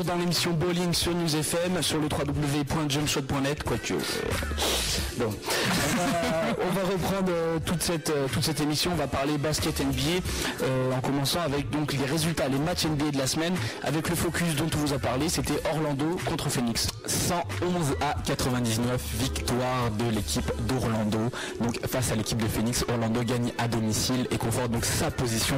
dans l'émission Bowling sur News FM, sur le www.jumpshot.net, quoique. Bon, on va reprendre toute cette émission. On va parler basket NBA, en commençant avec donc les résultats, les matchs NBA de la semaine, avec le focus dont on vous a parlé. C'était Orlando contre Phoenix. 111-99, victoire de l'équipe d'Orlando. Donc face à l'équipe de Phoenix, Orlando gagne à domicile et conforte donc sa position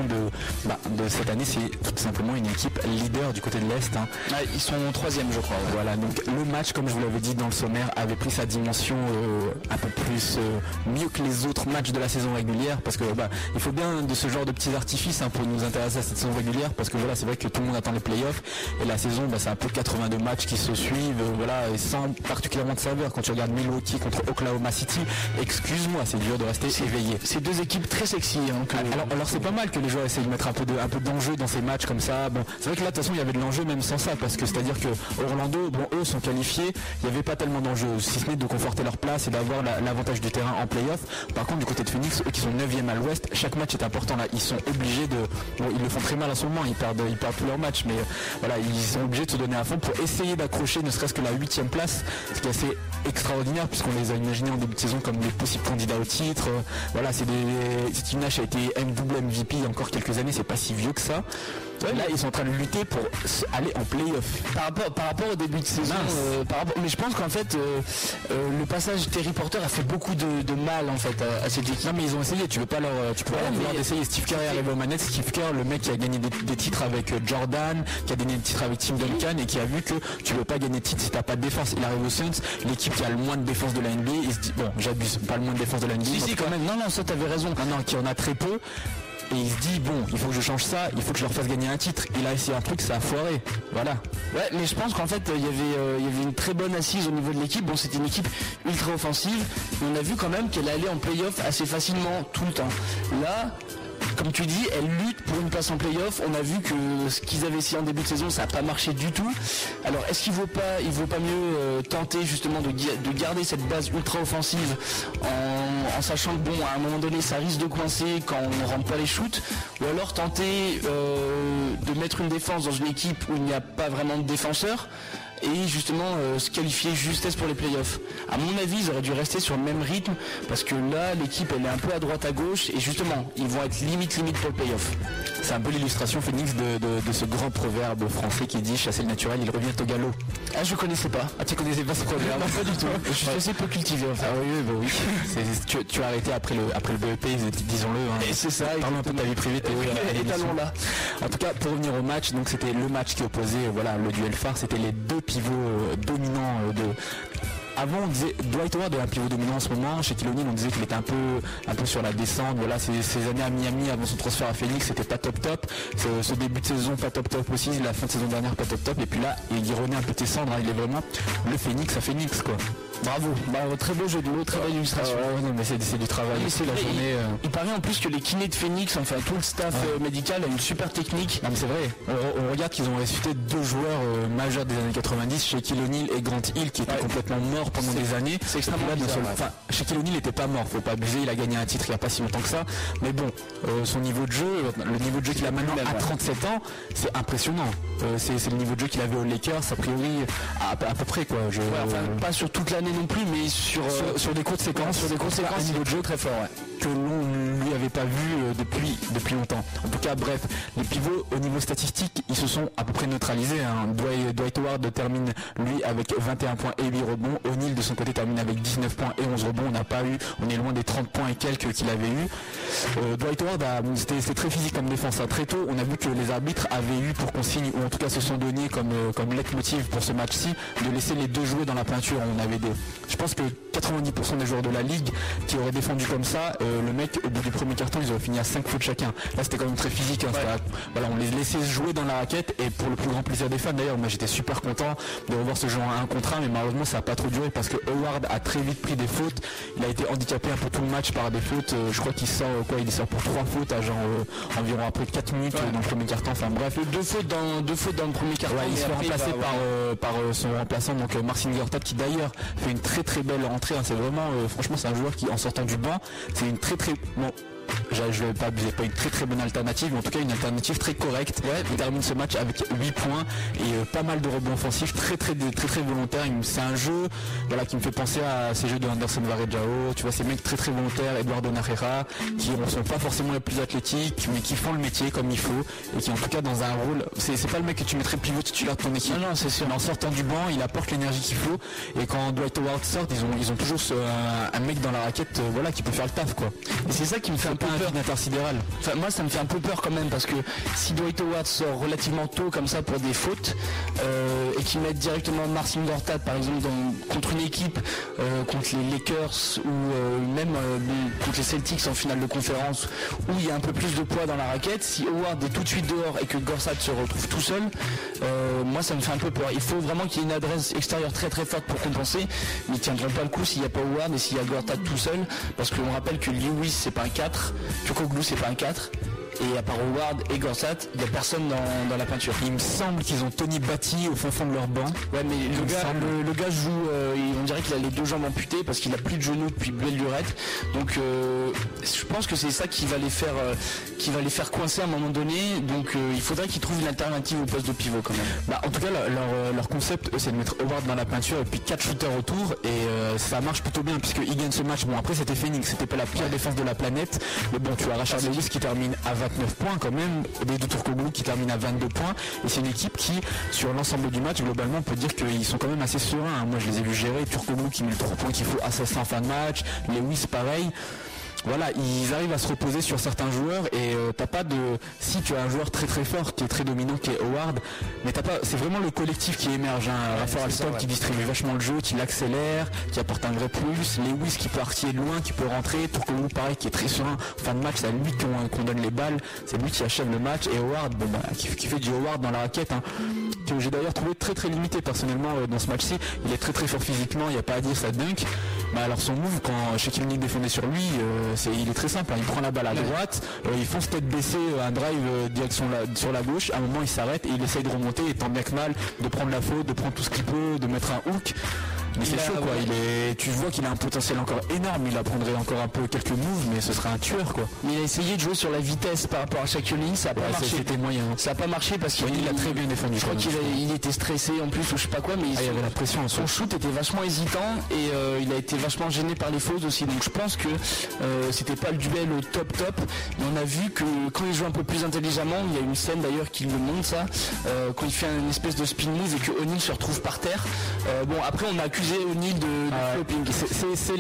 de cette année. C'est tout simplement une équipe leader du côté de l'Est. Ils sont 3e, je crois. Ouais. Voilà, donc le match, comme je vous l'avais dit dans le sommaire, avait pris sa dimension un peu plus mieux que les autres matchs de la saison régulière, parce que il faut bien de ce genre de petits artifices pour nous intéresser à cette saison régulière, parce que voilà, c'est vrai que tout le monde attend les playoffs et la saison, c'est un peu 82 matchs qui se suivent, et sans particulièrement de saveur. Quand tu regardes Milwaukee contre Oklahoma City, excuse-moi, c'est dur de rester éveillé. C'est deux équipes très sexy. Alors c'est pas mal que les joueurs essayent de mettre un peu d'enjeu dans ces matchs comme ça. Bon, c'est vrai que là de toute façon il y avait de l'enjeu même sans ça, parce que c'est-à-dire que Orlando, eux sont qualifiés, il n'y avait pas tellement d'enjeu, si ce n'est de conforter leur place et d'avoir l'avantage du terrain en play-off. Par contre du côté de Phoenix, eux qui sont 9e à l'ouest, chaque match est important là, ils sont obligés ils le font très mal en ce moment, ils perdent tous leurs matchs, mais voilà, ils sont obligés de se donner à fond pour essayer d'accrocher ne serait-ce que la 8e place, ce qui est assez extraordinaire puisqu'on les a imaginés en début de saison comme des possibles candidats au titre. Voilà, Steve Nash a été double MVP il y a encore quelques années, c'est pas si vieux que ça. Ouais, là ils sont en train de lutter pour aller en play-off. Par rapport au début de saison, mais je pense qu'en fait le passage Terry Porter a fait beaucoup de mal en fait à cette équipe. Non mais ils ont essayé, tu peux pas leur vouloir d'essayer. Steve Kerr est arrivé aux manettes, Steve Kerr, le mec qui a gagné des titres avec Jordan, qui a gagné des titres avec Tim Duncan et qui a vu que tu peux pas gagner de titre si t'as pas de défense. Il arrive aux Suns, l'équipe qui a le moins de défense de la NBA, il se dit j'abuse, pas le moins de défense de la NBA. Si quand même, non ça t'avais raison. Non, qui en a très peu. Et il se dit il faut que je change ça, il faut que je leur fasse gagner un titre. Il a essayé un truc, ça a foiré. Voilà. Ouais, mais je pense qu'en fait il y avait une très bonne assise au niveau de l'équipe. Bon, c'était une équipe ultra offensive, mais on a vu quand même qu'elle allait en play-off assez facilement tout le temps. Là, comme tu dis, elle lutte pour une place en play-off. On a vu que ce qu'ils avaient essayé en début de saison, ça n'a pas marché du tout. Alors, est-ce qu'il vaut pas mieux tenter justement de garder cette base ultra offensive en sachant que à un moment donné, ça risque de coincer quand on ne rentre pas les shoots, ou alors tenter de mettre une défense dans une équipe où il n'y a pas vraiment de défenseur et justement se qualifier justesse pour les playoffs. À mon avis, ils auraient dû rester sur le même rythme parce que là, l'équipe elle est un peu à droite à gauche et justement, ils vont être limite pour le playoff. C'est un peu l'illustration, Phoenix, de ce grand proverbe français qui dit chasser le naturel, il revient au galop. Ah, je connaissais pas. Ah, tu connaissais pas ce proverbe? Non, pas du tout. Je suis assez peu cultivé en fait. Ah oui. Tu as arrêté après le BEP, disons-le. Et c'est ça. Parlons un peu de ta vie privée. Étalons là. En tout cas, pour revenir au match, donc c'était le match qui opposait, le duel phare, c'était les deux pivots dominants Avant on disait Dwight Howard est un pivot dominant en ce moment. Chez Shaquille O'Neal on disait qu'il était un peu sur la descente. Voilà, ces années à Miami avant son transfert à Phoenix, c'était pas top. Ce début de saison pas top aussi. La fin de saison dernière pas top. Et puis là il renaît un peu tes cendres. Il est vraiment le Phoenix à Phoenix quoi. Bravo, très beau jeu de mots, très belle illustration. Non mais c'est du travail. C'est la journée. Il paraît en plus que les kinés de Phoenix, enfin tout le staff médical a une super technique. Non mais c'est vrai. On regarde qu'ils ont ressuscité deux joueurs majeurs des années 90, Shaquille O'Neal et Grant Hill, qui étaient complètement morts pendant des années. C'est extrêmement bizarre. Shaquille O'Neal n'était pas mort, faut pas abuser, il a gagné un titre il n'y a pas si longtemps que ça. Mais bon, son niveau de jeu, le niveau de jeu qu'il a maintenant à 37 ans, c'est impressionnant. C'est le niveau de jeu qu'il avait aux Lakers, a priori, à peu près quoi. Pas sur toute l'année non plus, mais sur des courtes séquences. Sur des courtes séquences, un niveau de jeu très fort, que l'on ne lui avait pas vu depuis longtemps. En tout cas, bref, les pivots au niveau statistique, ils se sont à peu près neutralisés. Dwight Howard termine lui avec 21 points et 8 rebonds. O'Neal de son côté termine avec 19 points et 11 rebonds. On est loin des 30 points et quelques qu'il avait eu. Dwight Howard c'était très physique comme défense. Très tôt, on a vu que les arbitres avaient eu pour consigne, ou en tout cas se sont donnés comme leitmotiv pour ce match-ci, de laisser les deux jouer dans la peinture. Je pense que 90% des joueurs de la ligue qui auraient défendu comme ça, le mec au bout du premier carton ils auraient fini à 5 fautes chacun. Là c'était quand même très physique, on les laissait jouer dans la raquette, et pour le plus grand plaisir des fans d'ailleurs, moi j'étais super content de revoir ce jeu en 1 contre 1, mais malheureusement ça n'a pas trop duré parce que Howard a très vite pris des fautes. Il a été handicapé un peu tout le match par des fautes. Je crois qu'il sort pour 3 fautes à environ après 4 minutes dans le premier carton. Enfin bref, deux fautes dans le premier carton. Il se fait remplacer par son remplaçant, donc Marcin Gortat, qui d'ailleurs fait une très très belle rentrée. C'est vraiment franchement c'est un joueur qui, en sortant du banc, c'est une très très je vais pas abuser, pas une très très bonne alternative, mais en tout cas une alternative très correcte. Il termine ce match avec 8 points et pas mal de rebonds offensifs, très volontaires. C'est un jeu qui me fait penser à ces jeux de Anderson Varejao, tu vois, ces mecs très volontaires, Eduardo Najera, qui ne sont pas forcément les plus athlétiques, mais qui font le métier comme il faut, et qui en tout cas dans un rôle, c'est pas le mec que tu mettrais pivot titulaire de ton équipe. Non, c'est sûr. Mais en sortant du banc, il apporte l'énergie qu'il faut, et quand Dwight Howard sort, ils ont toujours un mec dans la raquette qui peut faire le taf, quoi. Et c'est ça qui me fait un peu peur. Intersidéral. Enfin, moi ça me fait un peu peur quand même, parce que si Dwight Howard sort relativement tôt comme ça pour des fautes, et qu'ils mettent directement Marcin Gortat par exemple contre une équipe, contre les Lakers ou même contre les Celtics en finale de conférence, où il y a un peu plus de poids dans la raquette, si Howard est tout de suite dehors et que Gortat se retrouve tout seul, moi ça me fait un peu peur. Il faut vraiment qu'il y ait une adresse extérieure très forte pour compenser, mais ils tiendront pas le coup s'il n'y a pas Howard et s'il y a Gortat tout seul, parce qu'on rappelle que Lewis c'est pas un 4, Turkoglu c'est pas un 4, et à part Howard et Gortat, il n'y a personne dans la peinture. Il me semble qu'ils ont Tony Batty au fond de leur banc. Ouais, mais le gars joue, on dirait qu'il a les 2 jambes amputées parce qu'il a plus de genoux depuis belle lurette. Donc je pense que c'est ça qui va les faire coincer à un moment donné. Donc il faudrait qu'ils trouvent une alternative au poste de pivot quand même. En tout cas, leur concept, c'est de mettre Howard dans la peinture et puis 4 shooters autour, et ça marche plutôt bien puisqu'ils gagnent ce match. Bon, après c'était Phoenix, c'était pas la pire défense de la planète, mais bon, tu as Rashard Lewis qui termine à 29 points quand même, des deux Turkoglu qui termine à 22 points, et c'est une équipe qui, sur l'ensemble du match, globalement on peut dire qu'ils sont quand même assez sereins. Moi je les ai vus gérer, Turkoglu qui met le 3 points qu'il faut assassin en fin de match, Lewis pareil. Voilà, ils arrivent à se reposer sur certains joueurs, et t'as pas de... Si tu as un joueur très fort qui est très dominant, qui est Howard, mais t'as pas... C'est vraiment le collectif qui émerge, Rafael Alston qui distribue vachement le jeu, qui l'accélère, qui apporte un vrai plus, Lewis qui peut artiller de loin, qui peut rentrer, Turkoglu pareil qui est très serein, fin de match c'est à lui qu'on donne les balles, c'est lui qui achève le match, et Howard qui fait du Howard dans la raquette, que j'ai d'ailleurs trouvé très limité personnellement dans ce match-ci. Il est très fort physiquement, il n'y a pas à dire, ça dunk. Alors son move, quand Shaquille O'Neal défendait sur lui, il est très simple, il prend la balle à droite, il fonce tête baissée, un drive direction sur la gauche, à un moment il s'arrête et il essaye de remonter, et tant bien que mal de prendre la faute, de prendre tout ce qu'il peut, de mettre un hook. Mais c'est chaud quoi, tu vois qu'il a un potentiel encore énorme, il apprendrait encore un peu quelques moves, mais ce serait un tueur quoi. Mais il a essayé de jouer sur la vitesse par rapport à Shaquille O'Neal, ça a pas marché. C'était moyen. Ça a pas marché parce qu'il a très bien défendu. Je crois qu'il était stressé en plus ou je sais pas quoi, mais il y avait la pression. Son shoot était vachement hésitant et il a été vachement gêné par les fautes aussi. Donc je pense que c'était pas le duel au top, mais on a vu que quand il joue un peu plus intelligemment, il y a une scène d'ailleurs qui le montre ça, quand il fait une espèce de spin move et que O'Neal se retrouve par terre. Bon après on a accusé O'Neal de flopping. C'est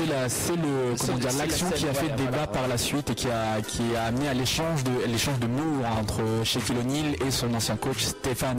l'action qui a fait débat par la suite et qui a amené à l'échange de mots entre Shaquille O'Neal et son ancien coach Stan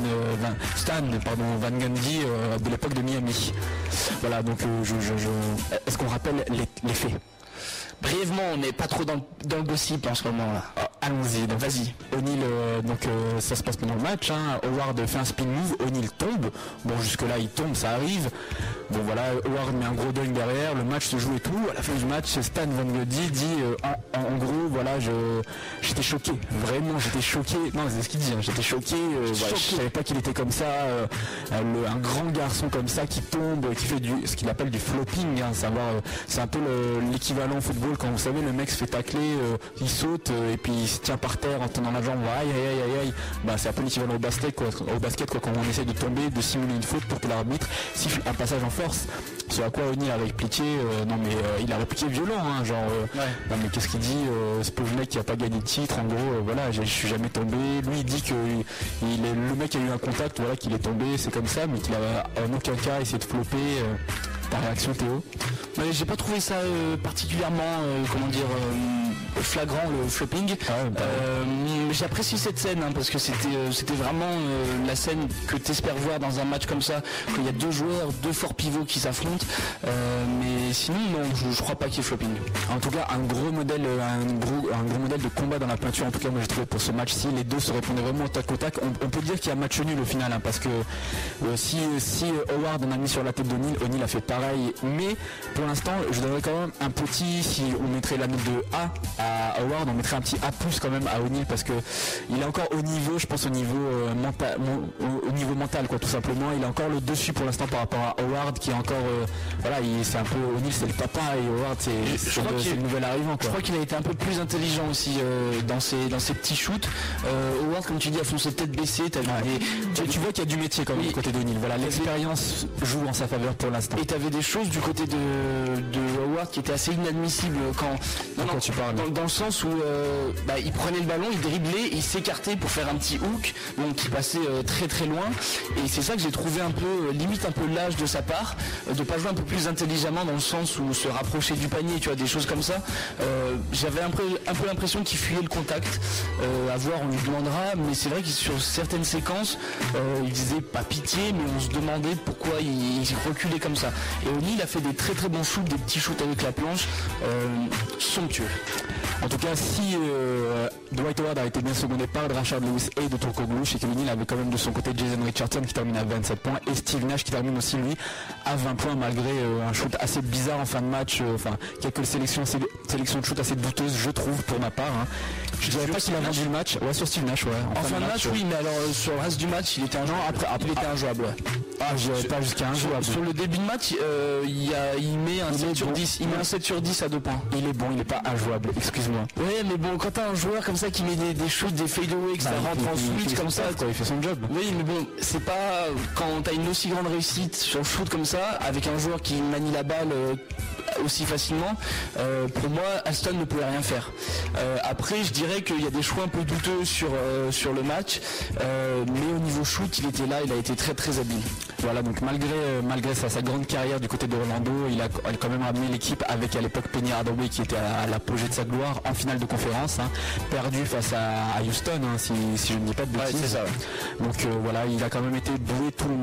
Van Gundy de l'époque de Miami. Voilà, donc est-ce qu'on rappelle les faits? Brièvement, on n'est pas trop dans le gossip en ce moment là. Allons-y, donc vas-y. O'Neal, ça se passe pendant le match, Howard fait un spin move, O'Neal tombe. Bon, jusque-là il tombe, ça arrive. Bon voilà, Howard met un gros dunk derrière, le match se joue et tout. À la fin du match, Stan Van Gundy dit en gros, voilà, j'étais choqué. Vraiment, j'étais choqué. Non, c'est ce qu'il dit, j'étais choqué. Voilà, je savais pas qu'il était comme ça. Un grand garçon comme ça qui tombe, qui fait ce qu'il appelle du flopping. C'est un peu l'équivalent au football quand vous savez le mec se fait tacler, il saute et puis il se tient par terre en tenant la jambe, aïe. C'est un peu l'équivalent au basket quoi, quand on essaie de tomber, de simuler une faute pour que l'arbitre siffle un passage en force. Ce à quoi O'Neal a répliqué, il a répliqué violent, non mais qu'est-ce qu'il dit, ce pauvre mec qui a pas gagné de titre, en gros, voilà, je suis jamais tombé. Lui il dit que le mec a eu un contact, voilà, qu'il est tombé, c'est comme ça, mais qu'il a en aucun cas essayé de flopper. Ta réaction Théo? J'ai pas trouvé ça particulièrement flagrant le flopping. J'ai apprécié cette scène parce que c'était vraiment la scène que t'espères voir dans un match comme ça, quand il y a deux joueurs, deux forts pivots qui s'affrontent, mais sinon non, je crois pas qu'il y ait flopping. En tout cas un gros modèle de combat dans la peinture, en tout cas moi j'ai trouvé pour ce match-ci, les deux se répondaient vraiment au tac au tac. On peut dire qu'il y a match nul au final, parce que si Howard en a mis sur la tête d'O'Neal, O'Neal a fait pareil, mais pour l'instant je donnerais quand même un petit, si on mettrait la note de A à Howard, on mettrait un petit A+ quand même à O'Neal parce que il est encore au niveau, je pense au niveau mental quoi, tout simplement. Il a encore le dessus pour l'instant par rapport à Howard qui est encore c'est un peu O'Neal, c'est le papa et Howard c'est le nouvel arrivant quoi. Je crois qu'il a été un peu plus intelligent aussi dans ses petits shoots. Howard, comme tu dis, a foncé tête baissée. Tu vois qu'il y a du métier quand même du côté d'O'Neal. Voilà, l'expérience joue en sa faveur pour l'instant. Et tu avais des choses du côté de Howard qui étaient assez inadmissibles quand tu parles. Dans le sens où il prenait le ballon, il driblait, il s'écartait pour faire un petit hook, donc qui passait très très loin. Et c'est ça que j'ai trouvé un peu limite un peu lâche de sa part, de pas jouer un peu plus intelligemment dans le sens où se rapprocher du panier, tu vois, des choses comme ça. J'avais un peu l'impression qu'il fuyait le contact. À voir, on lui demandera, mais c'est vrai que sur certaines séquences, il faisait pas pitié, mais on se demandait pourquoi il reculait comme ça. Et O'Neal a fait des très très bons shoots, des petits shoots avec la planche, somptueux. En tout cas, si Dwight Howard a été bien secondé par Rashard Lewis et de Turkoglu, chez O'Neal avait quand même de son côté Jason Richardson qui termine à 27 points et Steve Nash qui termine aussi lui à 20 points malgré un shoot assez bizarre en fin de match, quelques sélections de shoot assez douteuses je trouve pour ma part. Je dirais pas qu'il a vendu le match. Ouais, sur Steve Nash, ouais. En fin de match, oui, mais alors sur le reste du match, il était injouable. Ouais. Ah, je dirais pas jusqu'à injouable. Sur le début de match, il met un 7 sur 10. Il met un 7 sur 10 à 2 points. Il est bon, il est pas injouable, excuse-moi. Ouais, mais bon, quand t'as un joueur comme ça qui met des shoots, des fadeaways, que ça rentre en switch comme ça, il fait son job. Oui, mais bon, c'est pas quand t'as une aussi grande réussite sur le shoot comme ça, avec un joueur qui manie la balle aussi facilement, pour moi Alston ne pouvait rien faire. Après je dirais qu'il y a des choix un peu douteux sur le match, mais au niveau shoot il était là, il a été très très habile. Voilà, donc malgré sa grande carrière du côté d'Orlando, il a quand même ramené l'équipe avec à l'époque Penny Hardaway qui était à l'apogée de sa gloire en finale de conférence, perdu face à Houston si je ne dis pas de bêtises. Ouais, c'est ça, ouais. Donc voilà, il a quand même été hué tout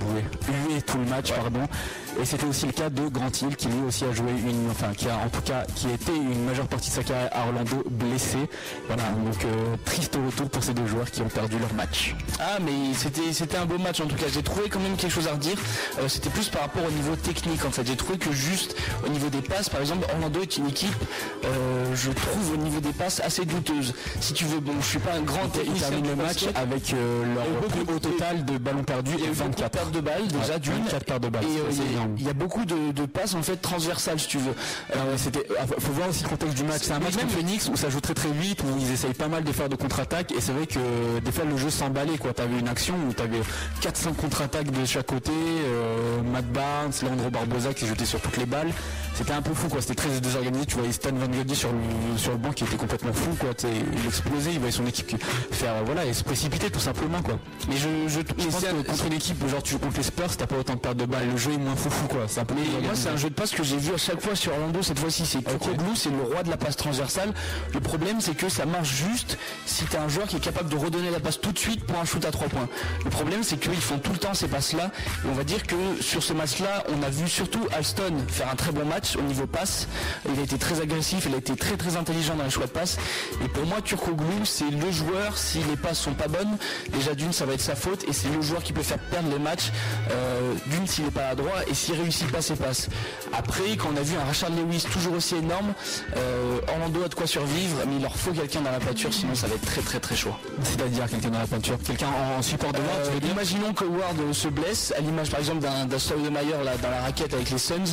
le match, pardon. Et c'était aussi le cas de Grant Hill qui lui aussi a joué qui a été une majeure partie de sa carrière à Orlando blessé. Voilà, donc triste retour pour ces deux joueurs qui ont perdu leur match. Ah mais c'était un beau match en tout cas. J'ai trouvé quand même quelque chose à redire. C'était plus par rapport au niveau technique en fait. J'ai trouvé que juste au niveau des passes, par exemple, Orlando est une équipe, je trouve au niveau des passes assez douteuse. Si tu veux, bon, je suis pas un grand technicien. Ils terminent le match avec leur plus haut total de ballons perdus et 24 pertes de balles déjà d'une. 24 pertes de balles. Il y a beaucoup de passes en fait transversales si tu veux. Faut voir aussi le contexte du match. C'est un match comme Phoenix où ça joue très très vite, où ils essayent pas mal de faire de contre-attaques et c'est vrai que des fois le jeu s'emballait quoi. T'avais une action où t'avais 400 contre-attaques de chaque côté, Matt Barnes, Leandro Barbosa qui jetait sur toutes les balles. C'était un peu fou quoi, c'était très désorganisé. Tu voyais Stan Van Gundy sur le banc qui était complètement fou quoi. Il explosait, il voyait son équipe faire et se précipiter tout simplement quoi. Mais je pense que contre une équipe genre tu joues contre les Spurs, t'as pas autant de pertes de balles, le jeu est moins fou quoi. C'est un peu moi c'est un jeu de passe que j'ai vu à chaque fois sur Orlando. Cette fois-ci c'est Turkoglu, c'est le roi de la passe transversale. Le problème c'est que ça marche juste si t'as un joueur qui est capable de redonner la passe tout de suite pour un shoot à 3 points. Le problème c'est qu'ils font tout le temps ces passes là et on va dire que sur ce match là on a vu surtout Alston faire un très bon match au niveau passe. Il a été très agressif, il a été très très intelligent dans les choix de passe et pour moi Turkoglu c'est le joueur, si les passes sont pas bonnes déjà d'une ça va être sa faute et c'est le joueur qui peut faire perdre les matchs d'une s'il n'est pas à droit et s'il réussit pas ses passes. Après quand on a vu un Rashard Lewis toujours aussi énorme, Orlando a de quoi survivre mais il leur faut quelqu'un dans la peinture sinon ça va être très très très chaud. C'est-à-dire quelqu'un dans la peinture, quelqu'un en support de Ward. Imaginons que Ward se blesse à l'image par exemple d'un Stoudemire là dans la raquette avec les Suns,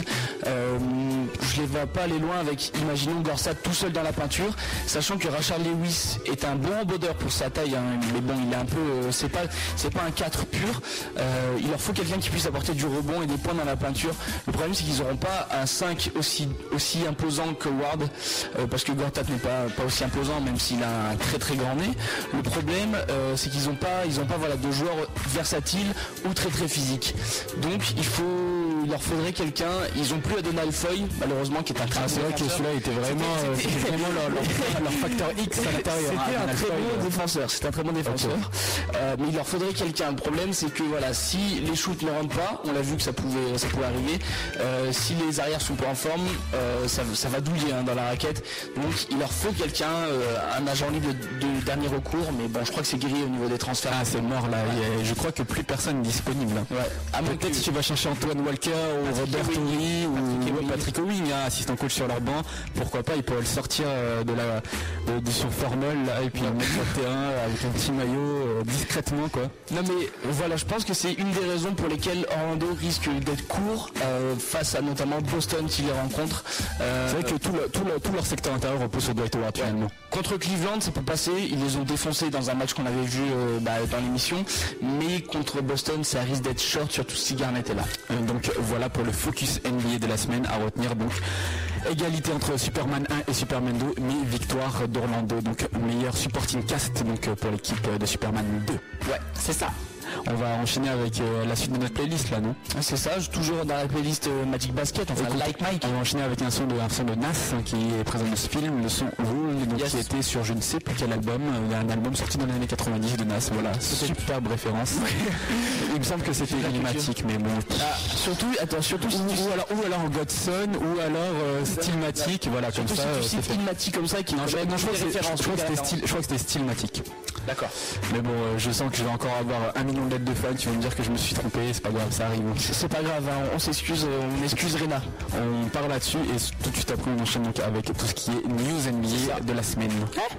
je les vois pas aller loin avec imaginons Gorsat tout seul dans la peinture, sachant que Rashard Lewis est un bon rebondeur pour sa taille mais bon il est un peu c'est pas un 4 pur, il leur faut quelqu'un qui puisse apporter du rebond et des points dans la peinture. Le problème c'est qu'ils n'auront pas un 5 aussi imposant que Ward parce que Gortat n'est pas aussi imposant même s'il a un très très grand nez. Le problème c'est qu'ils n'ont pas de joueurs versatiles ou très très physiques. Donc il leur faudrait quelqu'un. Ils ont plus Adonai Foy malheureusement qui est un très c'est vrai que celui-là était vraiment leur facteur X à l'intérieur. C'était un très bon défenseur. Mais il leur faudrait quelqu'un. Le problème c'est que voilà, si les shoots ne rentrent pas, on l'a vu que ça pouvait arriver. Si les arrières sont pas en forme, ça va douiller dans la raquette. Donc il leur faut quelqu'un, un agent libre de dernier recours. Mais bon, je crois que c'est grillé au niveau des transferts. Ah, c'est mort là. Je crois que plus personne n'est disponible. Ouais. Peut-être si tu vas chercher Antoine Walker ou Robert Torrey ou Patrick Ewing, assistant coach sur leur banc, pourquoi pas, ils pourraient le sortir de son formol là, et puis le mettre sur le terrain avec un petit maillot discrètement quoi. Non mais voilà, je pense que c'est une des raisons pour lesquelles Orlando risque d'être court face à notamment Boston s'ils les rencontrent. C'est vrai que tout leur secteur intérieur repose sur Dwight Howard finalement. Contre Cleveland ça peut passer, ils les ont défoncés dans un match qu'on avait vu dans l'émission, mais contre Boston ça risque d'être short, surtout si Garnett est là. Donc voilà pour le focus NBA de la semaine à retenir. Donc égalité entre Superman 1 et Superman 2, mais victoire d'Orlando, donc meilleur supporting cast donc pour l'équipe de Superman 2. Ouais, c'est ça. On va enchaîner avec la suite de notre playlist là, non? C'est ça, toujours dans la playlist Magic Basket, enfin Like Mike. On va enchaîner avec un son de Nas qui est présent dans ce film, le son Rule, donc qui était sur je ne sais plus quel album, un album sorti dans les années 90 de Nas, voilà, superbe référence. Il me semble que c'était Ilmatic, mais bon. Surtout ou alors Godson, ou alors Stillmatic, voilà, comme ça. C'est Stillmatic comme ça qui non, je crois que c'était Stillmatic. D'accord. Mais bon, je sens que je vais encore avoir 1 million de lettres de fans qui vont me dire que je me suis trompé, c'est pas grave, ça arrive. C'est pas grave, hein, on s'excuse, on excuse Rena. On part là-dessus et tout de suite après on enchaîne donc avec tout ce qui est News NBA de la semaine.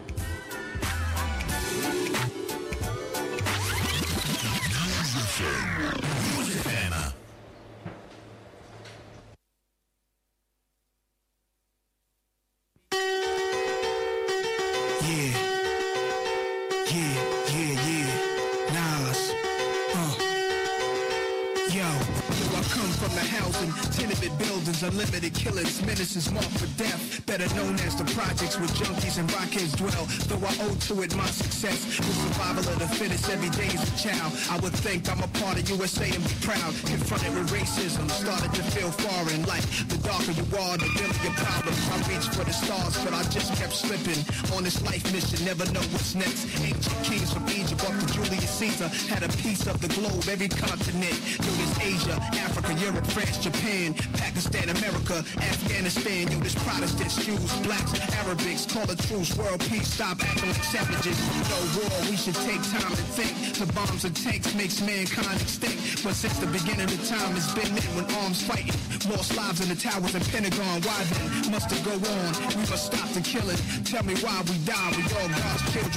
Unlimited killers, menaces marked for death, better known as the projects where junkies and rockheads dwell. Though I owe to it my success, the survival of the fittest every day is a child. I would think I'm a part of USA and be proud. Confronted with racism, started to feel foreign. Like the darker you are, the bigger your problem. I reached for the stars, but I just kept slipping. On this life mission, never know what's next. Ancient kings from Egypt up to Julius Caesar had a piece of the globe, every continent. Yo, there's Asia, Africa, Europe, France, Japan, Pakistan, America, Afghanistan, yo, this Protestants, Jews, blacks, Arabics, call a truce, world peace, stop acting like savages. No war, we should take time to think. The bombs and tanks makes mankind extinct. But since the beginning of time, it's been men when arms fighting. Lost lives in the towers and Pentagon, why then? Must it go on? We must stop the killing. Tell me why we die, we all God's children.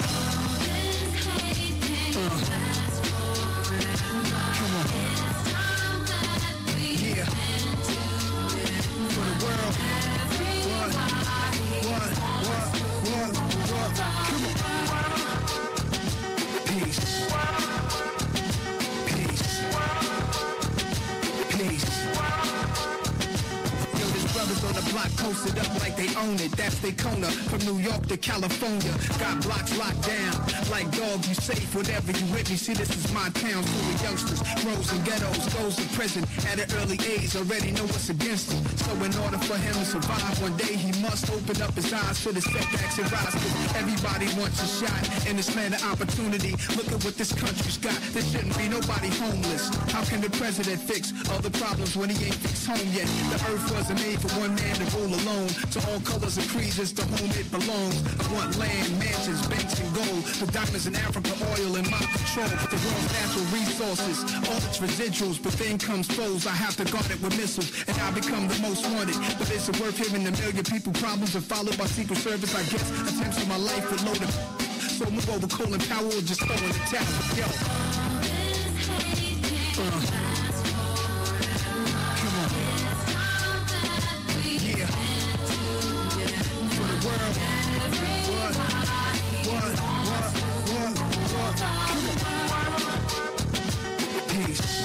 Come on. Yeah. For the world. What? Come on. Peace. Yo, there's brothers on the block posted up like they own it. That's Daytona, from New York to California. Got blocks locked down. Like dog, you safe, whatever you with me. See, this is my town full of youngsters. Grows in ghettos, goes to prison at an early age. Already know what's against him. So in order for him to survive, one day he must open up his eyes to the setbacks and rise. Cause everybody wants a shot in this land of opportunity. Look at what this country's got. There shouldn't be nobody homeless. How can the president fix all the problems when he ain't fixed home yet? The earth wasn't made for one man to rule alone. To all colors and creeds, it's to whom it belongs. I want land, mansions, banks, and gold. The diamonds in Africa, oil in my control. The world's natural resources, all its residuals. But then comes foes, I have to guard it with missiles. And I become the most wanted. But is it worth hearing a million people problems are followed by Secret Service? I guess attempts of my life with loaded. So move over Colin Powell or just throw in the towel. Yo. Come on. Yeah. For the world. What? Come on. Peace.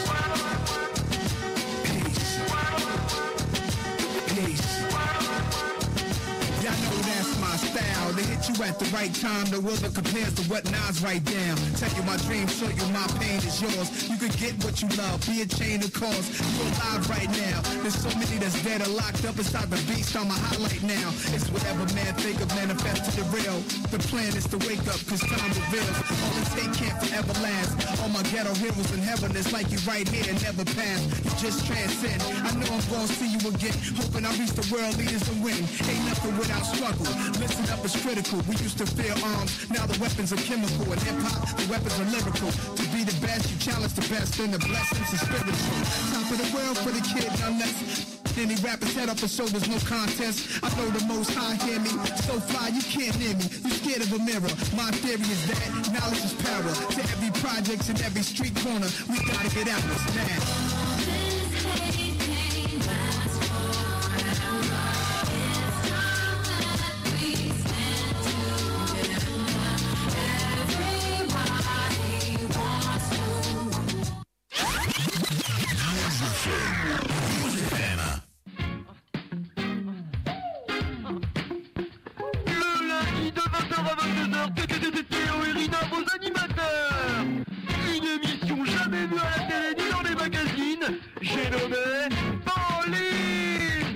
Y'all know that's my style. To hit you at the right time, the world that compares to what Nas write down. Tell you my dream, show you my pain is yours. You could get what you love, be a chain of cause. You're alive right now. There's so many that's dead or locked up inside the beast on my highlight now. It's whatever man think of, manifest to the real. The plan is to wake up, cause time reveals. All this hate can't forever last. All my ghetto heroes in heaven, it's like you right here and never pass. You just transcend. I know I'm gonna see you again. Hoping I reach the world leaders and win. Ain't nothing without struggle. Listen up, it's critical. We used to fear arms, now the weapons are chemical. And hip-hop, the weapons are lyrical. To be be the best, you challenge the best, then the blessings are spiritual. Top of the world for the kid, unless any rapper's head up his shoulders, no contest. I know the most high hear me, so fly you can't hear me. You scared of a mirror, my theory is that knowledge is power. To every projects in every street corner, we gotta get out this now. Théo et Rina, vos animateurs. Une émission jamais vue à la télé ni dans les magazines. J'ai nommé Pauline.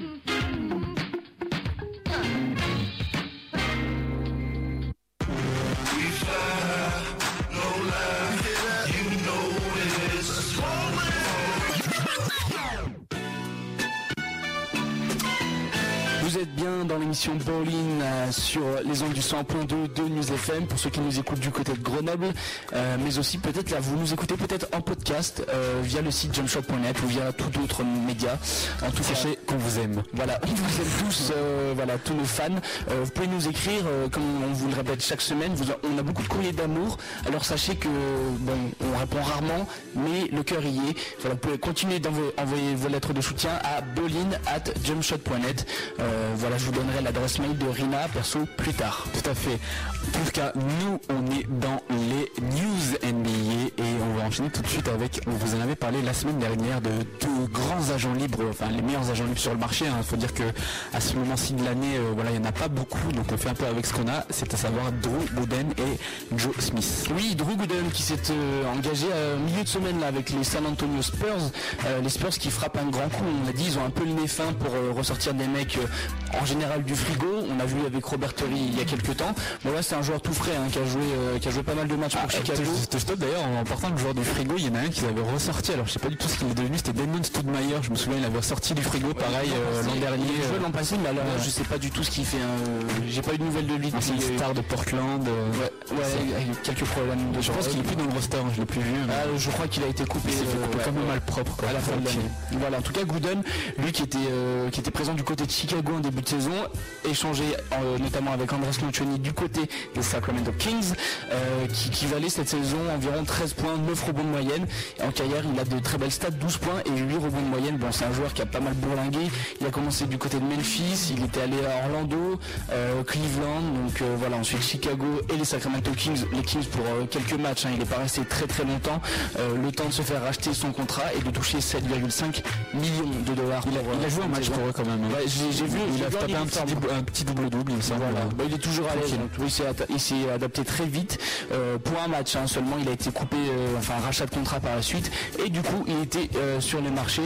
Vous êtes bien dans l'émission Bowling sur les ondes du 100.2 de News FM pour ceux qui nous écoutent du côté de Grenoble, mais aussi peut-être là vous nous écoutez peut-être en podcast via le site jumpshot.net ou via tout autre média. En tout Sachez qu'on vous aime. Voilà, on vous aime tous, voilà, tous nos fans. Vous pouvez nous écrire, comme on vous le répète chaque semaine, on a beaucoup de courriers d'amour, alors sachez que bon, on répond rarement, mais le cœur y est. Voilà, vous pouvez continuer d'envoyer vos lettres de soutien à bowling@jumpshot.net. Voilà, je vous donnerai l'adresse mail de Rina perso plus tard. Tout à fait. En tout cas, nous, on est dans les news NBA et on va enchaîner tout de suite avec, on vous en avait parlé la semaine dernière de deux grands agents libres, enfin les meilleurs agents libres sur le marché. Il faut dire que à ce moment-ci de l'année, voilà, il n'y en a pas beaucoup, donc on fait un peu avec ce qu'on a, c'est à savoir Drew Gooden et Joe Smith. Oui, Drew Gooden qui s'est engagé au milieu de semaine là avec les San Antonio Spurs, les Spurs qui frappent un grand coup. On l'a dit, ils ont un peu le nez fin pour ressortir des mecs en général du frigo. On a vu avec Robert Torrey il y a quelques temps. Bon là c'est un joueur tout frais qui a joué pas mal de matchs pour Chicago. Je stoppe d'ailleurs en partant le joueur du frigo, il y en a un qui avait ressorti, alors je sais pas du tout ce qu'il est devenu, c'était Damon Stoudemire, je me souviens il avait ressorti du frigo pareil l'an dernier. Il a joué l'an passé, mais alors je sais pas du tout ce qu'il fait. J'ai pas eu de nouvelles de lui. C'est une star de Portland. Avec quelques problèmes de je pense qu'il est plus dans le roster, je l'ai plus vu. Je crois qu'il a été coupé. Il s'est fait couper comme un malpropre à la fin de l'année. Voilà, en tout cas Gooden, lui qui était présent du côté de Chicago en début de saison, échangé notamment avec Andres Nocioni du côté des Sacramento Kings, qui valait cette saison environ 13 points, 9 rebonds de moyenne. Et en carrière, il a de très belles stats, 12 points et 8 rebonds de moyenne. Bon, c'est un joueur qui a pas mal bourlingué. Il a commencé du côté de Memphis, il était allé à Orlando, Cleveland, donc voilà, ensuite Chicago et les Sacramento Kings. Les Kings pour quelques matchs, il n'est pas resté très très longtemps. Le temps de se faire racheter son contrat et de toucher 7,5 millions de dollars. Il a joué un match pour eux quand même. Ouais, j'ai vu. Il a tapé un petit double-double, il me semble. Voilà. Il est toujours à l'aise, donc il s'est adapté très vite. Pour un match seulement, il a été coupé, rachat de contrat par la suite. Et du coup, il était sur les marchés.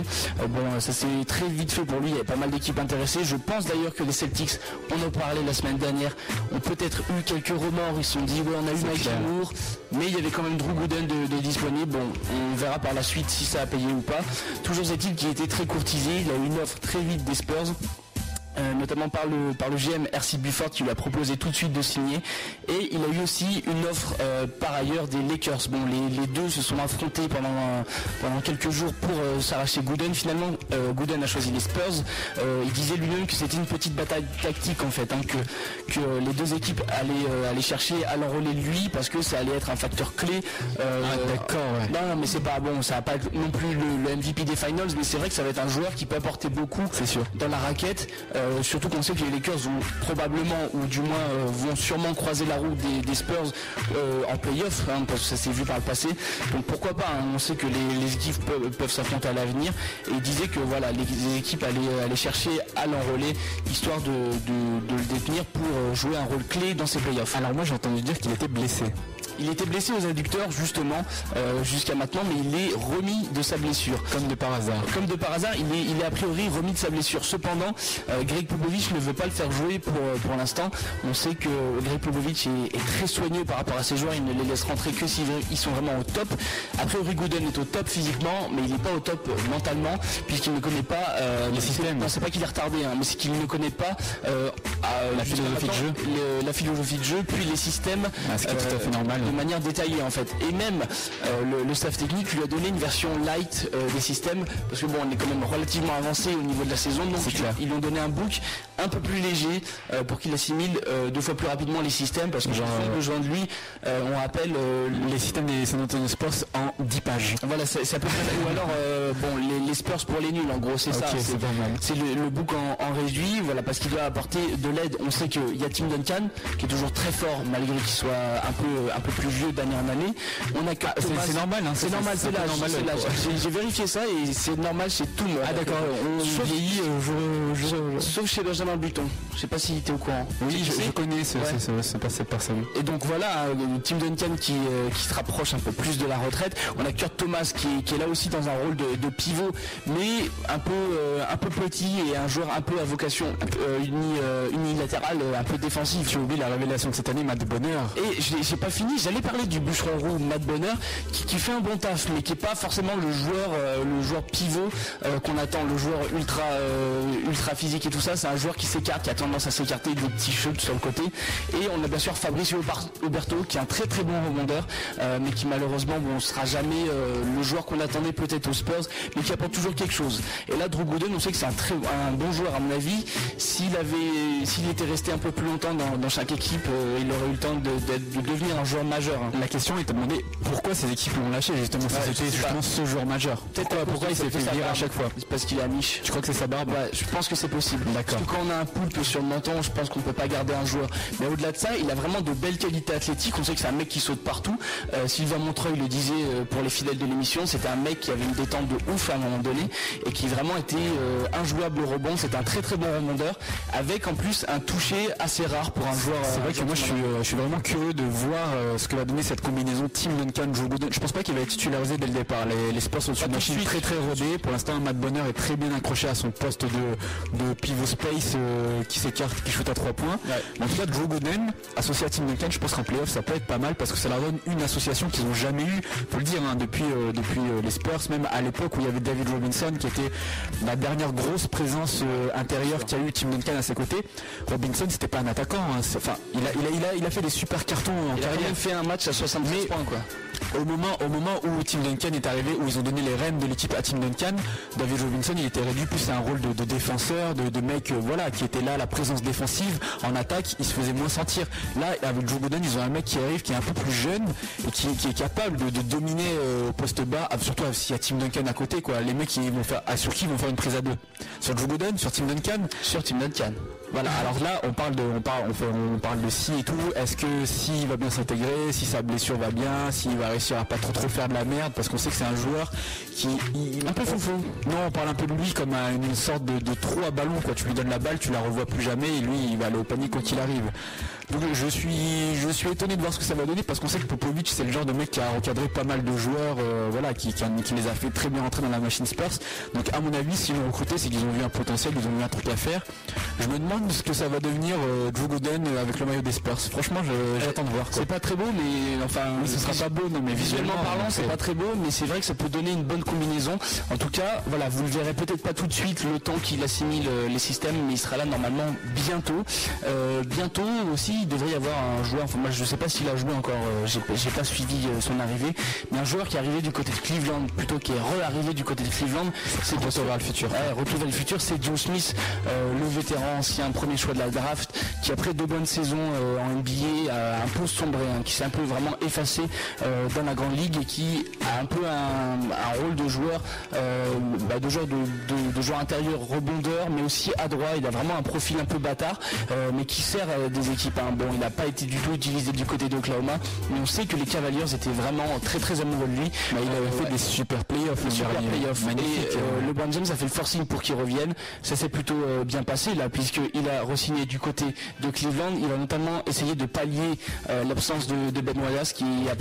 Ça s'est très vite fait pour lui. Il y avait pas mal d'équipes intéressées. Je pense d'ailleurs que les Celtics, on en parlait la semaine dernière, ont peut-être eu quelques remords. Ils se sont dit, on a eu Mike Moore, mais il y avait quand même Drew Gooden de disponible. Bon, on verra par la suite si ça a payé ou pas. Toujours est-il qu'il était très courtisé. Il a eu une offre très vite des Spurs. Notamment par le GM RC Buford qui lui a proposé tout de suite de signer, et il a eu aussi une offre par ailleurs des Lakers. Bon, les deux se sont affrontés pendant quelques jours pour s'arracher Gooden. Finalement Gooden a choisi les Spurs. Il disait lui-même que c'était une petite bataille tactique en fait, que les deux équipes allaient chercher à l'enrôler lui parce que ça allait être un facteur clé. D'accord, ouais. Non mais c'est pas bon, ça va pas être non plus le MVP des finals, mais c'est vrai que ça va être un joueur qui peut apporter beaucoup, c'est sûr, dans la raquette. Surtout qu'on sait que les Lakers vont probablement, ou du moins vont sûrement croiser la route des Spurs en play-off, parce que ça s'est vu par le passé. Donc pourquoi pas, on sait que les équipes peuvent s'affronter à l'avenir. Et il disait que voilà, les équipes allaient chercher à l'enrôler, histoire de le détenir pour jouer un rôle clé dans ces play-offs. Alors moi j'ai entendu dire qu'il était blessé. Il était blessé aux adducteurs justement jusqu'à maintenant, mais il est remis de sa blessure. Comme de par hasard. Comme de par hasard, il est a priori remis de sa blessure. Cependant, Greg Popovich ne veut pas le faire jouer pour l'instant. On sait que Greg Popovich est très soigneux par rapport à ses joueurs. Il ne les laisse rentrer que s'ils sont vraiment au top. A priori, Gooden est au top physiquement, mais il n'est pas au top mentalement, puisqu'il ne connaît pas les systèmes. Non, c'est pas qu'il est retardé, mais c'est qu'il ne connaît pas la philosophie de jeu. La philosophie de jeu, puis les systèmes. Ce qui est tout à fait normal. de manière détaillée en fait. Et même le staff technique lui a donné une version light des systèmes, parce que bon, on est quand même relativement avancé au niveau de la saison, donc ils lui ont donné un book un peu plus léger pour qu'il assimile 2 fois plus rapidement les systèmes, parce que j'ai besoin de lui. On rappelle les systèmes des San Antonio Spurs en 10 pages. Voilà, c'est à peu près ça. Ou alors bon, les Spurs pour les nuls, en gros, c'est ça. C'est le book en réduit, voilà, parce qu'il doit apporter de l'aide. On sait qu'il y a Tim Duncan qui est toujours très fort malgré qu'il soit un peu plus vieux d'année en année. On a c'est normal, hein, c'est normal, c'est l'âge. J'ai vérifié ça et c'est normal chez tout le monde. Ah d'accord, on vieillit sauf chez Benjamin Button. Je sais pas s'il était au courant. Oui, je connais cette personne. Et donc voilà, Tim Duncan qui se rapproche un peu plus de la retraite. On a Kurt Thomas qui est là aussi dans un rôle de pivot, mais un peu petit et un joueur un peu à vocation unilatérale, un peu défensive. Tu oublies la révélation de cette année, Matt Bonner. Et j'ai pas fini, j'allais parler du bûcheron roux Matt Bonner qui fait un bon taf, mais qui est pas forcément le joueur pivot qu'on attend, le joueur ultra physique et tout ça. C'est un joueur qui s'écarte, qui a tendance à s'écarter, des petits chutes sur le côté. Et on a bien sûr Fabricio Oberto qui est un très très bon rebondeur, mais qui malheureusement sera jamais le joueur qu'on attendait peut-être aux Spurs, mais qui apporte toujours quelque chose. Et là, Drew Gooden, on sait que c'est un bon joueur à mon avis. S'il était resté un peu plus longtemps dans chaque équipe, il aurait eu le temps de devenir un joueur majeur. La question est de demander pourquoi ces équipes l'ont lâché justement, c'était justement ce joueur majeur. Pourquoi il s'est fait virer à chaque fois? C'est parce qu'il est amiche. Tu crois que c'est sa barbe? Ouais, je pense que c'est possible. D'accord. Parce que quand on a un poulpe sur le menton, je pense qu'on peut pas garder un joueur. Mais au-delà de ça, il a vraiment de belles qualités athlétiques. On sait que c'est un mec qui saute partout. Sylvain Montreuil le disait pour les fidèles de l'émission, c'était un mec qui avait une détente de ouf à un moment donné et qui vraiment était injouable au rebond. C'est un très très bon rebondeur avec en plus un toucher assez rare pour un joueur. C'est vrai que moi je suis vraiment curieux de voir ce que va donner cette combinaison Tim Duncan, Drew Gooden. Je pense pas qu'il va être titularisé dès le départ. Les Spurs sont sur une machine très très rodée. Pour l'instant, Matt Bonner est très bien accroché à son poste de pivot space qui s'écarte, qui shoot à 3 points. Ouais. En tout cas, Drew Gooden associé à Tim Duncan, je pense qu'en playoff ça peut être pas mal parce que ça leur donne une association qu'ils n'ont jamais eu, faut le dire, hein, depuis les Spurs, même à l'époque où il y avait David Robinson qui était la dernière grosse présence intérieure qui a eu Tim Duncan à ses côtés. Robinson c'était pas un attaquant, hein. Enfin il a fait des super cartons en carrière. Il a même fait un match à 70 points quoi. Au moment où Tim Duncan est arrivé, où ils ont donné les rênes de l'équipe à Tim Duncan, David Robinson il était réduit plus à un rôle de défenseur, de mec qui était là, la présence défensive en attaque, il se faisait moins sentir. Là avec Drew Gooden ils ont un mec qui arrive, qui est un peu plus jeune et qui est capable de dominer au poste bas, surtout s'il y a Tim Duncan à côté quoi. Les mecs sur qui ils vont faire une prise à deux, sur Drew Gooden, sur Tim Duncan. Voilà, alors là on parle de si et tout, est-ce que s'il va bien s'intégrer, si sa blessure va bien, s'il va réussir à pas trop faire de la merde, parce qu'on sait que c'est un joueur qui un peu foufou. Non, on parle un peu de lui comme une sorte de trou à ballon quoi, tu lui donnes la balle, tu la revois plus jamais et lui il va aller au panier quand il arrive. Donc je suis étonné de voir ce que ça va donner parce qu'on sait que Popovic c'est le genre de mec qui a recadré pas mal de joueurs qui les a fait très bien rentrer dans la machine Spurs. Donc à mon avis s'ils l'ont recruté c'est qu'ils ont vu un potentiel, ils ont vu un truc à faire. Je me demande ce que ça va devenir Drew Gooden avec le maillot des Spurs. Franchement j'attends de voir quoi. C'est pas très beau mais enfin oui, ce sera pas beau non mais visuellement parlant c'est pas très beau mais c'est vrai que ça peut donner une bonne combinaison. En tout cas voilà, vous le verrez peut-être pas tout de suite le temps qu'il assimile les systèmes, mais il sera là normalement bientôt. Bientôt aussi il devrait y avoir un joueur, enfin moi je sais pas s'il a joué encore, j'ai pas suivi son arrivée, mais un joueur qui est arrivé du côté de Cleveland, plutôt qui est re-arrivé du côté de Cleveland, c'est Retour vers le futur. Retour vers le futur, c'est Joe Smith, le vétéran ancien premier choix de la draft, qui après 2 bonnes saisons en NBA a un peu sombré, hein, qui s'est un peu vraiment effacé dans la grande ligue et qui a un peu un rôle de joueur, de joueur intérieur rebondeur, mais aussi adroit. Il a vraiment un profil un peu bâtard, mais qui sert des équipes. Hein. Bon, il n'a pas été du tout utilisé du côté d'Oklahoma, mais on sait que les Cavaliers étaient vraiment très très amoureux de lui. Il avait fait des super playoffs. Et LeBron James a fait le forcing pour qu'il revienne. Ça s'est plutôt bien passé là, puisqu'il a re-signé du côté de Cleveland. Il a notamment essayé de pallier l'absence de Ben Wallace, qui est absent pour une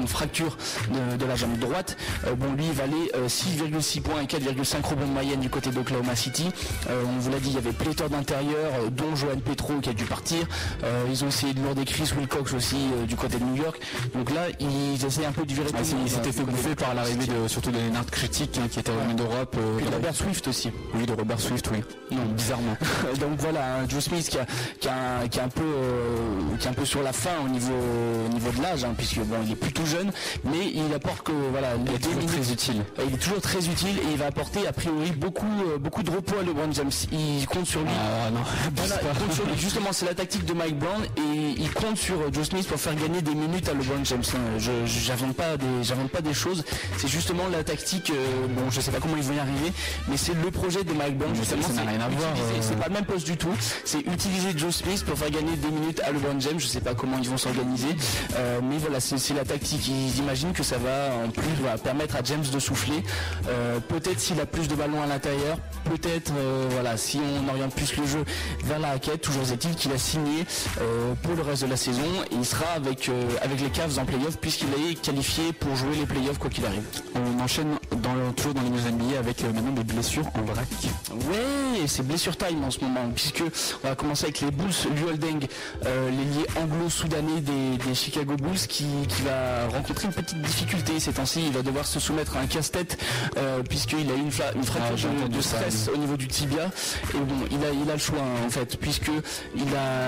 fracture de la jambe droite. Bon, lui il valait 6,6 points et 4,5 rebonds de moyenne du côté d'Oklahoma City. On vous l'a dit, il y avait pléthore d'intérieur, dont Johan Petro qui a dû partir. Ils ont essayé de lourder Chris Wilcox aussi du côté de New York. Donc là, ils essaient un peu de virer. Il s'était fait bouffer par l'arrivée surtout de Lennart Kritik qui était revenu d'Europe. Et de Robert Swift aussi. Oui, de Robert Swift, oui. Non, bizarrement. Donc voilà, Joe Smith qui est un peu sur la fin au niveau de l'âge, puisque bon, il est plutôt jeune, mais il apporte que voilà, il est toujours très utile. Il est toujours très utile et il va apporter a priori beaucoup de repos à LeBron James. Il compte sur lui. Non. Voilà, il compte sur lui. Justement, c'est la tactique de Mike Brown et il compte sur Joe Smith pour faire gagner des minutes à LeBron James. J'invente pas des choses. C'est justement la tactique. Bon, je sais pas comment ils vont y arriver, mais c'est le projet de Mike Brown. Justement, ça n'a rien à voir. C'est pas le même poste du tout. C'est utiliser Joe Smith pour faire gagner des minutes à LeBron James. Je sais pas comment ils vont s'organiser, mais voilà, c'est la tactique. Ils imaginent que ça va en plus permettre à James de souffler. Peut-être s'il a plus de ballons à l'intérieur, peut-être voilà, si on oriente plus le jeu vers la raquette. Toujours est-il qu'il a signé pour le reste de la saison et il sera avec les Cavs en playoff puisqu'il est qualifié pour jouer les playoffs quoi qu'il arrive. On enchaîne toujours dans les news NBA avec maintenant des blessures en vrac. Ouais, c'est blessure time en ce moment puisque on va commencer avec les Bulls. Luol Deng, l'ailier anglo-soudanais des Chicago Bulls qui va rencontrer une petite difficulté ces temps-ci. Il va devoir se soumettre à un casse-tête puisqu'il a eu une fracture de stress au niveau du tibia et bon, il a le choix en fait puisque il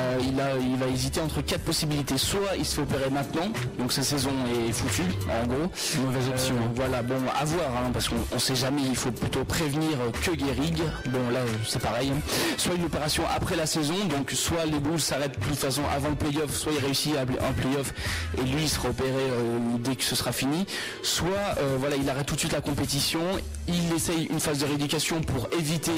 va hésiter entre 4 possibilités. Soit il se fait opérer maintenant, donc sa saison est foutue en gros. Mauvaise option. Voilà, bon, à voir parce qu'on sait jamais, il faut plutôt prévenir que guérir. Bon là c'est pareil. Soit une opération après la saison, donc soit les Bulls s'arrêtent de toute façon avant le playoff, soit il réussit en playoff et lui il sera opéré dès que ce sera fini, soit voilà, il arrête tout de suite la compétition, il essaye une phase de rééducation pour éviter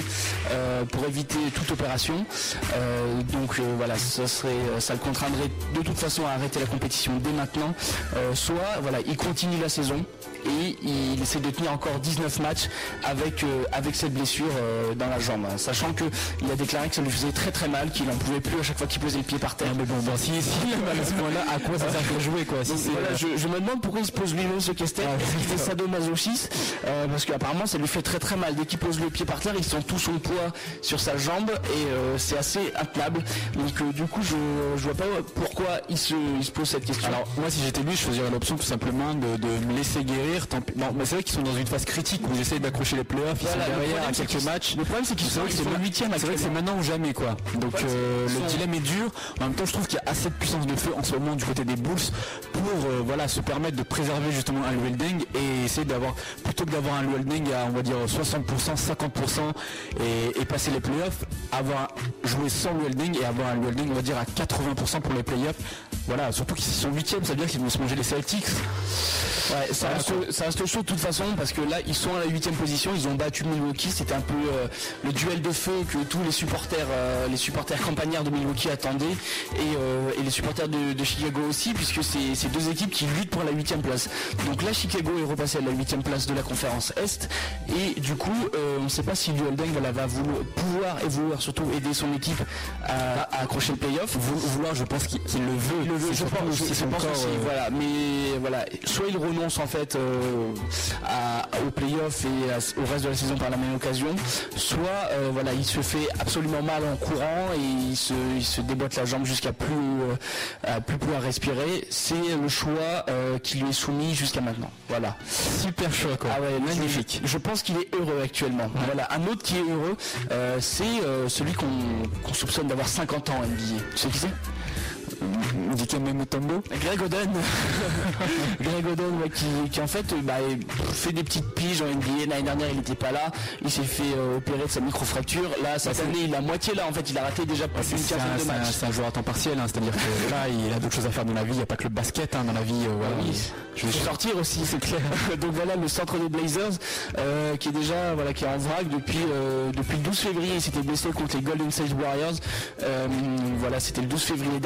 toute opération. Donc voilà, ça le contraindrait de toute façon à arrêter la compétition dès maintenant. Soit voilà, il continue la saison et il essaie de tenir encore 19 matchs avec cette blessure dans la jambe, sachant qu'il a déclaré que ça lui faisait très très mal, qu'il n'en pouvait plus à chaque fois qu'il posait le pied par terre. Mais bon, si il a mal à ce point-là, à quoi ça sert de jouer quoi? Donc, voilà, je me demande pourquoi il se pose lui-même ce casse-tête, il est sadomasochiste, parce qu'apparemment ça lui fait très très mal. Dès qu'il pose le pied par terre, il sent tout son poids sur sa jambe et c'est assez intenable. Donc du coup je vois pas pourquoi il se pose cette question. Alors moi si j'étais lui, je choisirais l'option tout simplement de me laisser guérir. Bon, mais c'est vrai qu'ils sont dans une phase critique où ils essayent d'accrocher les playoffs, ils sont derrière à quelques matchs. Le problème c'est qu'ils sont le 8e. C'est vrai que c'est maintenant ou jamais quoi. Donc le dilemme est dur. En même temps je trouve qu'il y a assez de puissance de feu en ce moment du côté des Bulls pour voilà, se permettre de préserver justement un Luol Deng et essayer d'avoir, plutôt que d'avoir un Luol Deng à on va dire 60%, 50% et passer les playoffs, avoir joué sans Luol Deng et avoir un Luol Deng on va dire à 80% pour les playoffs. Voilà, surtout qu'ils sont 8e, ça veut dire qu'ils vont se manger les Celtics. Ouais, ça reste chaud de toute façon parce que là ils sont à la 8e position, ils ont battu Milwaukee, c'était un peu le duel de feu que tous les supporters campagnards de Milwaukee attendaient et les supporters de Chicago aussi, puisque c'est deux équipes qui luttent pour la 8e place. Donc là Chicago est repassé à la 8e place de la conférence Est et du coup on ne sait pas si Luol Deng va vouloir surtout aider son équipe à accrocher le playoff. Vouloir, je pense qu'il le veut. Je pense aussi, voilà, mais voilà, soit il renonce en fait au playoff et au reste de la saison par la même occasion, soit voilà, il se fait absolument mal en courant et il se déboîte la jambe jusqu'à plus pouvoir respirer. C'est le choix qui lui est soumis jusqu'à maintenant. Voilà. Super choix quoi. Ah ouais, magnifique. Je pense qu'il est heureux actuellement. Ouais. Voilà, un autre qui est heureux, c'est celui qu'on soupçonne d'avoir 50 ans en NBA. Tu sais qui c'est? Dikembe Mutombo, Greg Oden. Greg Oden qui en fait fait des petites piges en NBA. L'année dernière il n'était pas là, il s'est fait opérer de sa microfracture. Là cette année il a moitié là en fait, il a raté déjà plus d'une quinzaine de matchs. C'est un joueur à temps partiel, c'est-à-dire que là il a d'autres choses à faire dans la vie, il n'y a pas que le basket dans la vie. Voilà. Oui, je vais sortir aussi, c'est clair. Donc voilà le centre des Blazers qui est déjà qui est en vrac depuis le 12 février, il s'était blessé contre les Golden State Warriors. Voilà, c'était le 12 février dernier. Du coup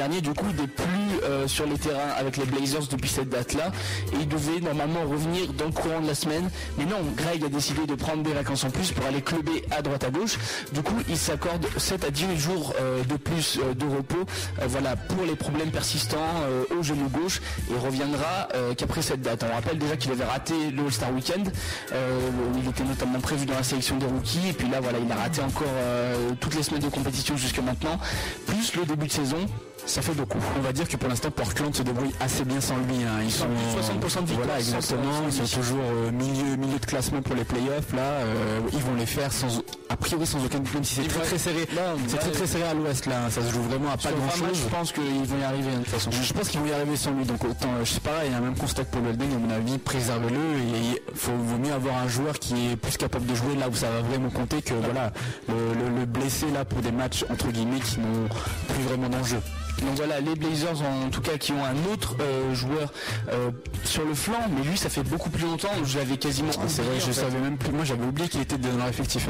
il n'est plus sur les terrains avec les Blazers depuis cette date-là et il devait normalement revenir dans le courant de la semaine. Mais non, Greg a décidé de prendre des vacances en plus pour aller clubber à droite à gauche. Du coup, il s'accorde 7 à 18 jours de plus de repos voilà, pour les problèmes persistants au genou gauche et reviendra qu'après cette date. On rappelle déjà qu'il avait raté le All-Star Weekend. Il était notamment prévu dans la sélection des rookies et puis là voilà, il a raté encore toutes les semaines de compétition jusque maintenant, plus le début de saison. Ça fait beaucoup. On va dire que pour l'instant Portland se débrouille assez bien sans lui. Hein. Ils sont 60% de victoire. Voilà, exactement. Ils sont toujours milieu de classement pour les playoffs. Là, ils vont les faire a priori sans aucun doute, même si c'est très serré. C'est très serré à l'Ouest là. Ça se joue vraiment à pas grand chose. Je pense qu'ils vont y arriver de toute façon. Je pense qu'ils vont y arriver sans lui. Donc autant, je sais pas, il y a un même constat que pour le Welding. À mon avis, préservez-le. Et vaut mieux avoir un joueur qui est plus capable de jouer là où ça va vraiment compter que voilà le blessé là pour des matchs entre guillemets qui n'ont plus vraiment d'enjeu. Donc voilà, les Blazers en tout cas qui ont un autre joueur sur le flanc, mais lui ça fait beaucoup plus longtemps, je l'avais quasiment oublié. C'est vrai, je savais même plus, moi j'avais oublié qu'il était dans leur effectif.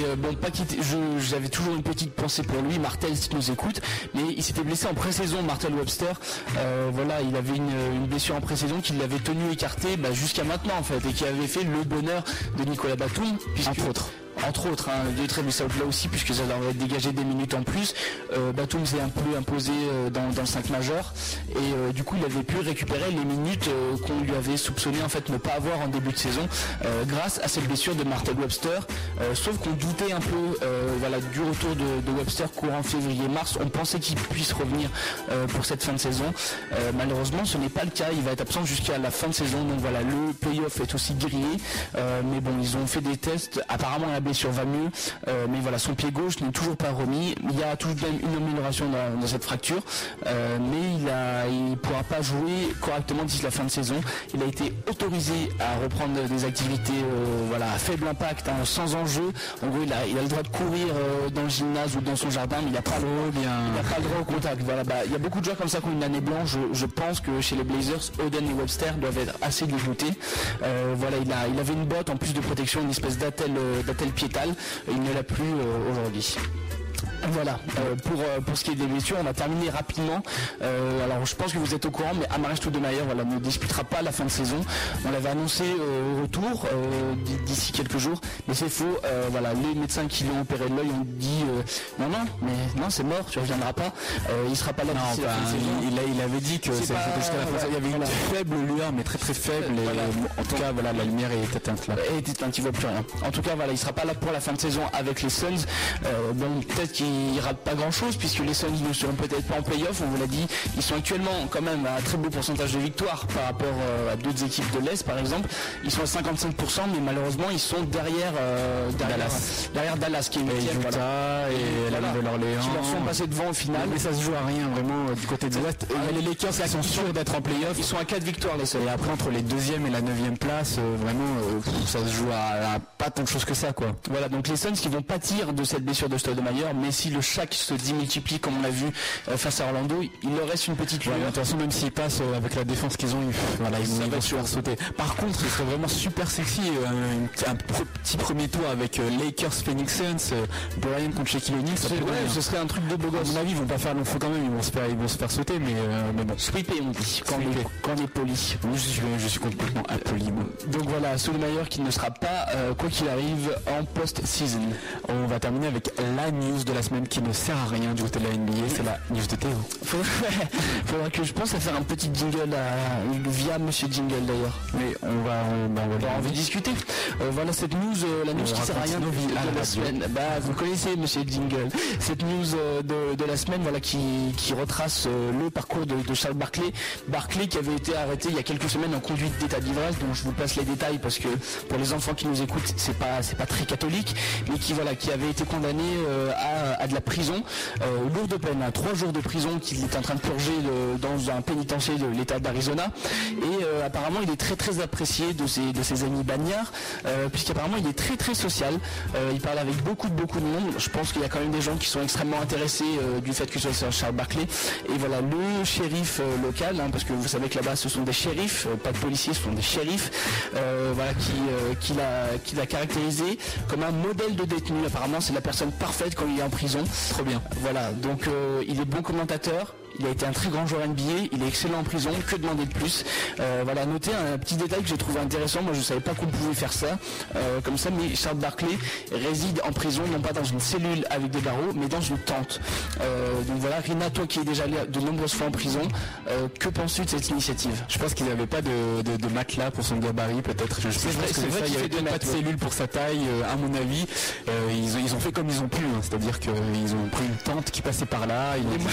J'avais toujours une petite pensée pour lui, Martel si tu nous écoutes, mais il s'était blessé en pré-saison, Martel Webster, voilà, il avait une blessure en pré-saison qui l'avait tenu écarté jusqu'à maintenant en fait, et qui avait fait le bonheur de Nicolas Batum, entre autres, de Travis Out là aussi, puisque ça leur aurait dégagé des minutes en plus. Batum s'est un peu imposé dans le 5 majeur et du coup il avait pu récupérer les minutes qu'on lui avait soupçonné en fait ne pas avoir en début de saison grâce à cette blessure de Martel Webster, sauf qu'on doutait un peu voilà, du retour de Webster courant février-mars. On pensait qu'il puisse revenir pour cette fin de saison. Malheureusement ce n'est pas le cas, il va être absent jusqu'à la fin de saison, donc voilà, le playoff est aussi grillé, mais bon, ils ont fait des tests, apparemment la blessure va mieux, mais voilà, son pied gauche n'est toujours pas remis. Il y a tout de même une amélioration dans cette fracture, mais il ne pourra pas jouer correctement d'ici la fin de saison. Il a été autorisé à reprendre des activités voilà, à faible impact, sans enjeu. En gros, il a le droit de courir dans le gymnase ou dans son jardin, mais il n'a pas le droit au contact. Voilà, il y a beaucoup de joueurs comme ça qui ont une année blanche. Je pense que chez les Blazers, Oden et Webster doivent être assez dégoûtés. Voilà, il avait une botte en plus de protection, une espèce d'attelle piétale, il ne l'a plus aujourd'hui. Voilà, pour ce qui est des blessures, on a terminé rapidement. Alors je pense que vous êtes au courant, mais Amaris Stoudemire ne disputera pas la fin de saison. On l'avait annoncé au retour d'ici quelques jours, mais c'est faux. Voilà, les médecins qui lui ont opéré de l'œil ont dit non, c'est mort, tu reviendras pas. Il sera pas là d'ici la fin de saison. Il avait dit que c'était jusqu'à la fin. Il y avait une faible lueur, mais très très faible. Et en tout cas, voilà, la lumière est éteinte là. Elle est éteinte, il voit plus rien. En tout cas, voilà, il sera pas là pour la fin de saison avec les Suns. Bon, peut-être qu'il rate pas grand chose puisque les Suns ne seront peut-être pas en play-off, on vous l'a dit, ils sont actuellement quand même à un très beau pourcentage de victoire par rapport à d'autres équipes de l'Est par exemple. Ils sont à 55%, mais malheureusement ils sont derrière Dallas qui est Utah et la Nouvelle-Orléans qui leur sont passés devant au final. Mais ça se joue à rien vraiment du côté de l'Ouest. Il y a les Lakers qui sont sûrs d'être en play-off. Ils sont à 4 victoires les Suns. Et après entre les 2e et la 9e place, vraiment ça se joue à pas tant de choses que ça quoi. Voilà, donc les Suns qui vont pâtir de cette blessure de Stoudemire, mais si le Shaq se démultiplie comme on l'a vu face à Orlando, il leur reste une petite lueur. De toute façon, même s'ils passent avec la défense qu'ils ont, ils vont se faire sauter. Par contre, ce serait vraiment super sexy un petit premier tour avec Lakers Phoenix Suns, Brian contre Shaquille O'Neal. Ce serait un truc de beau gosse. À mon avis, ils vont pas faire long faux quand même, ils vont se faire sauter, mais bon. Sweepé on dit, quand on est poli. Je suis complètement impoli. Donc voilà, Stoudemire qui ne sera pas, quoi qu'il arrive, en post-season. On va terminer avec la news de la semaine qui ne sert à rien du côté de la NBA, c'est la news de Théo. Faudra que je pense à faire un petit jingle via Monsieur Jingle d'ailleurs. Mais on va discuter. Voilà cette news, la news qui sert à rien de la semaine. Vous connaissez Monsieur Jingle. Cette news de la semaine, voilà, qui retrace le parcours de Charles Barkley. Barkley qui avait été arrêté il y a quelques semaines en conduite d'état d'ivresse, dont je vous passe les détails parce que pour les enfants qui nous écoutent, c'est pas très catholique, mais qui avait été condamné à de la prison, lourde peine, à 3 jours de prison qu'il est en train de purger dans un pénitencier de l'état d'Arizona. Et apparemment il est très très apprécié de ses amis bagnards, puisqu'apparemment il est très très social. Il parle avec beaucoup de monde. Je pense qu'il y a quand même des gens qui sont extrêmement intéressés du fait que ce soit Charles Barkley. Et voilà, le shérif local, parce que vous savez que là-bas ce sont des shérifs, pas de policiers, ce sont des shérifs, voilà, qui l'a caractérisé comme un modèle de détenu. Apparemment c'est la personne parfaite quand il est en prison. prison. Trop bien. Voilà, donc il est bon commentateur. Il a été un très grand joueur NBA, il est excellent en prison, que demander de plus. Voilà, notez un petit détail que j'ai trouvé intéressant, moi je savais pas qu'on pouvait faire ça, comme ça, mais Charles Barkley réside en prison, non pas dans une cellule avec des barreaux, mais dans une tente. Donc voilà, Rina, toi qui es déjà allé de nombreuses fois en prison, que penses-tu de cette initiative? Je pense qu'il n'avait pas de matelas pour son gabarit, peut-être. Je pense que c'est ça, il n'y avait peut-être pas de cellule pour sa taille, à mon avis. Ils ont fait comme ils ont pu, hein, c'est-à-dire qu'ils ont pris une tente qui passait par là.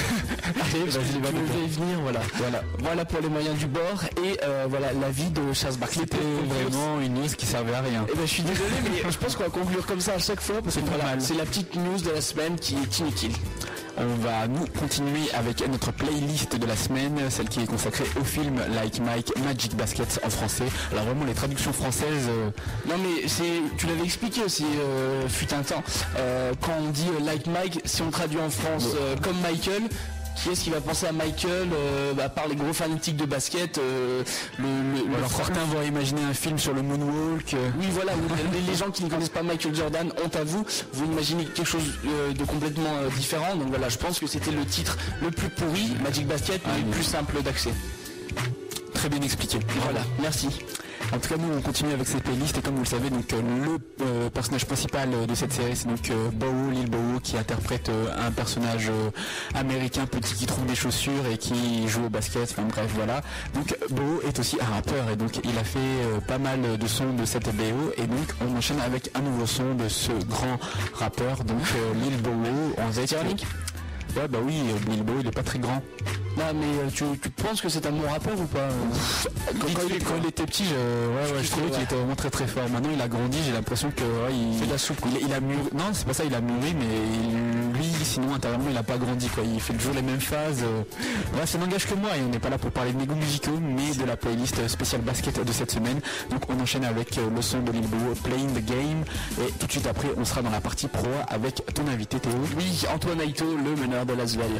Je vais venir, voilà pour les moyens du bord et voilà l'avis de Charles Barkley. C'était vraiment une news qui servait à rien. Je suis désolé, mais je pense qu'on va conclure comme ça à chaque fois parce que voilà, c'est la petite news de la semaine qui est inutile. On va nous continuer avec notre playlist de la semaine, celle qui est consacrée au film Like Mike Magic Basket en français. Alors vraiment les traductions françaises. Non mais tu l'avais expliqué aussi, fut un temps. Quand on dit Like Mike, si on traduit en France comme Michael. Qui est-ce qui va penser à Michael à part les gros fanatiques de basket alors certains vont imaginer un film sur le moonwalk. Oui voilà, les gens qui ne connaissent pas Michael Jordan, honte à vous, vous imaginez quelque chose de complètement différent. Donc voilà, je pense que c'était le titre le plus pourri, Magic Basket, mais le plus simple d'accès. Très bien expliqué. Voilà, merci. En tout cas, nous on continue avec cette playlist et comme vous le savez, donc le personnage principal de cette série, c'est donc Bow, Lil Bow, qui interprète un personnage américain petit qui trouve des chaussures et qui joue au basket. Enfin bref, voilà. Donc Bow est aussi un rappeur et donc il a fait pas mal de sons de cette BO et donc on enchaîne avec un nouveau son de ce grand rappeur, donc Lil Bow. On va ouais bah oui, Lil Bow il est pas très grand. Non mais tu penses que c'est un bon rappeur ou pas? Quand il était petit, je trouvais qu'il était vraiment très très fort. Maintenant il a grandi, j'ai l'impression que il fait de la soupe. Il a mûri. Non c'est pas ça, il a mûri, mais lui sinon intérieurement il a pas grandi quoi. Il fait toujours les mêmes phases. Bref, ça n'engage que moi et on n'est pas là pour parler de mes goûts musicaux, mais de la playlist spéciale basket de cette semaine. Donc on enchaîne avec le son de Lil Bow, Playing the Game, et tout de suite après on sera dans la partie pro avec ton invité Théo. Oui, Antoine Aito, le meneur de l'Asvel.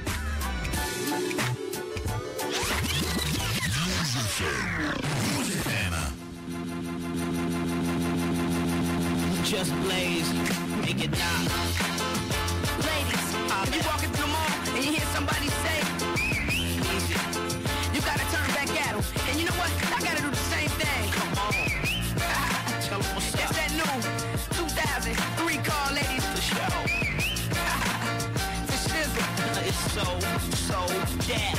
Just blaze, make it die. Ladies, you walking through the mall and you hear somebody say, easy. You gotta turn back at them. And you know what? I gotta do the same thing. Come on. Tell them what's up. It's that new 2003 car, ladies, for show. For shizzle. It's so dead.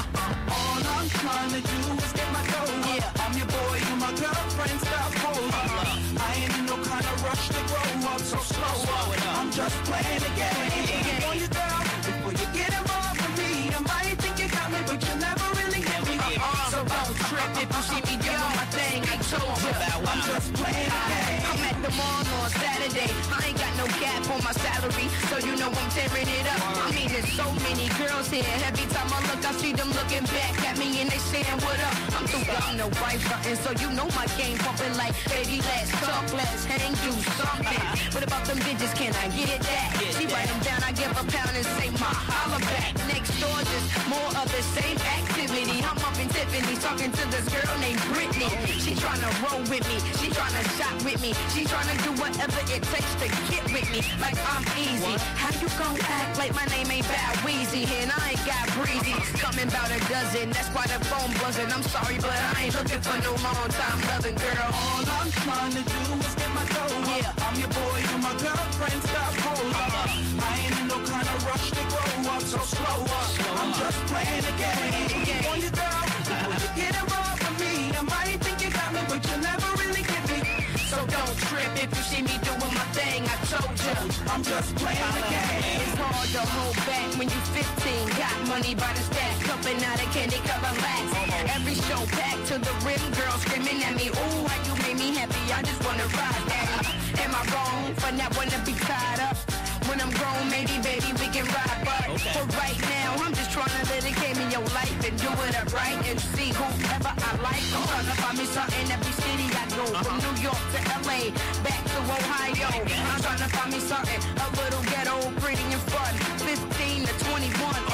All I'm trying to do is get my dough. Yeah. I'm your boy, you my girlfriend, stop holding. I ain't in no kind of rush to grow up, so slow up. I'm just playing the game. On your girl, before you get involved with me, I might think you got me, but you never really get me. So don't trip if you see me doing my thing. I told you I'm just playing the game. I'm at the mall on Saturday. I ain't got no cap on my salary, so you know I'm tearing it up. I mean, there's so many girls here. Every time I look, I see them looking back at me and they saying, what up? I'm too dumb to wife frontin', so you know my game pumping like, baby, let's talk, let's hang, do something. What about them bitches, can I get that? She write them down, I give a pound and say my holla back. Next door, just more of the same activity. I'm up in Tiffany's talking to this girl named Brittany. She tryna roll with me, she tryna shop with me, she tryna do whatever it takes to get with me, like I'm easy. How you gon' act like my name ain't Bow Weezy and I ain't got breezy? Coming about a dozen, that's why the phone buzzing. I'm sorry, but I ain't looking for no long time loving girl. All I'm trying to do is get my dough. Yeah. I'm your boy, you my girlfriend, stop holding. I ain't in no kind of rush to grow up, so slow up. I'm just playing the game. On your girl, before you get involved with me, I might think you got me, but you never really get me. So don't trip if you see me doing my thing, I told you I'm just playing the game. It's hard to hold back when you 15. Got money by the stack, cupping out a candy cover lax. Every show packed to the rim, girl screaming at me, ooh, how you made me happy, I just wanna ride that. Am I wrong for not wanna be tied up? When I'm grown, maybe, baby, we can ride, but for right now, I'm just trying to dedicate me your life and do it upright and see whoever I like. I'm trying to find me something every city I go, from New York to LA, back to Ohio. I'm trying to find me something a little ghetto, pretty and fun, 15 to 21.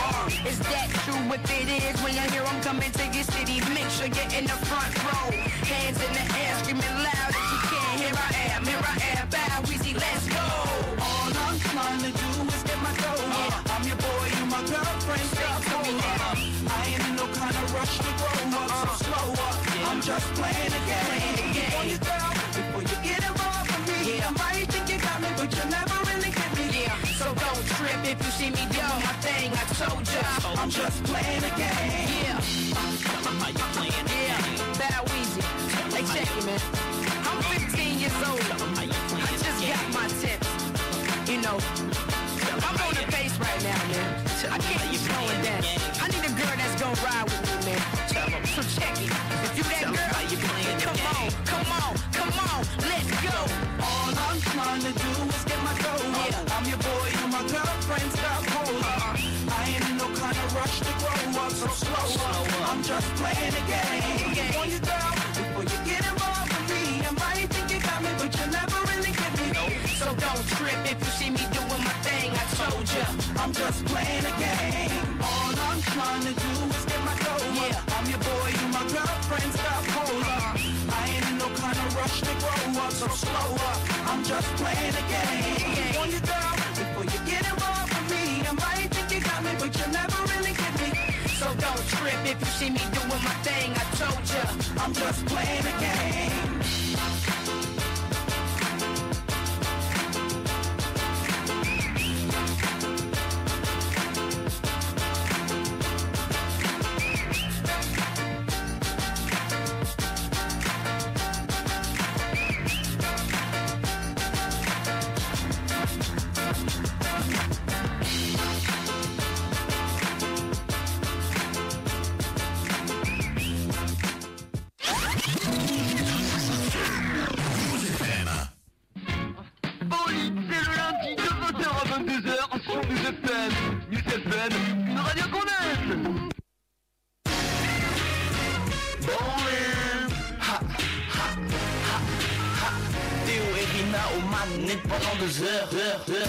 Is that true? If it is, when you hear I'm coming to your city, make sure you're in the front row, hands in the air, screaming loud as you can. Here I am, Bow Weezy, let's go. All I'm trying to do is get just playing a game. On you girl, before you get involved with me. I might think you got me, but you never really get me. So don't trip if you see me doing my thing. I told ya, I'm just playing a game. Bow easy. Hey, check it, man. I'm 15 years old. I just got my tips. You know, I'm on the pace right now, man. I can't keep slowing down. I need a girl that's gonna ride with me, man. So check it. If you that girl, come on, let's go. All I'm trying to do is get my dough up. I'm your boy and my girlfriend's got hold up. I ain't in no kind of rush to grow up, so slow up. I'm just playing a game. On you girl, before you get involved with me. I might think you got me, but you never really get me. So don't trip if you see me doing my thing. I told ya, I'm just playing a game. All I'm trying to do is get my dough up. I'm your boy and my girlfriend's got hold up. I ain't in no kind of rush to grow up, so slow up. I'm just playing a game. On you girl, before you get involved with me. I might think you got me, but you never really get me. so don't trip if you see me doing my thing. I told ya, I'm just playing a game. Une radio qu'on aime. Théo et Rina au manette pendant 2 heures.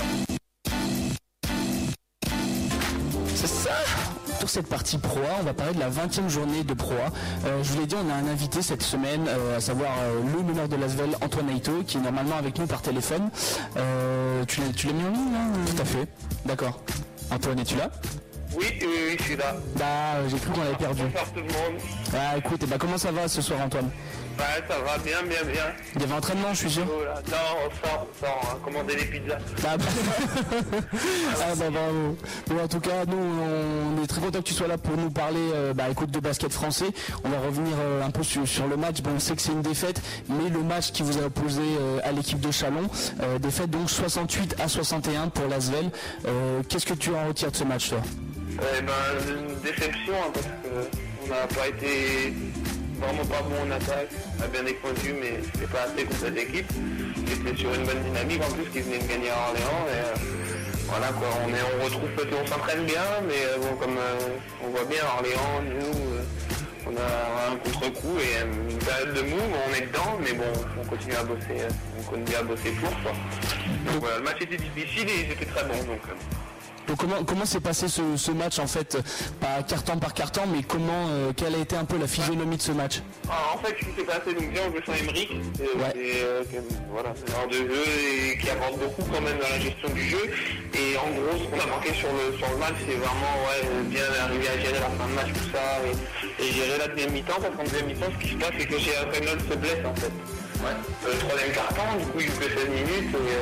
C'est ça. Sur cette partie Pro A, on va parler de la 20e journée de Pro A. Je vous l'ai dit, on a un invité cette semaine, à savoir le meneur de l'Asvel, Antoine Aito, qui est normalement avec nous par téléphone. Tu l'as mis en ligne là? Tout à fait. D'accord. Antoine, es-tu là? Oui, je suis là. Bah, j'ai cru qu'on l'avait perdu. Bonsoir tout le monde. Ah, écoute, comment ça va ce soir, Antoine? Bah, ça va bien. Il y avait entraînement, je suis sûr. Oh là. Non, on sort, commander des pizzas. Ah bah, ah bah bravo. Bon, en tout cas, nous, on est très content que tu sois là pour nous parler écoute, de basket français. On va revenir un peu sur le match. Bon, on sait que c'est une défaite, mais le match qui vous a opposé à l'équipe de Chalon, défaite donc 68-61 pour l'Asvel. Qu'est-ce que tu en retires de ce match, toi? Une déception, hein, parce qu'on n'a pas été vraiment pas bon en attaque, à bien des points de vue, mais c'était pas assez contre cette équipe. C'était sur une bonne dynamique en plus qui venait de gagner à Orléans. Et, voilà quoi, on retrouve peut-être, on s'entraîne bien, mais bon, comme on voit bien à Orléans, nous, on a un contre-coup et une période de mou, on est dedans, mais bon, on continue à bosser pour quoi. Donc voilà, le match était difficile et ils étaient très bons. Donc comment s'est passé ce match en fait, pas carton par carton, mais quelle a été un peu la physionomie de ce match? En fait, ce qui s'est passé, donc bien on joue sans Emerick, voilà, c'est un genre de jeu et qui apporte beaucoup quand même dans la gestion du jeu. Et en gros, ce qu'on a manqué sur le match, c'est vraiment bien arriver à gérer la fin de match, tout ça, et gérer la deuxième mi-temps, parce qu'en deuxième mi-temps, ce qui se passe, c'est que Reynolds se blesse en fait. Le troisième carton, du coup il joue que 16 minutes, et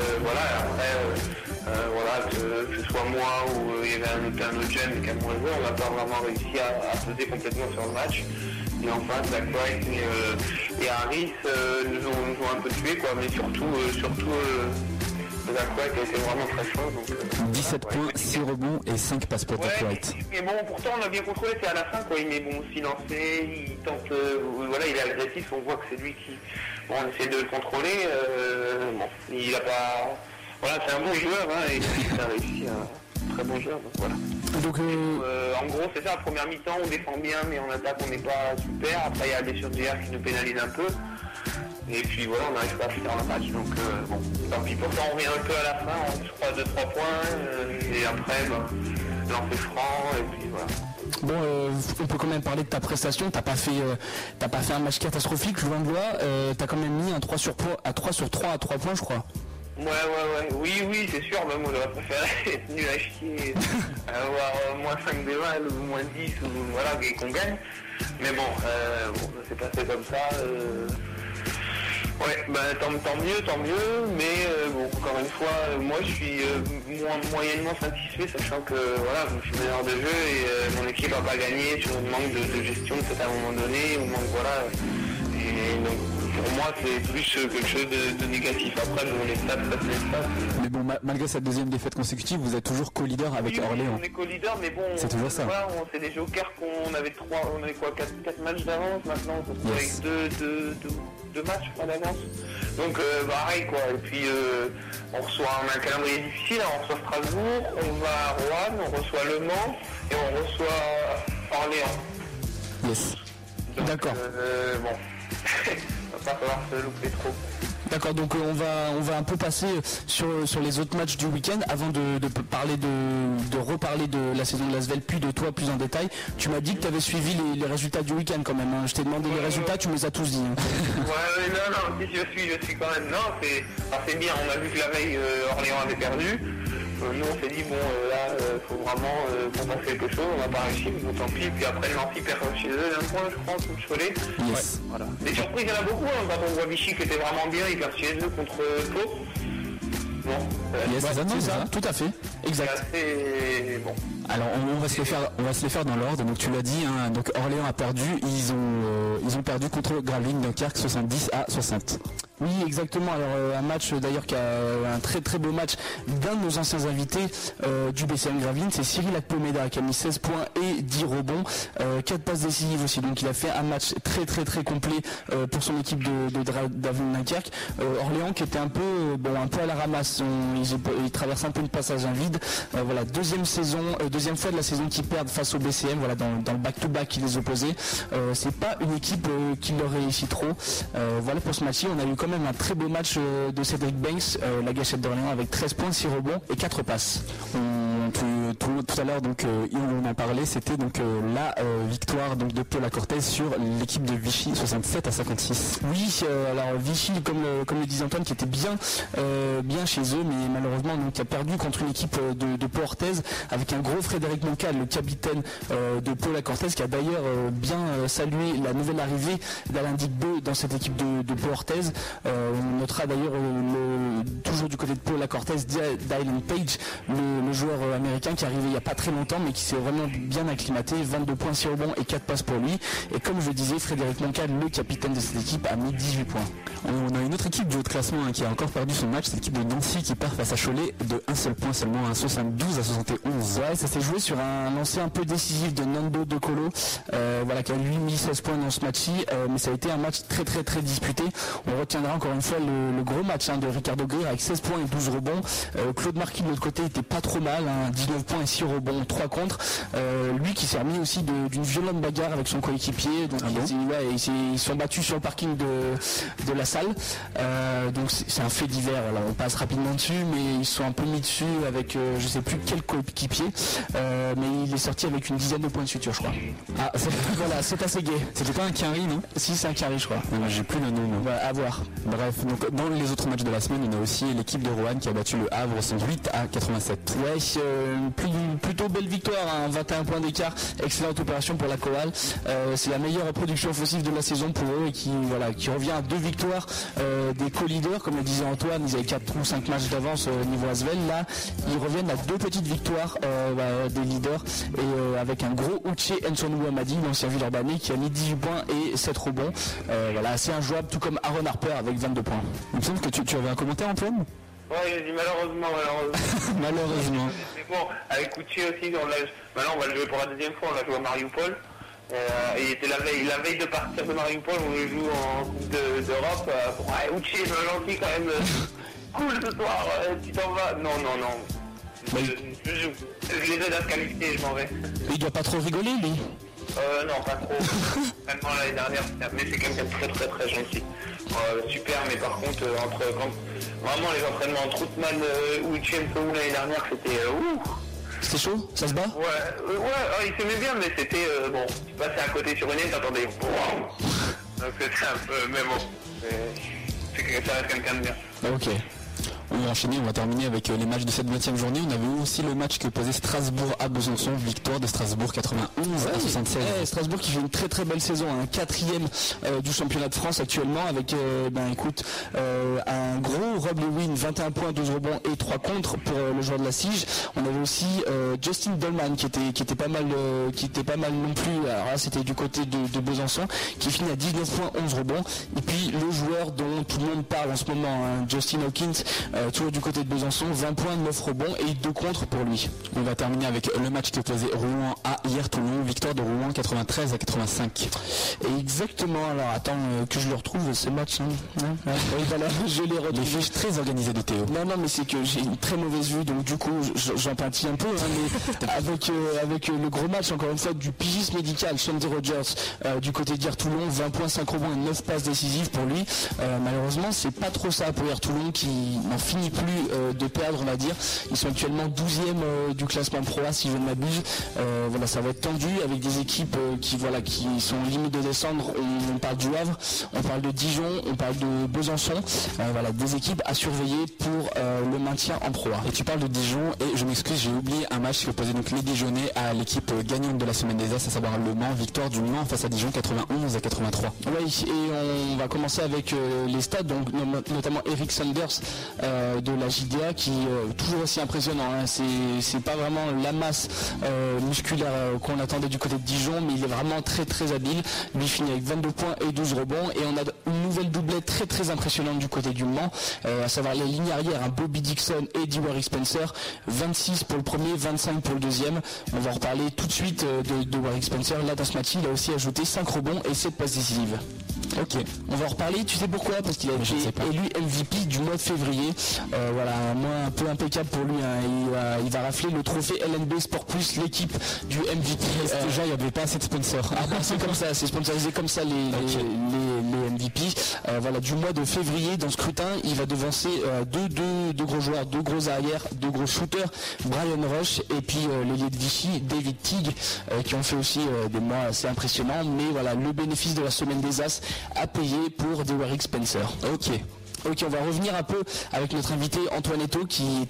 que ce soit moi ou il y avait un autre jeune qui a moins joué, on n'a pas vraiment réussi à peser complètement sur le match. Et en face, Zach White et Harris nous ont un peu tués, quoi, mais surtout Zach White a été vraiment très chaud. 17 points, 6 rebonds et 5 passes pour Zach White. Mais bon, pourtant on a bien contrôlé, c'est à la fin, quoi. Il met bon aussi lancé, il tente, il est agressif, on voit que c'est lui qui... Bon, on essaie de le contrôler, il a pas... Voilà, c'est un bon joueur, hein, et il a réussi un très bon joueur, donc voilà. Donc, en gros, c'est ça, la première mi-temps, on défend bien, mais en attaque, on n'est pas super. Après, il y a la blessure de GR qui nous pénalise un peu. Et puis voilà, on n'arrive pas à finir le match, donc bon. Tant pis, pourtant, on revient un peu à la fin, je crois 2-3 points, et après, lancer franc, et puis voilà. Bon, on peut quand même parler de ta prestation. T'as pas fait un match catastrophique, loin de là. T'as quand même mis un 3 sur 3 à 3 points, je crois. Oui, c'est sûr, même moi j'aurais préféré être nul à chier, avoir moins 5 déval ou moins 10, ou voilà, et qu'on gagne. Mais bon, ça s'est passé comme ça. Ouais, bah tant mieux, mais bon, encore une fois, moi je suis moyennement satisfait, sachant que voilà, je suis meneur de jeu et mon équipe n'a pas gagné sur un manque de gestion peut-être à un moment donné, ou manque voilà. Et donc pour moi c'est plus quelque chose de négatif. Après je vois les stats, Mais bon, malgré cette deuxième défaite consécutive, vous êtes toujours co-leader avec Orléans. On est co-leader, mais bon, c'est toujours ça. Voilà, c'est des jokers qu'on avait 4 matchs d'avance, maintenant on se retrouve avec deux matchs d'avance. Donc pareil quoi, et puis on a un calendrier difficile, on reçoit Strasbourg, on va à Roanne, on reçoit Le Mans et on reçoit Orléans. Yes. Donc, d'accord. Bon, va pas falloir se louper trop. D'accord, donc on va un peu passer sur les autres matchs du week-end avant de reparler de la saison de l'Asvel, puis de toi plus en détail. Tu m'as dit que tu avais suivi les résultats du week-end quand même, hein. Je t'ai demandé les résultats, tu me les as tous dit. Hein. Ouais, non, si je suis quand même. Non, c'est bien, on a vu que la veille Orléans avait perdu. Nous on s'est dit bon là faut vraiment qu'on fasse quelque chose, on n'a pas réussi, mais bon tant pis, puis après le Nancy perd chez eux d'un point je pense contre Cholet. Yes. Ouais, voilà. Des surprises il y en a beaucoup, hein, quand on voit Vichy qui était vraiment bien, il perd chez eux contre Pau. Bon, yes, c'est ça, tout à fait, exact. C'est bon. Alors on va se les faire dans l'ordre. Donc tu l'as dit, hein, donc Orléans a perdu, ils ont perdu contre Gravelines Dunkerque 70-60. Oui, exactement. Alors un match d'ailleurs qui a un très très beau match d'un de nos anciens invités du BCM Gravelines, c'est Cyril Akpomeda qui a mis 16 points et 10 rebonds, 4 passes décisives aussi. Donc il a fait un match très très très complet pour son équipe de Gravelines Dunkerque. Orléans qui était un peu à la ramasse, ils traversent un peu une passage en vide. Voilà, deuxième fois de la saison qu'ils perdent face au BCM, voilà, dans le back-to-back qui les opposait. C'est pas une équipe qui leur réussit trop. Voilà pour ce match-ci, on a eu quand même un très beau match de Cédric Banks, la gâchette d'Orléans, avec 13 points, 6 rebonds et 4 passes. Tout à l'heure, donc on en parlait, c'était donc la victoire donc de Paula Cortez sur l'équipe de Vichy 67-56. Oui, alors Vichy, comme le disait Antoine, qui était bien chez eux, mais malheureusement donc a perdu contre une équipe de Pau Orthez avec un gros Frédéric Moncal, le capitaine de Paula Cortez, qui a d'ailleurs bien salué la nouvelle arrivée d'Alain Digbeau dans cette équipe de Pau Orthez. On notera d'ailleurs toujours du côté de Paula Cortez, Dylan Page, le joueur américain qui est arrivé il n'y a pas très longtemps mais qui s'est vraiment bien acclimaté, 22 points, 6 rebonds et 4 passes pour lui. Et comme je disais, Frédéric Moncal, le capitaine de cette équipe, a mis 18 points. On a une autre équipe du haut de classement qui a encore perdu son match, c'est l'équipe de Nancy qui perd face à Cholet de un seul point seulement, 72-71. Ouais, ça s'est joué sur un lancer un peu décisif de Nando De Colo, qui a lui mis 16 points dans ce match-ci, mais ça a été un match très très très disputé. On retiendra encore une fois le gros match de Ricardo Greer avec 16 points et 12 rebonds. Claude Marquis de l'autre côté était pas trop mal, 19 points et 6 rebonds, 3 contre. Lui qui s'est remis aussi d'une violente bagarre avec son coéquipier, donc ils sont battus sur le parking de la salle. Donc c'est un fait divers, voilà, on passe rapidement dessus, mais ils se sont un peu mis dessus avec je sais plus quel coéquipier, mais il est sorti avec une dizaine de points de suture, je crois. Ah, voilà, c'est assez gai. C'était pas un carry, non? Si, c'est un carry, je crois. J'ai plus le nom. À voir. Bref, donc dans les autres matchs de la semaine, on a aussi l'équipe de Roanne qui a battu le Havre 108-87. Ouais, plutôt belle victoire, 21 points d'écart, excellente opération pour la Coal. C'est la meilleure production offensive de la saison pour eux et qui revient à 2 victoires des co-leaders, comme le disait Antoine, ils avaient 4 ou 5 matchs d'avance au niveau Asvel. Là, ils reviennent à 2 petites victoires des leaders et avec un gros Uche Nsonu Amadi, l'ancien Villeurbanais, qui a mis 18 points et 7 rebonds. Assez injouable, tout comme Aaron Harper avec 22 points. Il me semble que tu avais un commentaire, Antoine? Ouais, j'ai dit malheureusement. Malheureusement. Mais bon, avec Uche aussi, maintenant on va le jouer pour la deuxième fois, on l'a joué à Mariupol. Il était la veille de partir de Mariupol, on le joue en Coupe d'Europe. Uche, c'est un gentil quand même. Cool ce soir, tu t'en vas. Non. Je les aide à se qualifier, je m'en vais. Il doit pas trop rigoler, lui. Non, pas trop. Vraiment l'année dernière, mais c'est quelqu'un de très très très gentil. Super, mais par contre, vraiment les entraînements entre Troutman ou Etienne-Soumou l'année dernière, c'était C'était chaud? Ça se bat? Ouais, il s'aimait bien, mais c'était tu passais à côté sur une île, t'entendais donc c'était un peu, mais bon, ça reste quelqu'un de bien. Ok. On va enchaîner, on va terminer avec les matchs de cette 20e journée. On avait aussi le match que posait Strasbourg à Besançon, victoire de Strasbourg 91 à 76. Strasbourg qui fait une très très belle saison, un 4e du championnat de France actuellement avec un gros Rob Lewin, 21 points, 12 rebonds et 3 contres pour le joueur de la Sige. On avait aussi Justin Dolman qui était pas mal non plus. Alors là c'était du côté de Besançon, qui finit à 19 points, 11 rebonds. Et puis le joueur dont tout le monde parle en ce moment, Justin Hawkins, toujours du côté de Besançon, 20 points, 9 rebonds et 2 contres pour lui. On va terminer avec le match que posait Rouen à Hier-Toulon, victoire de Rouen 93 à 85. Et exactement, alors attends que je le retrouve ce match. Oui, voilà, je l'ai retrouvé. Les fiches très organisées de Théo. Non, mais c'est que j'ai une très mauvaise vue, donc du coup j'en pâtis un peu, mais avec le gros match encore une fois du pigiste médical, Shandy Rogers, du côté d'Hier-Toulon, 20 points, 5 rebonds et 9 passes décisives pour lui. Malheureusement c'est pas trop ça pour Hier-Toulon qui n'en finit plus de perdre, on va dire. Ils sont actuellement 12e du classement Pro A si je ne m'abuse. Voilà, ça va être tendu avec des équipes qui sont limite de descendre. On parle du Havre, on parle de Dijon, on parle de Besançon. Voilà, des équipes à surveiller pour le maintien en Pro A. Et tu parles de Dijon, et je m'excuse, j'ai oublié un match qui opposait donc les Dijonnais à l'équipe gagnante de la semaine des As, à savoir Le Mans, victoire du Mans face à Dijon 91 à 83. Oui, et on va commencer avec les stats, donc notamment Eric Sanders de la JDA qui toujours aussi impressionnant. C'est pas vraiment la masse musculaire qu'on attendait du côté de Dijon, mais il est vraiment très très habile. Lui finit avec 22 points et 12 rebonds, et on a une nouvelle doublette très très impressionnante du côté du Mans, à savoir les lignes arrière, Bobby Dixon et Warwick Spencer, 26 pour le premier, 25 pour le deuxième. On va en reparler tout de suite de Warwick Spencer. Là dans ce match il a aussi ajouté 5 rebonds et 7 passes décisives. Ok, on va en reparler, tu sais pourquoi? Parce qu'il a été élu MVP du mois de février. Voilà, un mois un peu impeccable pour lui, il va rafler le trophée LNB Sport Plus, l'équipe du MVP. Déjà il n'y avait pas assez de sponsors. Ah bah, c'est comme ça, c'est sponsorisé comme ça les MVP. Voilà, du mois de février dans ce scrutin, il va devancer deux gros joueurs, 2 gros arrières, 2 gros shooters, Brian Rush et puis l'ailier de Vichy, David Teague, qui ont fait aussi des mois assez impressionnants. Mais voilà, le bénéfice de la semaine des As à payer pour Warwick Spencer. Ok, on va revenir un peu avec notre invité Antoine Eto'o qui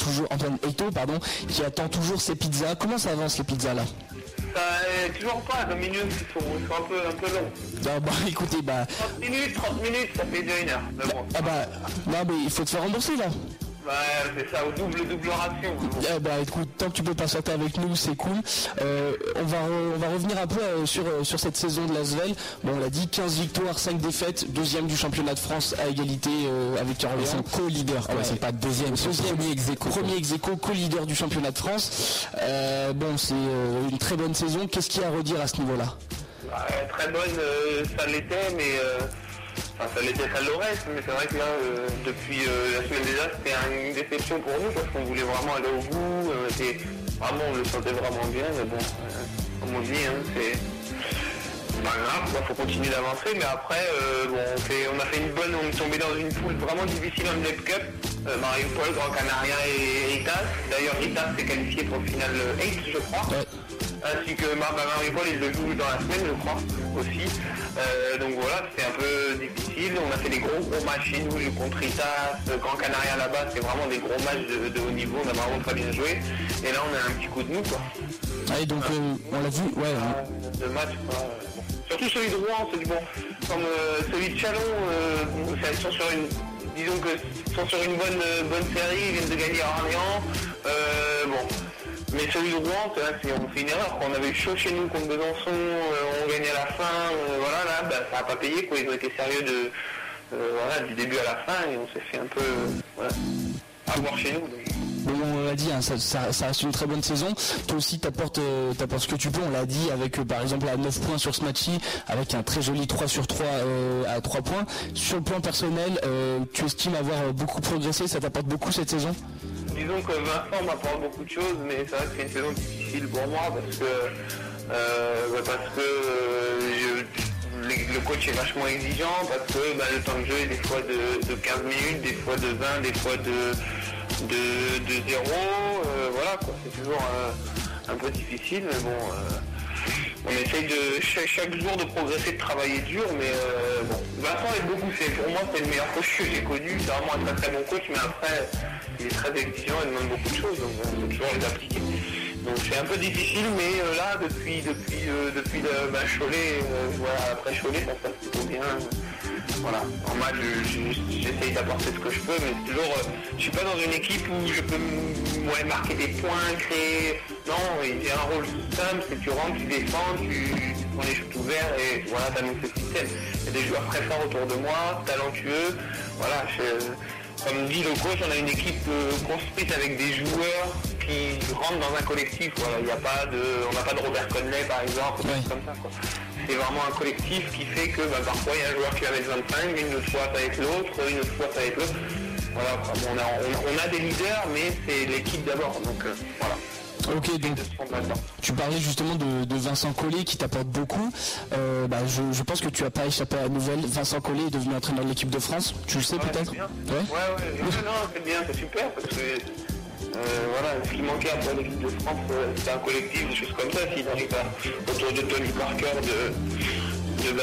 attend toujours ses pizzas. Comment ça avance les pizzas là? Toujours pas, 2 minutes, ils sont un peu longs. Ah bah écoutez, 30 minutes, ça fait déjà 1 heure. Mais bon. Non mais il faut te faire rembourser là. Ouais, c'est ça, au double ration. Écoute, tant que tu peux patienter avec nous, c'est cool. On va revenir un peu sur cette saison de l'Asvel. Bon, on l'a dit, 15 victoires, 5 défaites, 2e du championnat de France à égalité avec Orléans. Ils sont co-leaders, c'est pas deuxième, premier ex-aequo. Premier ex-aequo, co-leader du championnat de France. C'est une très bonne saison. Qu'est-ce qu'il y a à redire à ce niveau-là? Très bonne, ça l'était, mais... ça l'était, ça le reste, mais c'est vrai que là, depuis la semaine des As, c'était une déception pour nous parce qu'on voulait vraiment aller au bout. On le sentait vraiment bien, mais bon, comme on dit, c'est pas grave, il faut continuer d'avancer. Mais après, on a fait on est tombé dans une poule vraiment difficile en Net Cup. Mariupol, Grand Canaria et Ritas. D'ailleurs, Ritas s'est qualifié pour le final 8, je crois. Ouais. Ainsi que Mariupol, il le joue dans la semaine, je crois, aussi. Donc voilà, c'était un peu difficile. On a fait des gros matchs chez nous, contre Ritas, Grand Canaria là-bas, c'est vraiment des gros matchs de haut niveau, on a vraiment très bien joué. Et là, on a un petit coup de mou, quoi. Et donc, on l'a vu, ouais. De match, quoi. Surtout celui de Rouen, c'est du bon. Comme celui de Chalon, ils sont sur une bonne série, ils viennent de gagner à Orléans. Mais celui de Rouen, on fait une erreur. Quand on avait eu chaud chez nous contre Besançon, on gagnait à la fin, ça n'a pas payé, quoi. Ils ont été sérieux du début à la fin et on s'est fait un peu avoir chez nous. Bon, on l'a dit, ça reste une très bonne saison. Toi aussi, t'apportes ce que tu peux. On l'a dit avec, par exemple, à 9 points sur ce match-ci, avec un très joli 3 sur 3 à 3 points. Sur le plan personnel, tu estimes avoir beaucoup progressé, ça t'apporte beaucoup cette saison? Disons que Vincent m'apporte beaucoup de choses, mais c'est vrai que c'est une saison difficile pour moi parce que le coach est vachement exigeant, parce que le temps de jeu est des fois de 15 minutes, des fois de 20, des fois de 0, voilà quoi, c'est toujours un peu difficile, mais bon, on essaye de chaque jour de progresser, de travailler dur, mais bon, Vincent aide beaucoup, pour moi c'est le meilleur coach que j'ai connu, c'est vraiment un très très bon coach, mais après il est très exigeant, il demande beaucoup de choses, donc on peut toujours les appliquer. Donc c'est un peu difficile, mais là depuis Cholet, voilà, après Cholet ça se passe plutôt bien. Voilà, en match j'essaye d'apporter ce que je peux, mais toujours, je suis pas dans une équipe où je peux marquer des points, créer. Non, il y a un rôle simple, c'est que tu rentres, tu défends, tu prends les shoots ouverts et voilà, t'annonces le système. Il y a des joueurs très forts autour de moi, talentueux. Voilà, comme dit le coach, on a une équipe construite avec des joueurs qui rentrent dans un collectif. Voilà, on n'a pas de Robert Conley par exemple, comme ça quoi. C'est vraiment un collectif qui fait que parfois il y a un joueur qui va mettre 25, une autre fois ça va être l'autre, une autre fois ça va être l'autre. Voilà, on a des leaders, mais c'est l'équipe d'abord. Donc voilà. Ok, donc tu parlais justement de Vincent Collet qui t'apporte beaucoup. Je pense que tu n'as pas échappé à la nouvelle. Vincent Collet est devenu entraîneur de l'équipe de France. Tu le sais peut-être? Ouais, c'est bien, c'est super parce que voilà, ce qui manquait après l'équipe de France, c'était un collectif, des choses comme ça. S'il n'arrive pas autour de Tony Parker de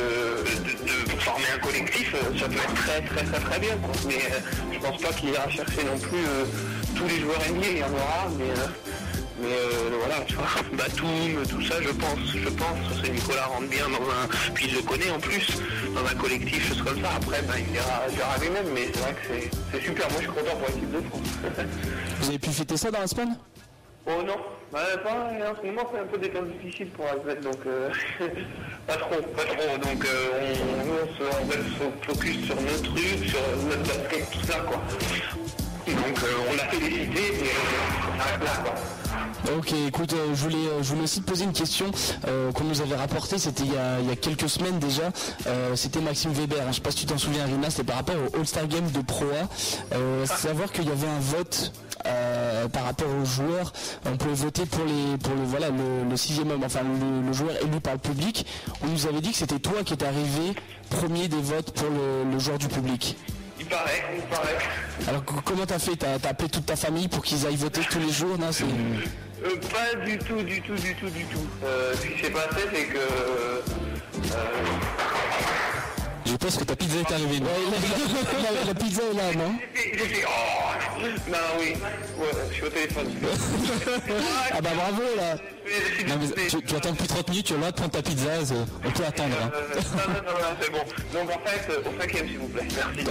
former un collectif, ça peut être très très très très bien quoi. Mais je pense pas qu'il ira chercher non plus tous les joueurs NBA, il y en aura, mais voilà, tu vois, Batum, tout ça, je pense, c'est Nicolas rentre bien dans un, puis je le connais en plus, dans un collectif, choses comme ça. Après, il verra lui-même, mais c'est vrai que c'est super. Moi, je suis content pour l'équipe de France. Vous avez pu fêter ça dans la semaine? Oh non, pas en ce moment, c'est un peu des temps difficiles pour Azet, donc pas trop. Donc on reste focus sur nos trucs, sur notre basket, tout ça, quoi. Donc on a félicité, mais on arrête là, quoi. Ok, écoute, je voulais aussi te poser une question qu'on nous avait rapportée, c'était il y a quelques semaines déjà, c'était Maxime Weber, je sais pas si tu t'en souviens Rina, c'était par rapport au All-Star Game de Pro A, savoir qu'il y avait un vote par rapport aux joueurs, on pouvait voter pour le sixième homme, enfin le joueur élu par le public. On nous avait dit que c'était toi qui étais arrivé premier des votes pour le joueur du public. Il paraît. Alors comment t'as fait? T'as appelé toute ta famille pour qu'ils aillent voter tous les jours? Non, pas du tout. Ce qui s'est passé, c'est que Je pense que ta pizza est arrivée. La pizza est là, non? j'ai fait non, oui. Ouais, je suis au téléphone. Ah bah bravo là. Non, mais tu attends depuis 30 minutes, tu as le droit de prendre ta pizza, on peut attendre. Hein. Non, c'est bon. Donc en fait, au cinquième s'il vous plaît. Merci.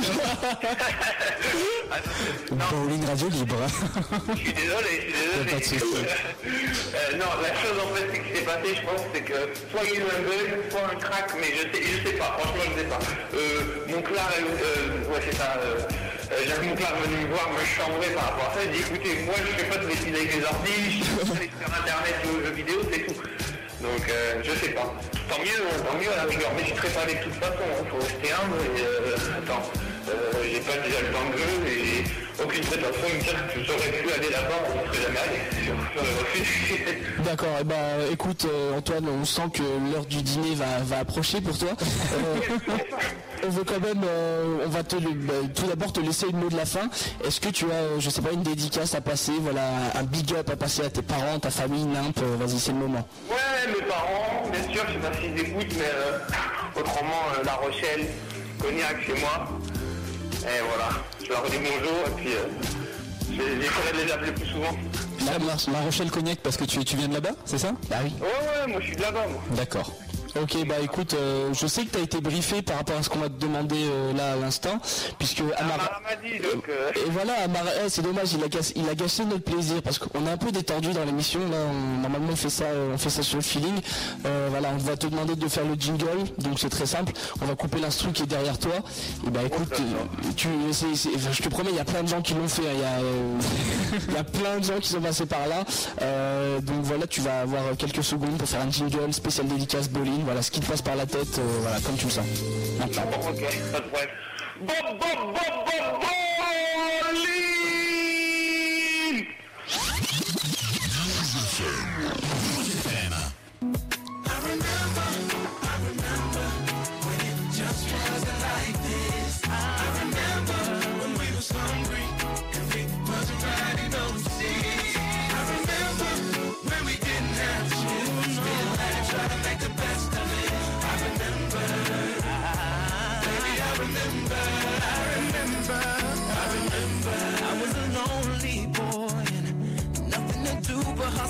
Bowling Radio libre. Je suis désolé. Pas de soucis. Non, la chose en fait qui s'est passée, je pense, c'est que soit il y a eu un bug, soit un crack, mais je sais pas, franchement je sais pas. Monclar, c'est ça. Jacques Monclar est venu me voir, me chambrer par rapport à ça. Il dit écoutez, moi je fais pas de bêtises avec les ordi, je suis pas allé sur internet ou aux jeux vidéo, c'est tout. Donc je sais pas. Tant mieux à la rigueur, mais je serais pas allé de toute façon, faut rester humble et j'ai pas déjà le temps de jeu et j'ai aucune prétention de me dire que j'aurais pu aller là-bas, on ne serait jamais allé. J'aurais refusé. D'accord, et écoute Antoine, on sent que l'heure du dîner va approcher pour toi. On veut quand même, on va tout d'abord te laisser le mot de la fin. Est-ce que tu as, je sais pas, une dédicace à passer, voilà, un big up à passer à tes parents, ta famille, Nimp, vas-y, c'est le moment. Ouais, mes parents, bien sûr, je sais pas s'ils écoutent, mais autrement, La Rochelle, Cognac chez moi. Et voilà, je leur dis bonjour et puis j'essaierai de les appeler plus souvent. La Rochelle Cognac parce que tu viens de là-bas, c'est ça? Bah oui. Ouais, moi je suis de là-bas moi. D'accord. Ok, écoute, je sais que tu as été briefé par rapport à ce qu'on va te demander là à l'instant, puisque Amara m'a dit donc. Et voilà, Amara, c'est dommage, il a gâché notre plaisir parce qu'on est un peu détendu dans l'émission. Là, normalement on fait ça sur le feeling. Voilà, on va te demander de faire le jingle, donc c'est très simple. On va couper l'instru qui est derrière toi. Et écoute, je te promets, il y a plein de gens qui l'ont fait. Il y a plein de gens qui sont passés par là. Donc voilà, tu vas avoir quelques secondes pour faire un jingle spécial dédicace bowling. Voilà, ce qui te passe par la tête, voilà, comme tu le sens. Ok, pas de problème. Bowling!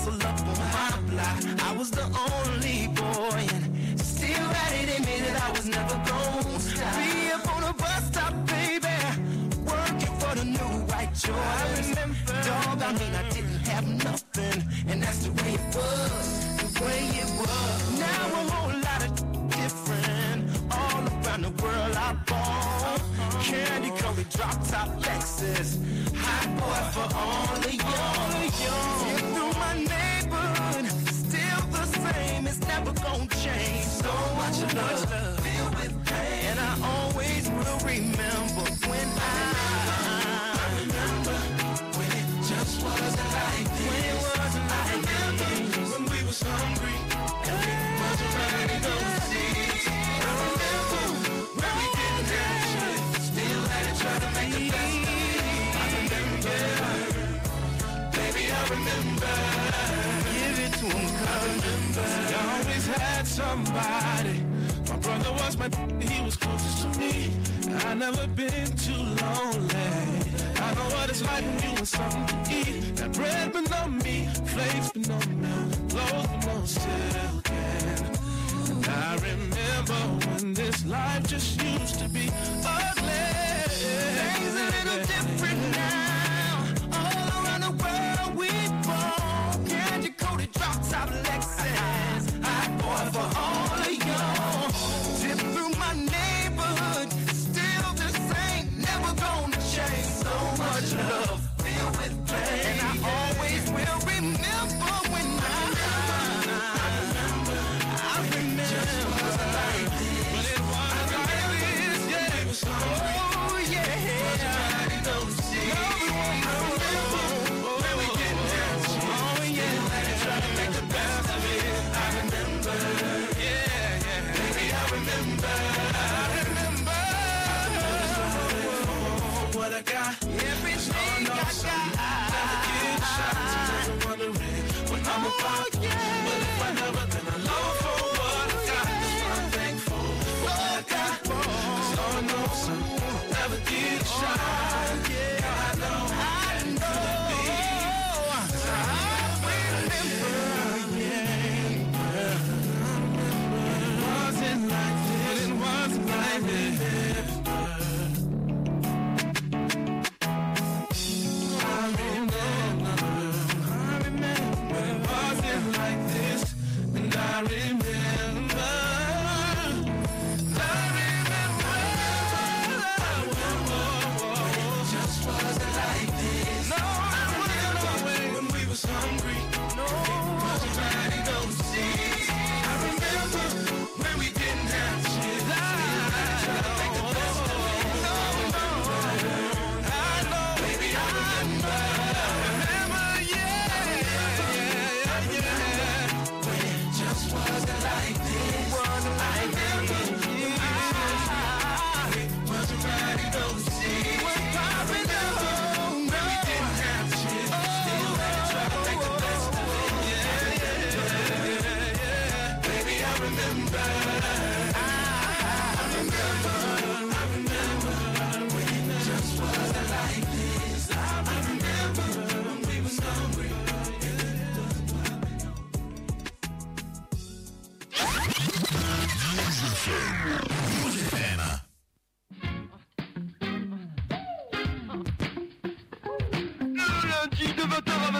hustle up on my block. I was the only boy and still had it in me that I was never gonna stop. Be up on a bus stop, baby, working for the new white joy. I remember, dog, I mean I didn't have nothing, and that's the way it was, the way it was. Now a whole lot of different, all around the world I bought. Candy colored drop top Lexus, hot boy for all of y'all. Get through my neighborhood, still the same, it's never gonna change. So much love, filled with pain, and I always will remember when I remember when it just wasn't like this. When it wasn't like this. I remember when we was hungry and we wasn't ready to see. I remember when we didn't have shit, still had to try to make the best of it. I remember, baby, I remember. Give it to him, I remember. I always had somebody. My brother was he was closest to me. I never been too lonely. I know what it's like when you want something to eat. That bread but no meat, flakes but no milk, clothes but no silk. And I remember when this life just used to be ugly. Things a little different now. All around the world we fall. Candy coated drop top Lexus, hot boy for all of y'all. Dip through my neighborhood, still the same, never gonna change. So much love, filled with pain, and I always will remember when I remember. Just wasn't like this. But it was like this, yeah. It was hungry. Oh yeah. Wasn't ready to see. No, we won't remember when we didn't have shit. Oh yeah. Had to try to make the best of it. I remember. Yeah, yeah. Baby, I remember. I remember. What I got. Everything I got. Never get shot. Never wondering what I'm about. But if I never, then I love for what I got. That's what I'm thankful for what I got. 'Cause Lord knows I never get shot. Yeah, I know. I know. Wasn't like this. It wasn't like this. I remember. It wasn't like this, and I remember. It just wasn't like this. No, I wasn't when we was hungry. No, wasn't ready to see. I remember when we didn't have shit. Try to make the best of it. No, I know, baby, I remember. When it just wasn't like this. I remember. Wasn't ready to see. When we didn't have shit. Still had to try to make the best of it. Baby, I remember. I remember when it just wasn't like this. I remember when we was hungry. Le lundi de 20h à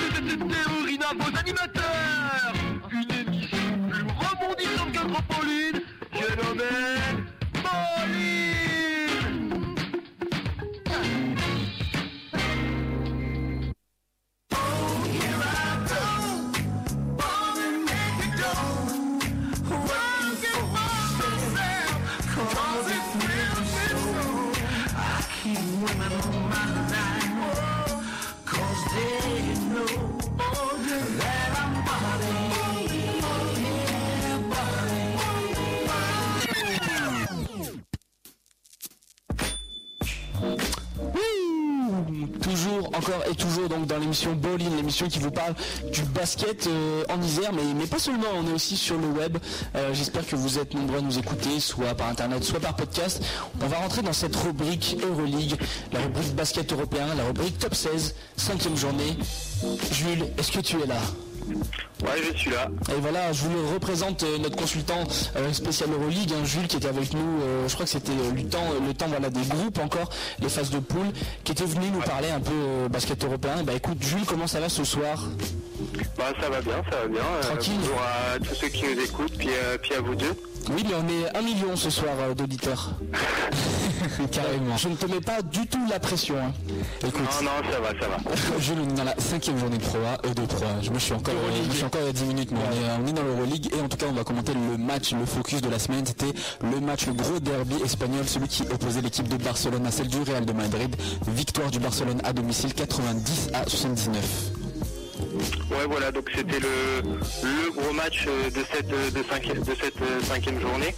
22h, Théorina, vos animateurs. Une émission plus rebondissante qu'Acropolis. et toujours donc dans l'émission Ball In, l'émission qui vous parle du basket en Isère, mais pas seulement, on est aussi sur le web. J'espère que vous êtes nombreux à nous écouter, soit par internet, soit par podcast. On va rentrer dans cette rubrique Euroleague, la rubrique basket européen, la rubrique Top 16, 5e journée. Jules, est-ce que tu es là ? Ouais, je suis là. Et voilà, je vous représente notre consultant spécial Euroleague, Jules, qui était avec nous, je crois que c'était le temps voilà, des groupes encore, les phases de poule, qui était venu nous parler un peu basket européen. Bah écoute Jules, comment ça va ce soir ? Bah ça va bien. Tranquille. Bonjour à tous ceux qui nous écoutent, puis à vous deux. Oui, mais on est 1 million ce soir d'auditeurs. Carrément. Je ne te mets pas du tout la pression. Hein. Écoute, Non, ça va. Jules, on est dans la 5e journée de Pro A, de Pro A. Je me suis encore il y a 10 minutes, mais on est dans l'Euroleague et en tout cas on va commenter le match, le focus de la semaine. C'était le match, le gros derby espagnol, celui qui opposait l'équipe de Barcelone à celle du Real de Madrid. Victoire du Barcelone à domicile 90-79. Ouais, voilà, donc c'était le gros match de cette 5e journée.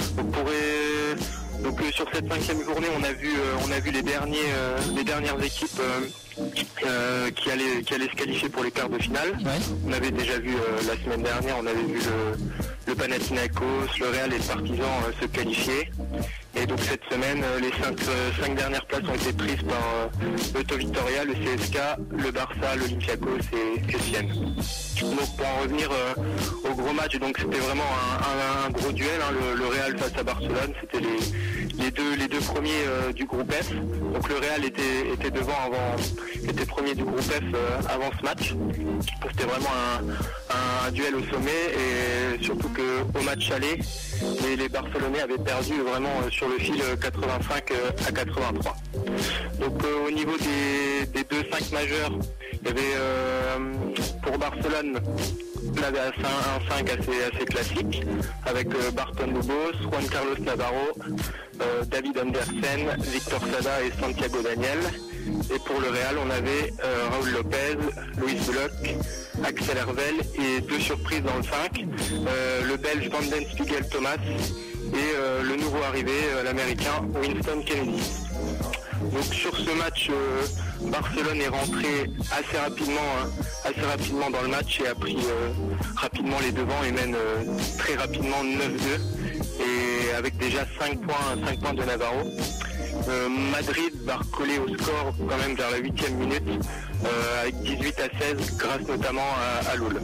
Donc sur cette 5e journée, on a vu les dernières équipes qui allaient se qualifier pour les quarts de finale. Ouais. On avait déjà vu la semaine dernière, on avait vu le Panathinaikos, le Real et le Partizan se qualifier. Et donc cette semaine, les 5 dernières places ont été prises par le Tau Victoria, le CSK, le Barça, l'Olympiakos et Sienne. Donc pour en revenir au gros match, donc c'était vraiment un gros duel, hein, le Real face à Barcelone, c'était les deux premiers du groupe F. Donc le Real était premier du groupe F avant ce match. C'était vraiment un duel au sommet et surtout qu'au match aller, les Barcelonais avaient perdu vraiment sur le fil 85 à 83. Donc au niveau des 2-5 majeurs, il y avait pour Barcelone, on avait un 5 assez classique avec Barton Lubos, Juan Carlos Navarro, David Andersen, Victor Sada et Santiago Daniel. Et pour le Real, on avait Raúl Lopez, Luis Bullock, Axel Hervel et 2 surprises dans le 5, le Belge Vanden Spiegel Thomas et le nouveau arrivé, l'Américain Winston Kennedy. Donc sur ce match, Barcelone est rentré assez rapidement dans le match et a pris rapidement les devants et mène très rapidement 9-2 et avec déjà 5 points de Navarro. Madrid va recoller au score quand même vers la 8e minute avec 18-16 grâce notamment à Loul.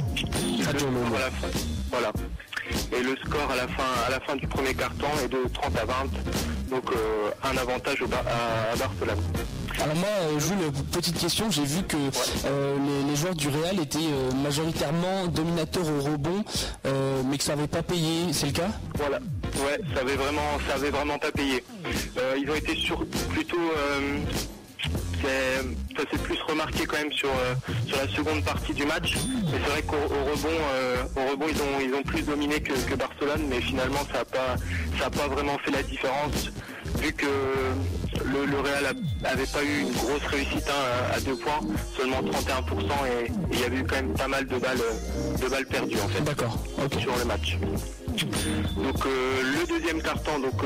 Voilà. Et le score à la fin du premier quart-temps est de 30-20, donc un avantage à Barcelone. Alors moi, Jules, petite question, j'ai vu que les joueurs du Real étaient majoritairement dominateurs au rebond, mais que ça n'avait pas payé, c'est le cas ? Voilà, ouais, ça avait vraiment pas payé. Ils ont été plutôt... ça s'est plus remarqué quand même sur la seconde partie du match. Mais c'est vrai qu'au rebond ils ont plus dominé que Barcelone, mais finalement ça a pas vraiment fait la différence vu que le Real avait pas eu une grosse réussite à 2 points, seulement 31% et il y avait eu quand même pas mal de balles perdues en fait. D'accord, ok. Sur le match. Donc le deuxième carton, donc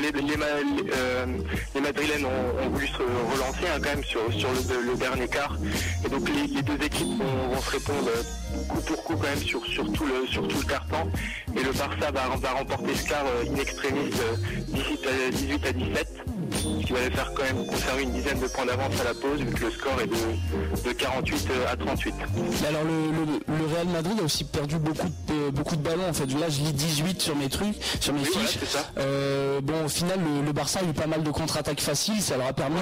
les Madrilènes ont voulu se relancer quand même sur le dernier quart. Et donc les deux équipes vont se répondre coup pour coup quand même sur tout le carton. Et le Barça va remporter ce quart in extremis 18-17. Ce qui va les faire quand même conserver une dizaine de points d'avance à la pause vu que le score est de 48 à 38. Alors le Real Madrid a aussi perdu beaucoup de ballons en fait. Là je lis 18 sur mes fiches. Voilà, c'est ça. Bon au final le Barça a eu pas mal de contre-attaques faciles, ça leur a permis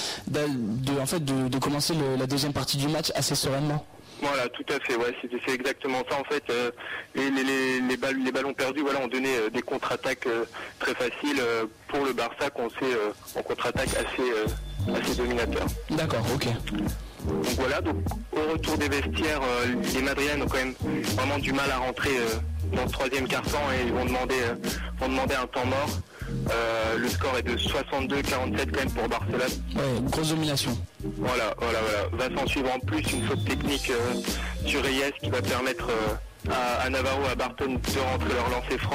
de commencer la deuxième partie du match assez sereinement. Voilà, tout à fait, ouais, c'est exactement ça en fait. Les ballons perdus, voilà, ont donné des contre-attaques très faciles pour le Barça qu'on sait en contre-attaque assez dominateur. D'accord, ok. Donc voilà, donc au retour des vestiaires, les Madrilènes ont quand même vraiment du mal à rentrer dans le troisième quart-temps et ils vont demander un temps mort. Le score est de 62-47 quand même pour Barcelone. Ouais, grosse domination. Voilà. Va s'en suivre en plus une faute technique sur Reyes qui va permettre à Navarro, à Barton de rentrer leur lancer franc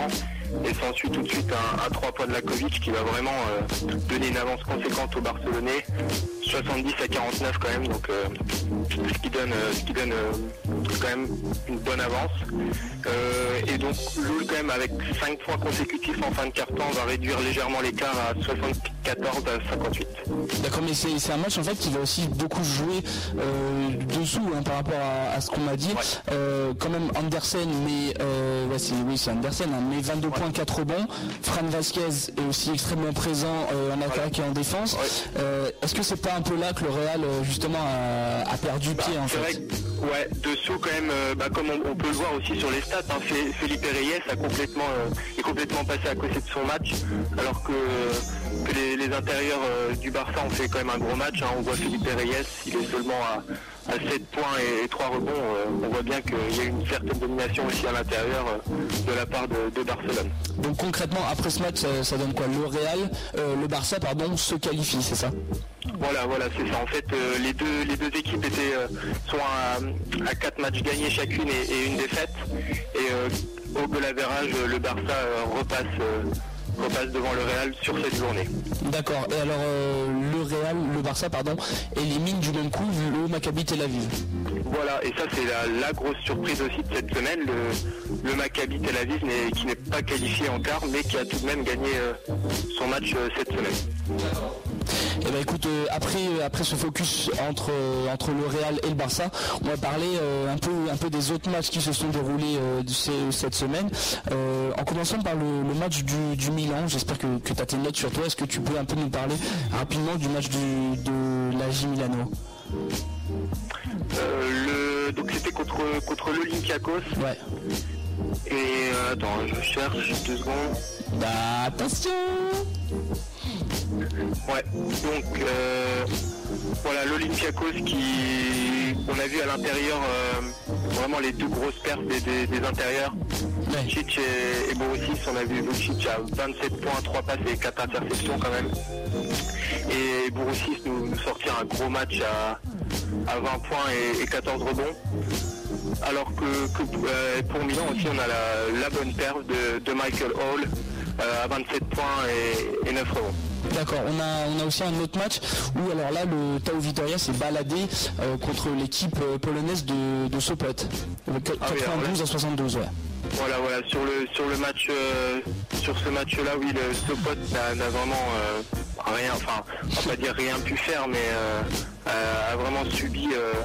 et s'ensuit tout de suite un 3 points de Lakovic qui va vraiment donner une avance conséquente aux Barcelonais, 70 à 49 quand même, donc ce qui donne quand même une bonne avance. Et donc Lille quand même avec 5 points consécutifs en fin de quart-temps va réduire légèrement l'écart à 74 à 58. D'accord, mais c'est un match en fait qui va aussi beaucoup jouer dessous par rapport à ce qu'on m'a dit. Ouais. Quand même Andersen, mais c'est Andersen, hein, mais 22 points, 4 rebonds. Fran Vasquez est aussi extrêmement présent en attaque et en défense. Ouais. Est-ce que c'est pas un peu là que le Real justement a perdu pied en fait? Vrai que, ouais, dessous quand même, comme on peut le voir aussi sur les stats, Felipe Reyes est complètement passé à côté de son match, alors que les intérieurs du Barça ont fait quand même un gros match. On voit Felipe Reyes, il est seulement à 7 points et 3 rebonds. On voit bien qu'il y a une certaine domination aussi à l'intérieur de la part de Barcelone. Donc concrètement, après ce match, ça donne quoi? Le Barça se qualifie, c'est ça? Voilà, c'est ça. En fait, les deux équipes sont à 4 matchs gagnés chacune et une défaite. Et au goal average, le Barça repasse devant le Real sur cette journée. D'accord. Et alors le Barça élimine du même coup le Maccabi Tel Aviv. Voilà, et ça c'est la grosse surprise aussi de cette semaine, le Maccabi Tel Aviv qui n'est pas qualifié en quart, mais qui a tout de même gagné son match cette semaine. Et ben écoute, après ce focus entre le Real et le Barça, on va parler un peu des autres matchs qui se sont déroulés cette semaine. En commençant par le match du Milan, j'espère que tu as tes notes sur toi. Est-ce que tu peux un peu nous parler rapidement du match de l'AJ Milano? Donc c'était contre l'Olympiakos. Ouais. Et attends, je cherche 2 secondes. Bah attention. Ouais, donc voilà l'Olympiakos on a vu à l'intérieur vraiment les 2 grosses pertes des intérieurs. Ouais. Vucic et Borussic, on a vu Vucic à 27 points, 3 passes et 4 interceptions quand même. Et Borussic nous sortir un gros match à 20 points et 14 rebonds. Alors que pour Milan aussi on a la bonne perf de Michael Hall à 27 points et 9 rebonds. D'accord, on a aussi un autre match où alors là le Tau Vitoria s'est baladé contre l'équipe polonaise de Sopot, 92 à 72, ouais. Voilà, sur le match, sur ce match-là, oui, le Sopot n'a vraiment rien, enfin, on va pas dire rien pu faire, mais a vraiment subi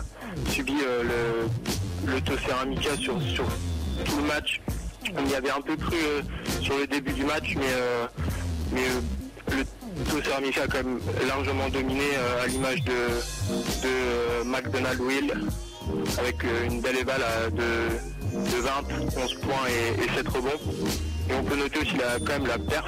le Tau Ceramica sur tout le match. On y avait un peu cru sur le début du match, mais le Tau Ceramica a quand même largement dominé à l'image de McDonald Will, avec une belle éval de 20, 11 points et 7 rebonds. Et on peut noter aussi quand même la perf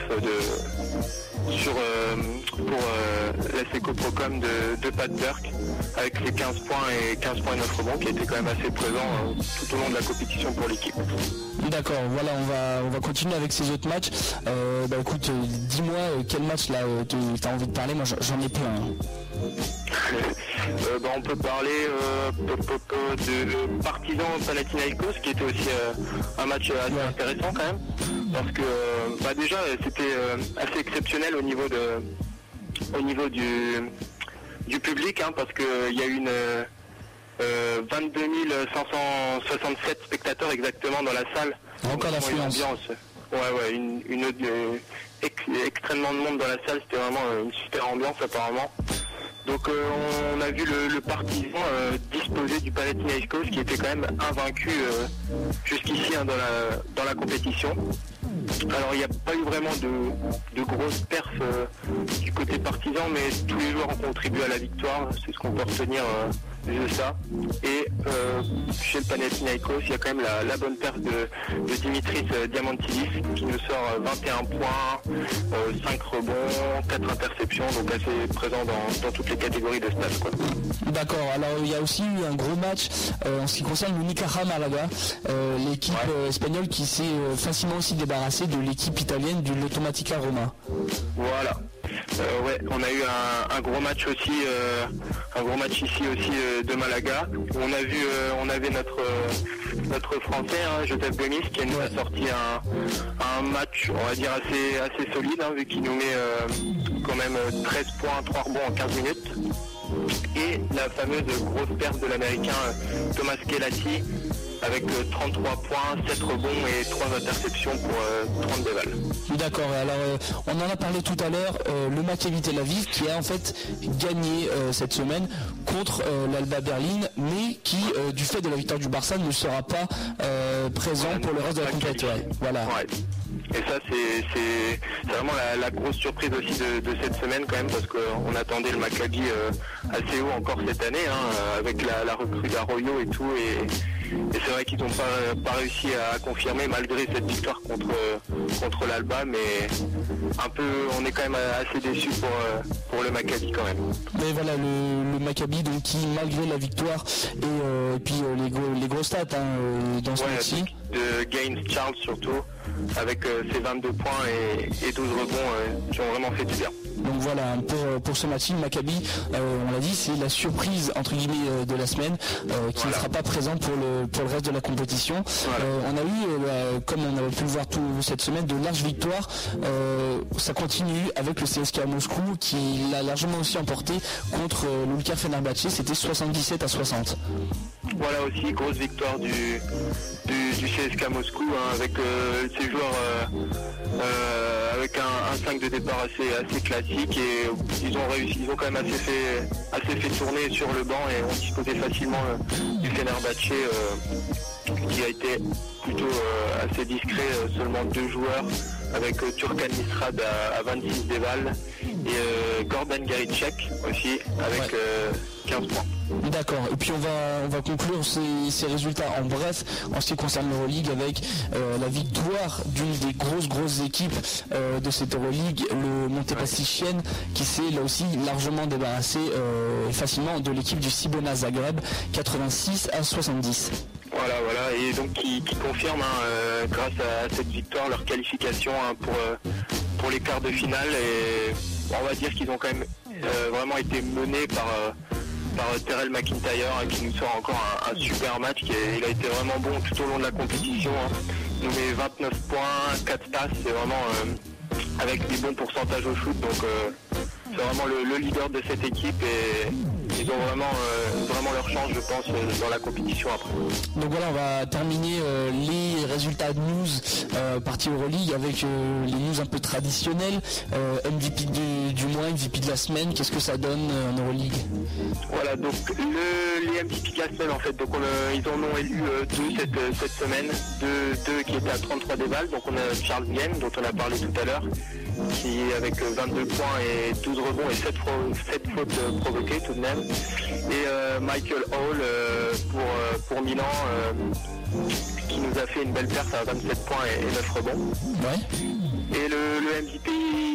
pour la Seco Procom de Pat Burke, avec ses 15 points et 9 rebonds, qui était quand même assez présent tout au long de la compétition pour l'équipe. D'accord, voilà, on va continuer avec ces autres matchs. Écoute, dis-moi quel match là t'as envie de parler. Moi j'en ai plein. On peut parler de Partizan Panathinaikos, qui était aussi un match assez intéressant quand même, parce que déjà c'était assez exceptionnel au niveau du public, parce qu'il y a eu une 22 567 spectateurs exactement dans la salle. Encore d'affluence. Extrêmement de monde dans la salle, c'était vraiment une super ambiance apparemment. Donc on a vu le Partizan disposer du Panathinaikos, qui était quand même invaincu jusqu'ici dans la compétition. Alors il n'y a pas eu vraiment de grosses perfs du côté Partizan, mais tous les joueurs ont contribué à la victoire, c'est ce qu'on peut retenir de ça. Et chez le Panathinaikos, il y a quand même la bonne perf de Dimitris Diamantidis, qui nous sort 21 points, 5 rebonds, 4 interceptions, donc assez présent dans toutes les catégories de stats, quoi. D'accord, alors il y a aussi eu un gros match en ce qui concerne l'Unicaja Malaga, l'équipe espagnole qui s'est facilement aussi débarrassée de l'équipe italienne du L'Automatica Roma. Voilà. On a eu un gros match aussi, ici aussi de Malaga. On avait notre Français, Joseph Gomis, qui nous a sorti un un match, on va dire, assez solide, hein, vu qu'il nous met quand même 13 points, 3 rebonds en 15 minutes. Et la fameuse grosse perte de l'Américain Thomas Kelati, avec 33 points, 7 rebonds et 3 interceptions pour 32 balles. D'accord, alors on en a parlé tout à l'heure, le Maccabi Tel Aviv qui a en fait gagné cette semaine contre l'Alba Berlin, mais qui, du fait de la victoire du Barça, ne sera pas présent pour le reste de la compétition. Voilà. Ouais. Et ça, c'est vraiment la grosse surprise aussi de cette semaine quand même, parce qu'on attendait le Maccabi assez haut encore cette année, hein, avec la recrue d'Arroyo et tout, et c'est vrai qu'ils n'ont pas réussi à confirmer malgré cette victoire contre l'Alba, mais un peu, on est quand même assez déçus pour le Maccabi quand même. Mais voilà, le Maccabi donc, qui malgré la victoire et puis les gros stats dans ce match-ci. De Gaines Charles surtout, avec ses 22 points et 12 rebonds qui ont vraiment fait du bien. Donc voilà, pour ce match, le Maccabi, on l'a dit, c'est la surprise entre guillemets de la semaine, qui ne sera pas présent pour le reste de la compétition. Voilà. On a eu, comme on a pu le voir cette semaine, de larges victoires. Ça continue avec le CSKA Moscou qui l'a largement aussi emporté contre l'Ulker Fenerbahçe, c'était 77-60. Voilà aussi, grosse victoire du CSKA Moscou, hein, avec ses joueurs avec un 5 de départ assez classique, et ils ont quand même assez fait tourner sur le banc et ont disposé facilement du Fenerbahçe qui a été plutôt assez discret, seulement 2 joueurs, avec Turkan Mistrad à 26 déballes et Gordon Garicek aussi avec 15 points. D'accord, et puis on va conclure ces résultats en bref en ce qui concerne l'Euroleague avec la victoire d'une des grosses équipes de cette Euroleague, le Montepaschichien, qui s'est là aussi largement débarrassé facilement de l'équipe du Cibona Zagreb, 86-70. Voilà, et donc qui confirme grâce à cette victoire leur qualification pour les quarts de finale, et on va dire qu'ils ont quand même vraiment été menés par Terrell McIntyre, qui nous sort encore un super match. Il a été vraiment bon tout au long de la compétition, hein. Il nous met 29 points, 4 passes, c'est vraiment avec des bons pourcentages au shoot, donc c'est vraiment le leader de cette équipe, et ils ont vraiment leur chance, je pense, dans la compétition après. Donc voilà, on va terminer les résultats de news partie Euroleague avec les news un peu traditionnelles. MVP du mois, MVP de la semaine, qu'est-ce que ça donne en Euroleague? Voilà, donc les MVP de la semaine, en fait, donc ils en ont élu 2 cette semaine, deux qui étaient à 33 déballes. Donc on a Charles Vienne, dont on a parlé tout à l'heure, qui avec 22 points et 12 rebonds et 7 fautes provoquées tout de même. Et Michael Hall pour Milan, qui nous a fait une belle perte à 27 points et 9 rebonds. Ouais. Et le MVP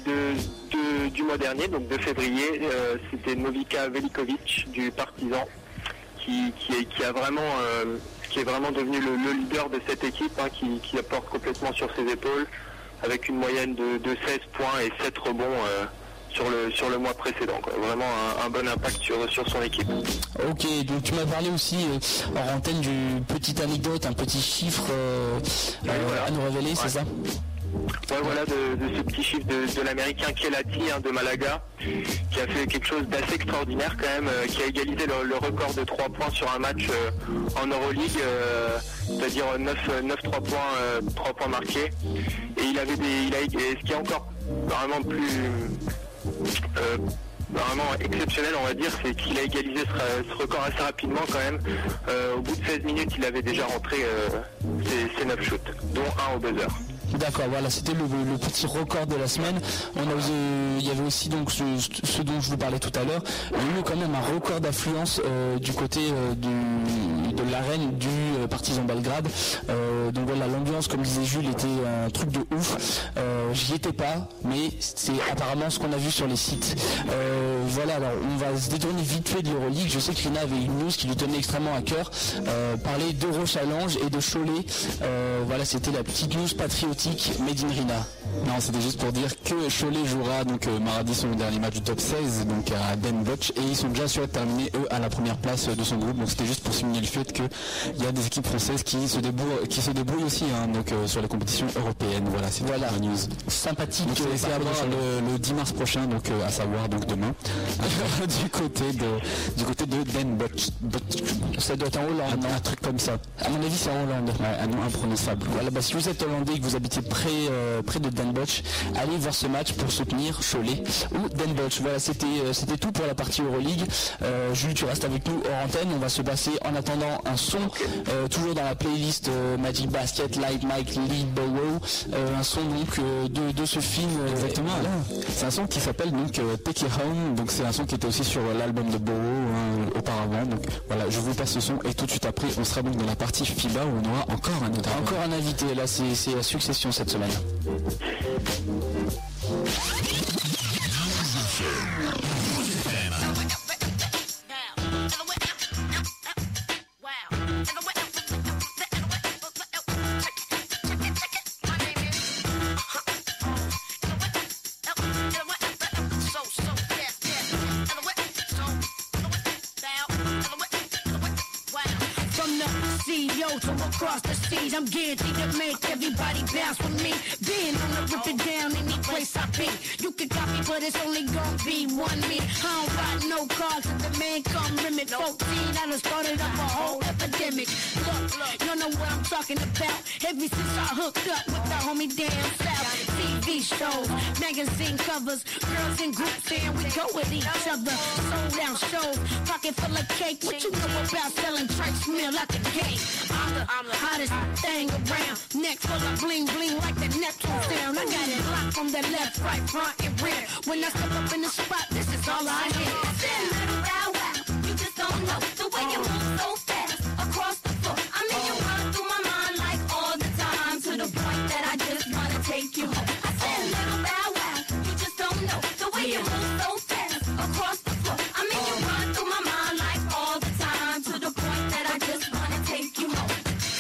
du mois dernier, donc de février, c'était Novika Velikovic du Partizan, qui est vraiment devenu le leader de cette équipe, hein, qui apporte complètement sur ses épaules, avec une moyenne de 16 points et 7 rebonds sur le mois précédent, quoi. Vraiment un bon impact sur son équipe. Ok, donc tu m'as parlé aussi en antenne d'une petite anecdote, un petit chiffre à nous révéler, c'est ça? Ouais, voilà, de ce petit chiffre de l'Américain Kelati, hein, de Malaga, qui a fait quelque chose d'assez extraordinaire quand même, qui a égalisé le record de 3 points sur un match en Euroleague, c'est-à-dire 9 3 points marqués. Et ce qui est encore vraiment plus vraiment exceptionnel, on va dire, c'est qu'il a égalisé ce record assez rapidement quand même. Au bout de 16 minutes, il avait déjà rentré ses 9 shoots, dont un au buzzer. D'accord, voilà, c'était le petit record de la semaine. Il y avait aussi donc ce dont je vous parlais tout à l'heure. Il y a eu quand même un record d'affluence du côté de l'arène du Partizan Belgrade. Donc voilà, l'ambiance, comme disait Jules, était un truc de ouf. J'y étais pas, mais c'est apparemment ce qu'on a vu sur les sites. Voilà, alors on va se détourner vite fait de l'Euroleague. Je sais que Rina avait une news qui lui tenait extrêmement à cœur. Parler d'Euro Challenge et de Cholet. Voilà, c'était la petite news patriotique Made in Rina. Non, c'était juste pour dire que Cholet jouera donc mardi son dernier match du top 16 donc à Den Bosch et ils sont déjà sûrs de terminer eux à la première place de son groupe. Donc c'était juste pour souligner le fait qu'il y a des équipes françaises qui se débrouillent aussi donc sur les compétitions européennes. Voilà, c'est la news. Sympathique. Donc c'est à voir le 10 mars prochain, donc à savoir donc demain du côté de Den Bosch. Ça doit être en Hollande, un truc comme ça. À mon avis, c'est en Hollande. Ouais, un nom imprononçable. Voilà, si vous êtes hollandais et que vous habitez près de Den Bosch, allez voir ce match pour soutenir Cholet ou Den Bosch. Voilà, c'était tout pour la partie Euroleague. Jules, tu restes avec nous hors antenne. On va se passer en attendant un son, toujours dans la playlist Magic Basket, Light Mike, Lee Bowo, un son donc de ce film. Exactement. C'est un son qui s'appelle donc Take It Home. Donc c'est un son qui était aussi sur l'album de Bowo auparavant. Donc voilà, je vous passe ce son et tout de suite après, on sera donc dans la partie FIBA où on aura encore un invité. Là, c'est la succession cette semaine. Across the seas, I'm guaranteed to make everybody bounce with me. Being on the rip it down any place I be. You can copy, but it's only gonna be one me. I don't ride no cars if the man come limit 14. I done started up a whole epidemic. Look, you know what I'm talking about. Ever since I hooked up with the homie down south. TV shows, magazine covers, girls in groups and we go with each other. Sold out shows, pocket full of cake. What you know about selling Trace Mill like a cake? I'm the hottest thing around. Neck full of bling bling like the Neptune sound. I got it locked from the left, right, front, and rear. When I step up in the spot, this is all I hear. That little bow wow, you just don't know the way you move so fast across the floor. I mean, you run through my mind like all the time to the point that I just wanna take you home. I said, little bow wow, you just don't know the way you move so fast across the floor. I mean, you run through my mind like all the time to the point that I just wanna take you home.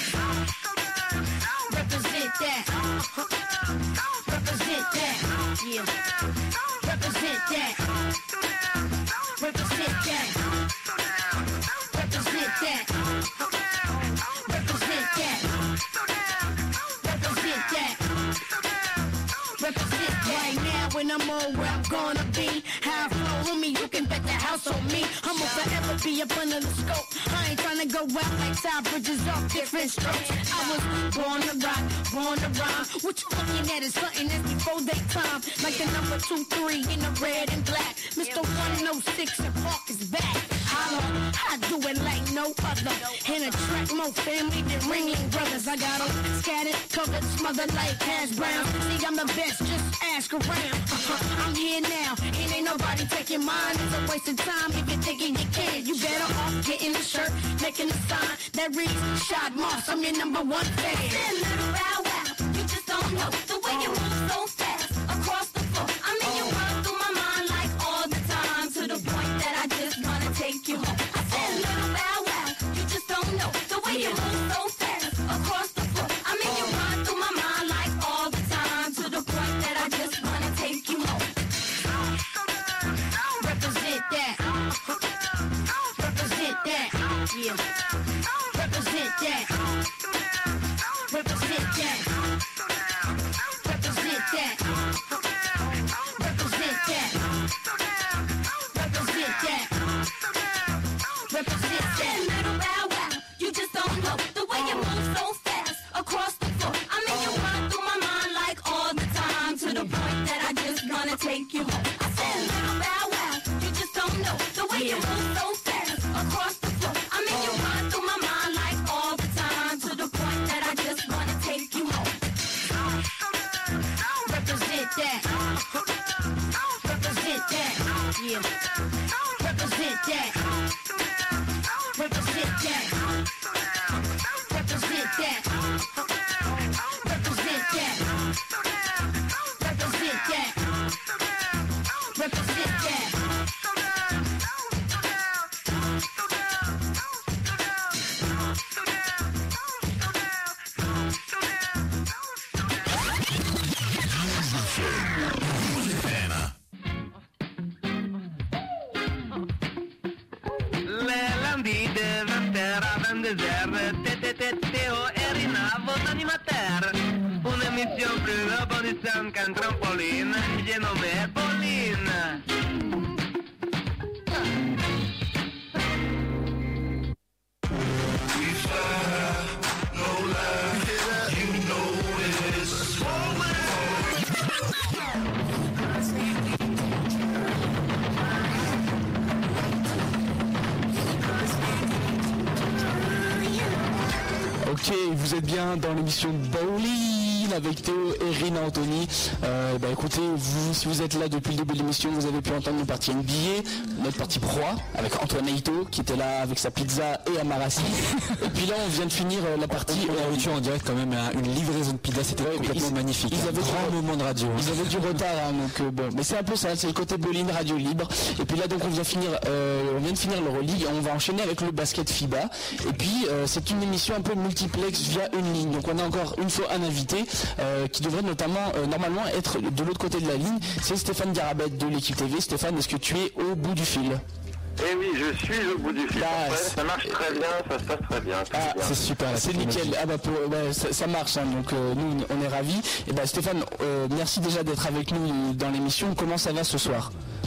Represent that. Represent that. Yeah. Represent that. Represent that. Represent that. Represent that. Represent that. Represent right now when I'm on where I'm gonna be. How I flow on me, you can bet the house on me. I'ma forever be up under the scope. I ain't tryna go out like Ty Bridges off different strokes. I was born to rock, born to rhyme. What you looking at is something that's before they time. Like the number 2, 3 in the red and black. Mr. 106 and Park is back. I do it like no other. And attract more family than Ringling Brothers. I got them scattered, covered, smothered like hash browns. See, I'm the best, just ask around. I'm here now, and ain't nobody taking mine. It's a waste of time if you're thinking you can. You better off getting the shirt, making a sign that reads Shad Moss. I'm your number one fan. That little bow wow, you just don't know the way you move so fast across the floor. I mean, you run through my mind like all the time to the point that I just wanna take you home. I said, little bow wow, you just don't know the way you move so fast across the floor. I mean, you run through my mind like all the time to the point that I just wanna take you home. Represent that. Represent that. Yeah. Represent that. Represent that. Represent that. un désert. Théo et Rina, vos animateurs. Une émission plus rebondissante qu'un trampoline. J'ai nommé Pauline. Ok, vous êtes bien dans l'émission Bowling avec Théo et Rina Anthony. Écoutez, si vous êtes là depuis le début de l'émission, vous avez pu entendre nos parties NBA, notre partie proie avec Antoine Aito qui était là avec sa pizza et Amarassi. Et puis là, on vient de finir la partie. On a reçu en direct quand même une livraison de pizza, c'était complètement magnifique. Ils avaient grand moment de radio. Ils avaient du retard, hein, donc bon. Mais c'est un peu ça, c'est le côté bowling, radio libre. Et puis là, donc on vient de finir l'Euroleague. On va enchaîner avec le basket FIBA. Et puis c'est une émission un peu multiplex via une ligne. Donc on a encore une fois un invité qui devrait normalement être de l'autre côté de la ligne. C'est Stéphane Garabet de l'équipe TV. Stéphane, est-ce que tu es au bout du fil? Eh oui, je suis au bout du fil. Ça marche très bien, ça se passe très bien. C'est super, c'est nickel. Ça marche, hein, donc nous on est ravis. Et Stéphane, merci déjà d'être avec nous dans l'émission. Comment ça va ce soir?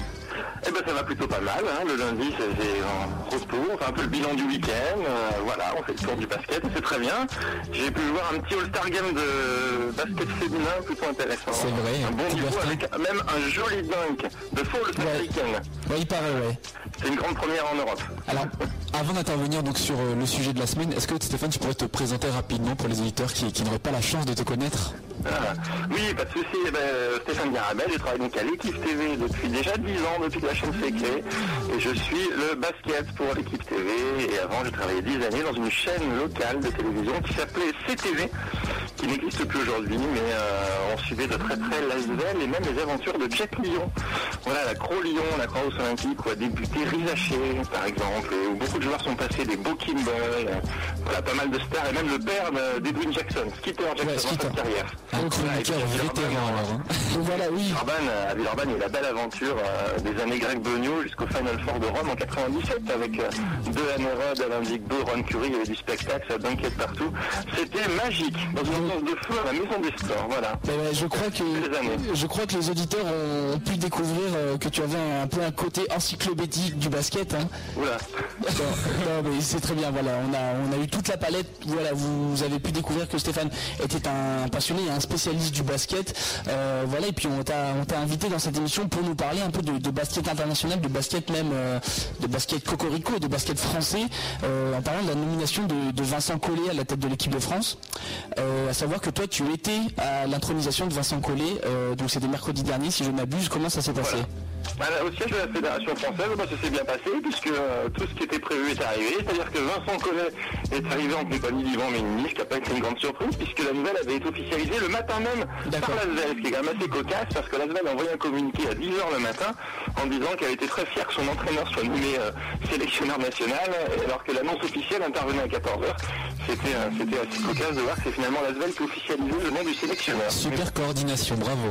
Eh ben ça va plutôt pas mal, hein. Le lundi c'est en repos, on fait un peu le bilan du week-end, voilà, on fait le tour du basket, c'est très bien. J'ai pu voir un petit All-Star Game de basket féminin plutôt intéressant. C'est vrai, un bon niveau avec même un joli dunk de Fall américaine. Ouais, il paraît, ouais. C'est une grande première en Europe. Alors, avant d'intervenir donc sur le sujet de la semaine, est-ce que Stéphane, tu pourrais te présenter rapidement pour les auditeurs qui n'auraient pas la chance de te connaître? Oui, pas de souci. Stéphane Garabel, je travaille donc à l'équipe TV depuis déjà 10 ans, depuis que la chaîne s'est créée. Et je suis le basket pour l'équipe TV. Et avant, j'ai travaillé 10 années dans une chaîne locale de télévision qui s'appelait CTV, qui n'existe plus aujourd'hui, mais on suivait de très près l'Asvel et même les aventures de Jack Lyon. Voilà, la Croix Lyon, la Croix-Rousse Olympique, où a débuté Rizaché, par exemple, où beaucoup de joueurs sont passés, des beaux Kimball, voilà, pas mal de stars, et même le père d'Edwin Jackson, Skipper Jackson, dans sa carrière. Un chroniqueur vétéran alors. Voilà, oui. À Villeurbanne, il y a eu la belle aventure des années Greg Beugnot jusqu'au Final Four de Rome en 97 avec deux Rod, Alain Digbo, Ron Curry, il y avait du spectacle, ça dunkait partout. C'était magique, dans une ambiance de feu à la Maison des Sports, voilà. Je crois que les auditeurs ont pu découvrir que tu avais un peu un côté encyclopédique du basket. Hein. Oula. Non, mais c'est très bien, voilà. On a eu toute la palette. Voilà, vous avez pu découvrir que Stéphane était un passionné, un spécialiste du basket. Voilà, et puis on t'a invité dans cette émission pour nous parler un peu de basket international, de basket même, de basket cocorico, de basket français, en parlant de la nomination de Vincent Collet à la tête de l'équipe de France. À savoir que toi, tu étais à l'intronisation de Vincent Collet, donc c'était mercredi dernier, si je ne m'abuse. Comment ça s'est passé? Au siège de la Fédération française, ça s'est bien passé puisque tout ce qui était prévu est arrivé, c'est-à-dire que Vincent Collet est arrivé en compagnie d'Yvan Ménini, ce qui n'a pas été une grande surprise puisque la nouvelle avait été officialisée le matin même par l'Asvel, ce qui est quand même assez cocasse parce que l'Asvel a envoyé un communiqué à 10h le matin en disant qu'elle était très fière que son entraîneur soit nommé sélectionneur national alors que l'annonce officielle intervenait à 14h. C'était assez cocasse de voir que c'est finalement l'Asvel qui officialisait le nom du sélectionneur. Super coordination, bravo.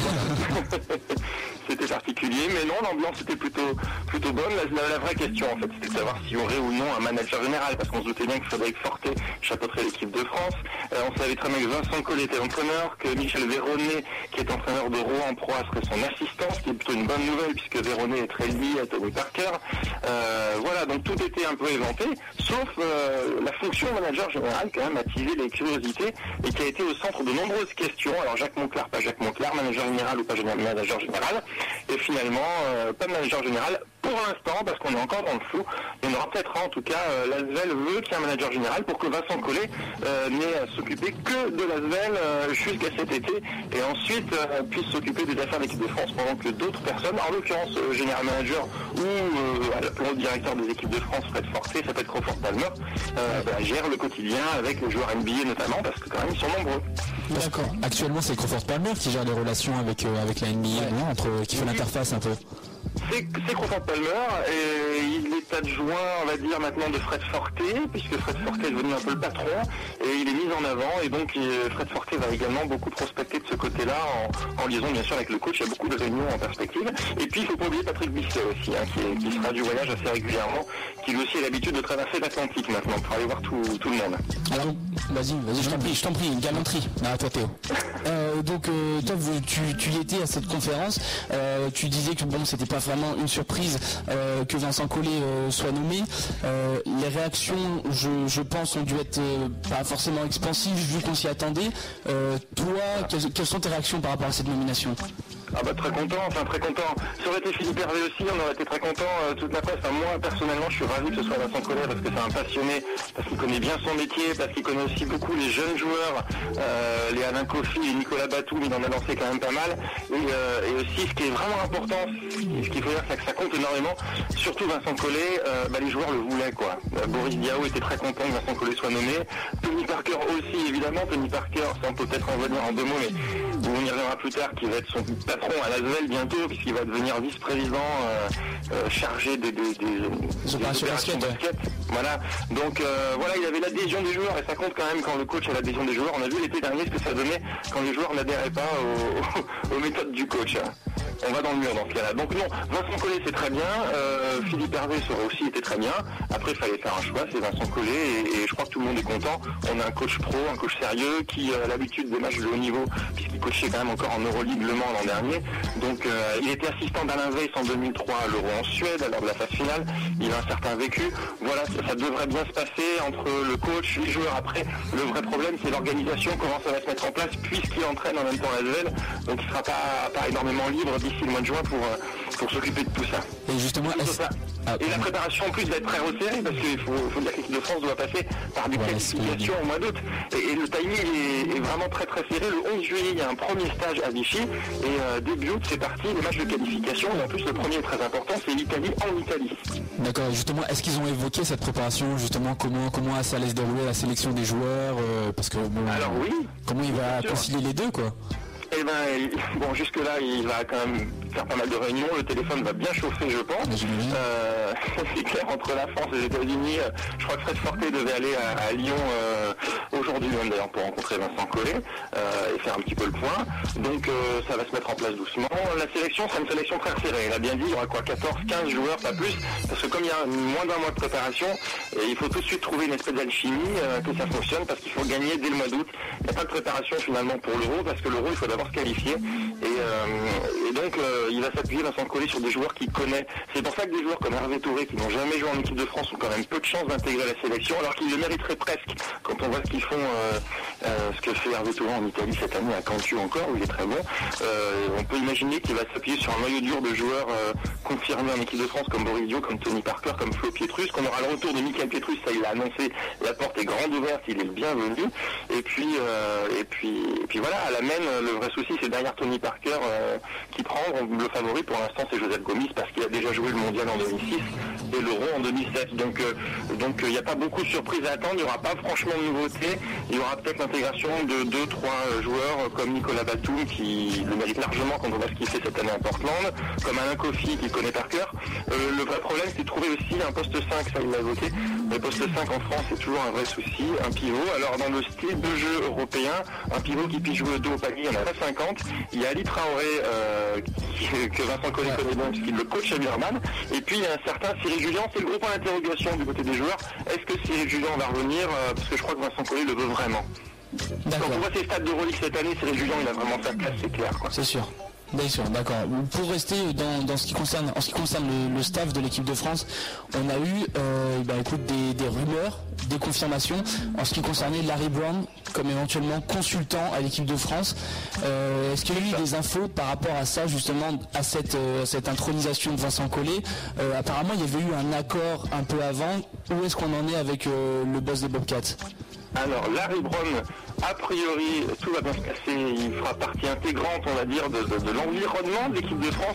C'était particulier, mais non, l'ambiance était plutôt bonne. La vraie question, en fait, c'était de savoir s'il y aurait ou non un manager général, parce qu'on se doutait bien que Frédéric Fortet chapeauterait l'équipe de France. On savait très bien que Vincent Collet était entraîneur, que Michel Véronnet, qui est entraîneur de Rouen en proie, serait son assistant, ce qui est plutôt une bonne nouvelle, puisque Véronnet est très lié à Tony Parker. Voilà, donc tout était un peu éventé, sauf la fonction manager général, quand même, a attisé les curiosités et qui a été au centre de nombreuses questions. Alors Jacques Monclar, pas Jacques Monclar, manager général ou pas manager général. Et finalement, pas de manager général pour l'instant, parce qu'on est encore dans le flou. Il y en aura peut-être en tout cas, l'Asvel veut qu'il y ait un manager général pour que Vincent Collet n'ait à s'occuper que de l'Asvel jusqu'à cet été et ensuite puisse s'occuper des affaires de l'équipe de France pendant que d'autres personnes, en l'occurrence général manager ou le directeur des équipes de France, Fred Fortet, ça peut être Crawford Palmer, gère le quotidien avec les joueurs NBA notamment parce que quand même ils sont nombreux. D'accord. Actuellement c'est Crawford Palmer qui gère les relations avec la NBA, qui fait l'interface un peu. C'est Crawford Palmer et il l'état de joie, on va dire maintenant, de Fred Forté, puisque Fred Forté est devenu un peu le patron et il est mis en avant, et donc Fred Forté va également beaucoup prospecter de ce côté-là en liaison bien sûr avec le coach. Il y a beaucoup de réunions en perspective. Et puis il faut pas oublier Patrick Bisset aussi, qui sera du voyage assez régulièrement, qui lui aussi a l'habitude de traverser l'Atlantique maintenant pour aller voir tout le monde. Alors, vas-y, je t'en prie, une galanterie. Non, toi Théo. Donc toi, tu y étais à cette conférence, tu disais que bon, c'était pas vraiment une surprise que Vincent Collet soit nommé. Les réactions, je pense, ont dû être pas forcément expansives vu qu'on s'y attendait. Toi, quelles sont tes réactions par rapport à cette nomination ? Ah bah très content. Ça aurait été Philippe Hervé aussi, on aurait été très content, toute la presse. Enfin, moi personnellement je suis ravi que ce soit Vincent Collet parce que c'est un passionné, parce qu'il connaît bien son métier, parce qu'il connaît aussi beaucoup les jeunes joueurs, les Alain Kofi, les Nicolas Batum, il en a lancé quand même pas mal. Et aussi ce qui est vraiment important, ce qu'il faut dire, c'est que ça compte énormément, surtout Vincent Collet, les joueurs le voulaient quoi. Boris Diaw était très content que Vincent Collet soit nommé, Tony Parker aussi évidemment. Tony Parker, sans peut-être en revenir en 2 mots, mais on y reviendra plus tard, qui va être son patron à l'Asvel bientôt, puisqu'il va devenir vice-président chargé des opérations basket. Voilà. Donc voilà, il avait l'adhésion des joueurs, et ça compte quand même quand le coach a l'adhésion des joueurs. On a vu l'été dernier ce que ça donnait quand les joueurs n'adhéraient pas aux méthodes du coach. On va dans le mur dans ce cas-là. Donc non, Vincent Collet c'est très bien, Philippe Hervé ça aurait aussi été très bien. Après il fallait faire un choix, c'est Vincent Collet, et je crois que tout le monde est content. On a un coach pro, un coach sérieux qui a l'habitude des matchs de haut niveau, puisqu'il coachait quand même encore en Euroleague Le Mans l'an dernier. Donc il était assistant d'Alain Weiss en 2003 à l'Euro en Suède, lors de la phase finale. Il a un certain vécu. Voilà, ça devrait bien se passer entre le coach, les joueurs. Après, le vrai problème c'est l'organisation, comment ça va se mettre en place, puisqu'il entraîne en même temps l'Asvel. Donc il ne sera pas énormément libre d'ici le mois de juin pour s'occuper de tout ça. Et justement, et la préparation en plus va être très resserrée, parce qu'il faut dire que l'équipe de France doit passer par des qualifications au mois d'août. Et le timing est vraiment très très serré. Le 11 juillet, il y a un premier stage à Vichy, et début août, c'est parti, les matchs de qualification. Et en plus, le premier est très important, c'est l'Italie en Italie. D'accord, et justement, est-ce qu'ils ont évoqué cette préparation, justement, comment ça allait se dérouler la sélection des joueurs, parce que bon, alors oui, comment il va concilier les deux, quoi? Eh ben, bon, jusque-là, il va quand même faire pas mal de réunions. Le téléphone va bien chauffer, je pense. C'est clair, entre la France et les États-Unis. Je crois que Fred Forté devait aller à Lyon aujourd'hui même, d'ailleurs, pour rencontrer Vincent Collet et faire un petit peu le point. Donc, ça va se mettre en place doucement. La sélection sera une sélection très serrée. Il a bien dit, il y aura quoi, 14, 15 joueurs, pas plus. Parce que comme il y a moins d'1 mois de préparation, il faut tout de suite trouver une espèce d'alchimie, que ça fonctionne, parce qu'il faut gagner dès le mois d'août. Il n'y a pas de préparation finalement pour l'Euro, parce que l'Euro, il faut d'abord se qualifier. Et donc, il va s'appuyer Vincent Collet sur des joueurs qu'il connaît. C'est pour ça que des joueurs comme Hervé Touré, qui n'ont jamais joué en équipe de France, ont quand même peu de chances d'intégrer la sélection, alors qu'ils le mériteraient presque. Quand on voit ce qu'ils font, ce que fait Hervé Touré en Italie cette année, à Cantu encore, où il est très bon, on peut imaginer qu'il va s'appuyer sur un noyau dur de joueurs confirmés en équipe de France, comme Boris Diaw, comme Tony Parker, comme Flo Pietrus, qu'on aura le retour de Michael Pietrus, ça il l'a annoncé, la porte est grande ouverte, il est le bienvenu. Et puis voilà, à la même, le vrai souci c'est derrière Tony Parker qui prend le favori pour l'instant, c'est Joseph Gomis, parce qu'il a déjà joué le mondial en 2006 et l'Euro en 2007. Donc il n'y a pas beaucoup de surprises à attendre, il n'y aura pas franchement de nouveautés. Il y aura peut-être l'intégration de 2-3 joueurs comme Nicolas Batum, qui le mérite largement quand on voit ce qu'il fait cette année à Portland, comme Alain Kofi qui connaît par cœur. Le vrai problème c'est de trouver aussi un poste 5, ça il l'a évoqué. Le poste 5 en France c'est toujours un vrai souci, un pivot. Alors dans le style de jeu européen, un pivot qui puisse jouer au dos au panier, il y en a pas 50. Il y a Ali Traoré que Vincent Collet connaît bien puisqu'il le coach à Birman. Et puis il y a un certain Cyril Julien, c'est le gros point d'interrogation du côté des joueurs. Est-ce que Cyril Julien va revenir, parce que je crois que Vincent Collet le veut vraiment. Quand on voit ses stats d'Euroleague cette année, Cyril Julien il a vraiment sa place, c'est clair, quoi. C'est sûr. Bien sûr, d'accord. Pour rester en ce qui concerne le staff de l'équipe de France, on a eu des rumeurs, des confirmations en ce qui concernait Larry Brown comme éventuellement consultant à l'équipe de France. Est-ce qu'il y a eu des infos par rapport à ça, justement, à cette intronisation de Vincent Collet? Apparemment, il y avait eu un accord un peu avant. Où est-ce qu'on en est avec le boss des Bobcats? Alors, Larry Brown, a priori, tout va bien se passer. Il fera partie intégrante, on va dire, de l'environnement de l'équipe de France.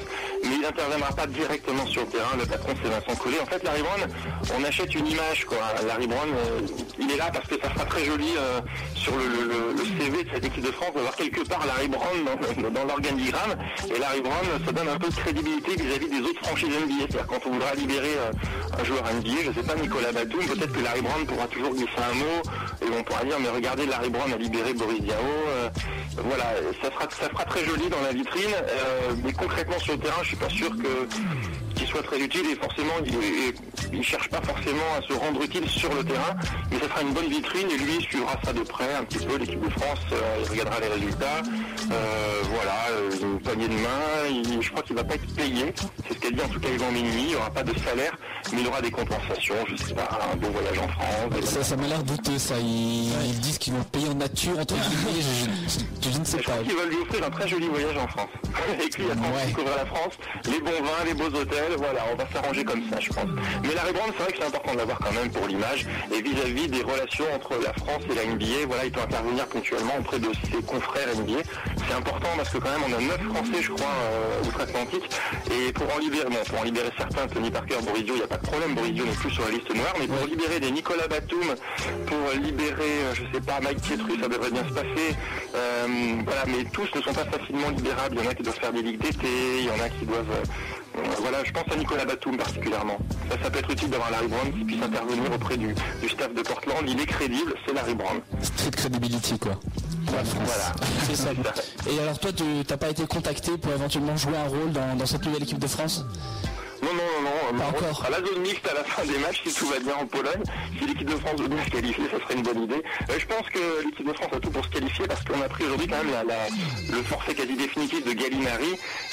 mais il n'interviendra pas directement sur le terrain. Le patron, c'est Vincent Collet. En fait, Larry Brown, on achète une image, quoi. Larry Brown, il est là parce que ça sera très joli sur le CV de cette équipe de France d'avoir quelque part Larry Brown dans l'organigramme. Et Larry Brown, ça donne un peu de crédibilité vis-à-vis des autres franchises NBA. C'est-à-dire quand on voudra libérer un joueur NBA, je ne sais pas, Nicolas Batum, peut-être que Larry Brown pourra toujours glisser un mot et on pourra dire mais regardez, Larry Brown a libéré Boris Diaw. Voilà, ça fera très joli dans la vitrine, mais concrètement sur le terrain, je suis pas sûr qu'il soit très utile et forcément il cherche pas forcément à se rendre utile sur le terrain, mais ça sera une bonne vitrine et lui suivra ça de près un petit peu, l'équipe de France, il regardera les résultats, voilà, une poignée de main, je crois qu'il va pas être payé, c'est ce qu'a dit en tout cas Yvan Ménini, il n'y aura pas de salaire, mais il aura des compensations, je sais pas, un bon voyage en France. Ça m'a l'air douteux ça, ils disent qu'ils vont payer en nature entre guillemets, je ne sais pas. Je crois qu'ils veulent lui offrir un très joli voyage en France. Et puis après on découvrira la France, les bons vins, les beaux hôtels, voilà, on va s'arranger comme ça je pense. Mais Larry Brown, c'est vrai que c'est important de l'avoir quand même pour l'image et vis-à-vis des relations entre la France et la NBA, voilà, il peut intervenir ponctuellement auprès de ses confrères NBA. C'est important parce que quand même on a 9 Français je crois outre-Atlantique et pour en libérer certains, Tony Parker, Boris Diaw, il n'y a pas de problème, Boris Diaw n'est plus sur la liste noire, mais pour libérer des Nicolas Batum, pour libérer, je sais pas, Mike Pietrus, ça devrait bien se passer, voilà, mais tous ne sont pas facilement libérables, il y en a qui doivent faire des ligues d'été, il y en a qui doivent... voilà, je pense à Nicolas Batum particulièrement. Ça peut être utile d'avoir Larry Brown qui puisse intervenir auprès du staff de Portland. Il est crédible, c'est Larry Brown. Street credibility quoi. Voilà. C'est ça. Et alors toi, t'as pas été contacté pour éventuellement jouer un rôle dans cette nouvelle équipe de France ? Non. Pas encore. À la zone mixte à la fin des matchs, si tout va bien en Pologne, si l'équipe de France veut bien se qualifier, ça serait une bonne idée. Je pense que l'équipe de France a tout pour se qualifier parce qu'on a pris aujourd'hui quand même le forfait quasi définitif de Gallinari.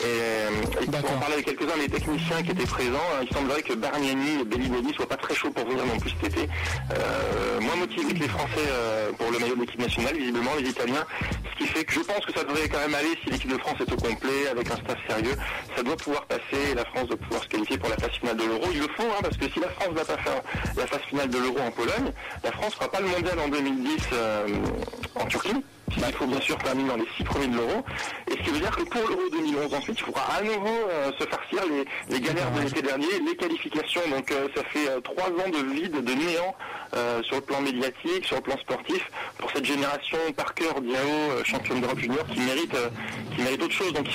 Et pour en parler avec quelques-uns des techniciens qui étaient présents, il semblerait que Bargnani et Bellinelli soient pas très chauds pour venir non plus cet été. Moins motivés que les Français pour le maillot de l'équipe nationale, visiblement les Italiens. Ce qui fait que je pense que ça devrait quand même aller si l'équipe de France est au complet, avec un staff sérieux. Ça doit pouvoir passer et la France doit pouvoir se qualifier pour la phase finale de l'Euro. Il le faut, parce que si la France ne va pas faire la phase finale de l'Euro en Pologne, la France ne fera pas le mondial en 2010 en Turquie. Il faut bien sûr terminer dans les 6 premiers de l'Euro. Et ce qui veut dire que pour l'Euro 2011 ensuite, il faudra à nouveau se farcir les galères de l'été dernier, les qualifications. Donc ça fait 3 ans de vide, de néant sur le plan médiatique, sur le plan sportif, pour cette génération Parker, Diaw, championne d'Europe junior qui mérite autre chose. Donc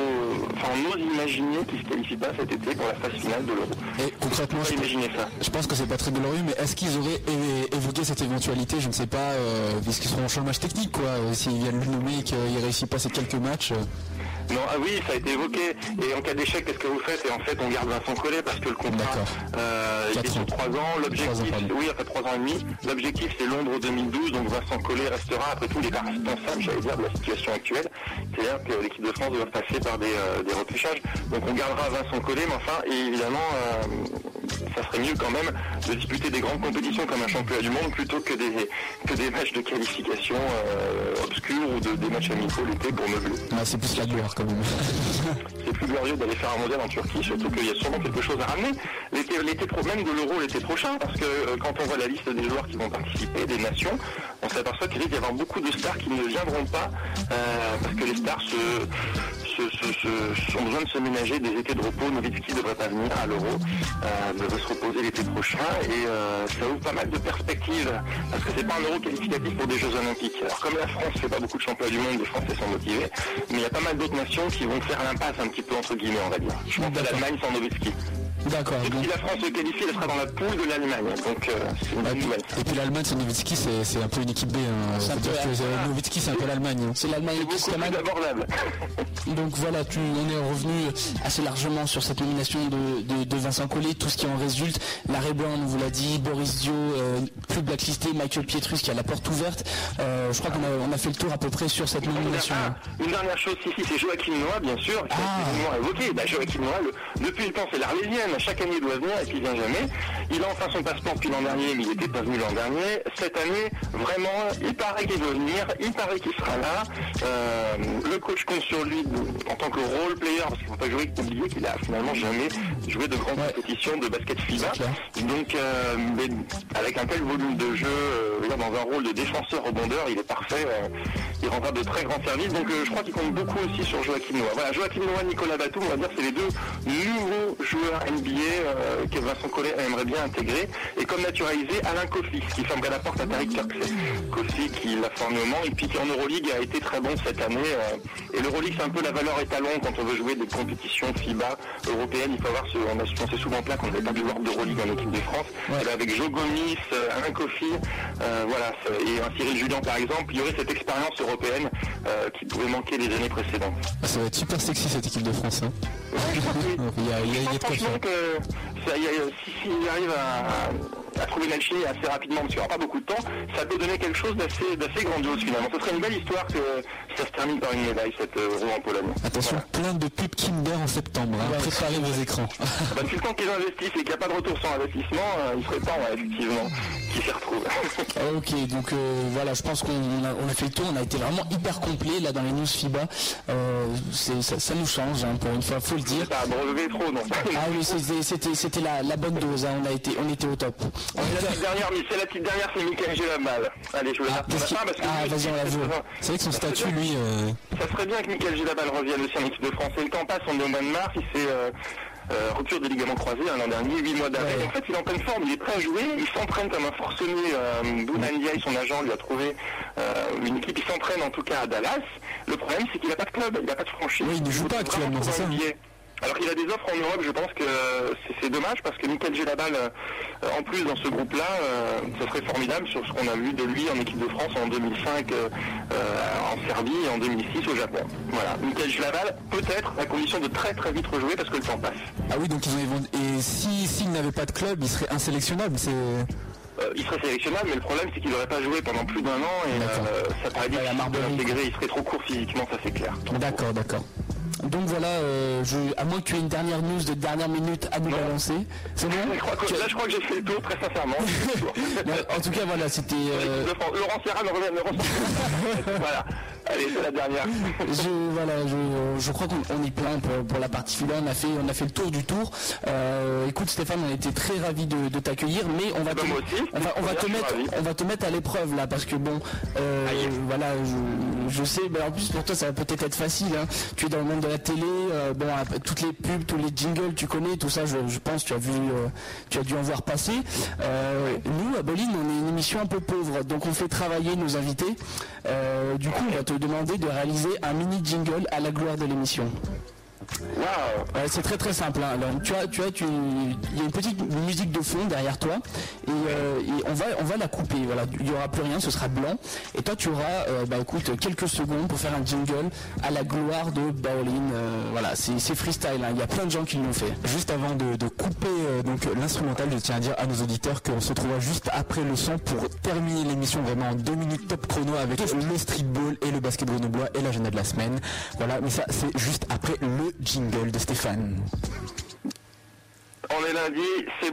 on ose imaginer qu'ils ne se qualifient pas cet été pour la phase finale de l'Euro. Et concrètement, je pense que c'est pas très glorieux, mais est-ce qu'ils auraient évoqué cette éventualité, je ne sais pas, puisqu'ils seront en chômage technique quoi, s'ils viennent le nommer et qu'il ne réussit pas ces quelques matchs Non, oui, ça a été évoqué. Et en cas d'échec, qu'est-ce que vous faites? Et en fait, on garde Vincent Collet parce que le contrat, il est sur 3 ans. L'objectif, après 3 ans et demi. L'objectif, c'est Londres 2012. Donc Vincent Collet restera. Après tout, il est pas responsable, j'allais dire, de la situation actuelle. C'est-à-dire que l'équipe de France doit passer par des repêchages. Donc on gardera Vincent Collet, mais enfin, et évidemment, ça serait mieux quand même de disputer des grandes compétitions comme un championnat du monde plutôt que des matchs de qualification obscurs ou des matchs amicaux l'été pour meubler. C'est plus la gloire quand même. C'est plus glorieux d'aller faire un mondial en Turquie, surtout qu'il y a sûrement quelque chose à ramener. Même de l'Euro l'été prochain, parce que quand on voit la liste des joueurs qui vont participer, des nations, on s'aperçoit qu'il risque d'y avoir beaucoup de stars qui ne viendront pas, parce que les stars ont besoin de se ménager des étés de repos. Nowitzki ne devrait pas venir à l'Euro, devrait se reposer l'été prochain, et ça ouvre pas mal de perspectives, parce que c'est pas un Euro qualificatif pour des Jeux Olympiques. Alors comme la France fait pas beaucoup de championnats du monde, les Français sont motivés, mais il y a pas mal d'autres nations qui vont faire l'impasse un petit peu entre guillemets, on va dire. Je pense à l'Allemagne sans Nowitzki. D'accord. Et si la France se qualifie, elle sera dans la poule de l'Allemagne. Donc c'est une bonne nouvelle. Et puis l'Allemagne sans Nowitzki, c'est un peu une équipe B. Nowitzki, c'est un peu l'Allemagne. C'est l'Allemagne qui se plus abordable. Donc voilà, on est revenu assez largement sur cette nomination de Vincent Collet, tout ce qui en résulte. Larry Brown, on vous l'a dit, Boris Diaw, plus blacklisté, Michael Pietrus qui a la porte ouverte. Je crois qu'on a fait le tour à peu près sur cette nomination. Une dernière chose, c'est Joachim Noah, bien sûr, qui a été évoqué. Joachim Noah, depuis le temps, c'est l'Arlésienne. européenne, chaque année il doit venir et puis il vient jamais. Il a enfin son passeport depuis l'an dernier, mais il n'était pas venu l'an dernier. Cette année, vraiment, il paraît qu'il veut venir, il paraît qu'il sera là. Le coach compte sur lui en tant que role player, parce qu'il ne faut pas oublier qu'il a finalement jamais joué de grandes compétitions de basket FIBA. Donc, mais avec un tel volume de jeu, dans un rôle de défenseur rebondeur, il est parfait. Il rendra de très grands services. Donc, je crois qu'il compte beaucoup aussi sur Joachim Noah. Voilà, Joachim Noah, Nicolas Batum, on va dire, c'est les deux nouveaux joueurs NBA que Vincent Collet aimerait bien intégrer. Et comme naturalisé, Alain Kofi, qui fermerait la porte à Tariq Turkcé. Kofi qui l'a formé au Mans et puis qui en Euroleague a été très bon cette année. Et l'Euroleague, c'est un peu la valeur étalon quand on veut jouer des compétitions FIBA européennes. Il faut avoir on s'est souvent plaint qu'on n'avait pas de joueur d'Euroleague en équipe de France. Et là, avec Joe Gomis, Alain Kofi, voilà, et un Cyril Julien par exemple, il y aurait cette expérience européenne qui pouvait manquer les années précédentes. Ça va être super sexy cette équipe de France. Hein. Il y a de quoi faire. S'il arrive à trouver une alchimie assez rapidement, parce qu'il n'y aura pas beaucoup de temps, ça peut donner quelque chose d'assez grandiose finalement. Ce serait une belle histoire que ça se termine par une médaille, cette Euro en Pologne. Attention, plein de pubs Kinder en septembre. Préparez vos écrans. Depuis le temps qu'ils investissent et qu'il n'y a pas de retour sans investissement, il serait temps, effectivement, qu'ils s'y retrouvent. Ok, donc voilà, je pense qu'on a fait le tour, on a été vraiment hyper complet là dans les news FIBA. Ça nous change, hein, pour une fois, faut le dire. C'est pas brevet trop, non. Ah oui, c'était la bonne dose, hein, on était au top. C'est la petite dernière, c'est Michael Gelabal. Allez, je voulais dire ça parce que vas-y, on la veut. C'est vrai que son statut, lui... Ça serait bien que Michael Gelabal revienne aussi en équipe de France. Et le temps passe, on est au mois de mars, il s'est rupture des ligaments croisés l'an dernier, 8 mois d'arrêt. En fait, il est en pleine forme, il est prêt à jouer, il s'entraîne comme un forcené. Bouna Ndiaye, son agent, lui a trouvé une équipe, il s'entraîne en tout cas à Dallas. Le problème, c'est qu'il n'a pas de club, il n'a pas de franchise. Oui, il ne joue pas actuellement, c'est ça. Alors qu'il a des offres en Europe, je pense que c'est dommage parce que Michael Gelabal, en plus dans ce groupe-là, ça serait formidable sur ce qu'on a vu de lui en équipe de France en 2005 en Serbie et en 2006 au Japon. Voilà, Michael Gelabal, peut-être à condition de très très vite rejouer parce que le temps passe. Ah oui, donc et s'il n'avait pas de club, il serait insélectionnable. Il serait sélectionnable, mais le problème c'est qu'il n'aurait pas joué pendant plus d'un an et ça paraît difficile de l'intégrer. Il serait trop court physiquement, ça c'est clair. D'accord. Donc voilà, à moins que tu aies une dernière news de dernière minute à nous balancer. C'est bon ? Là, je crois que j'ai fait le tour, très sincèrement. En tout cas, voilà, c'était... Laurent Serra me revient. Voilà. Allez, c'est la dernière. Je crois qu'on est plein pour la partie FIBA. On a fait le tour du tour. Écoute Stéphane, on a été très ravis de t'accueillir, mais on va te mettre à l'épreuve là, parce que bon, voilà, je sais, mais en plus pour toi ça va peut-être être facile. Hein. Tu es dans le monde de la télé, toutes les pubs, tous les jingles, tu connais tout ça. Je pense tu as dû en voir passer. Nous à Bolin, on est une émission un peu pauvre, donc on fait travailler nos invités. Du coup, on va te demander de réaliser un mini jingle à la gloire de l'émission. Wow. C'est très très simple. Hein. Alors, il y a une petite musique de fond derrière toi et on va la couper. Voilà, il n'y aura plus rien, ce sera blanc. Et toi, tu auras, quelques secondes pour faire un jingle à la gloire de Baolin. Voilà, c'est freestyle. Hein. Il y a plein de gens qui l'ont fait. Juste avant de couper donc l'instrumental, je tiens à dire à nos auditeurs qu'on se retrouvera juste après le son pour terminer l'émission vraiment en 2 minutes top chrono avec le streetball et le basket grenoblois et l'agenda de la semaine. Voilà, mais ça c'est juste après le jingle de Stéphane. On est lundi, c'est...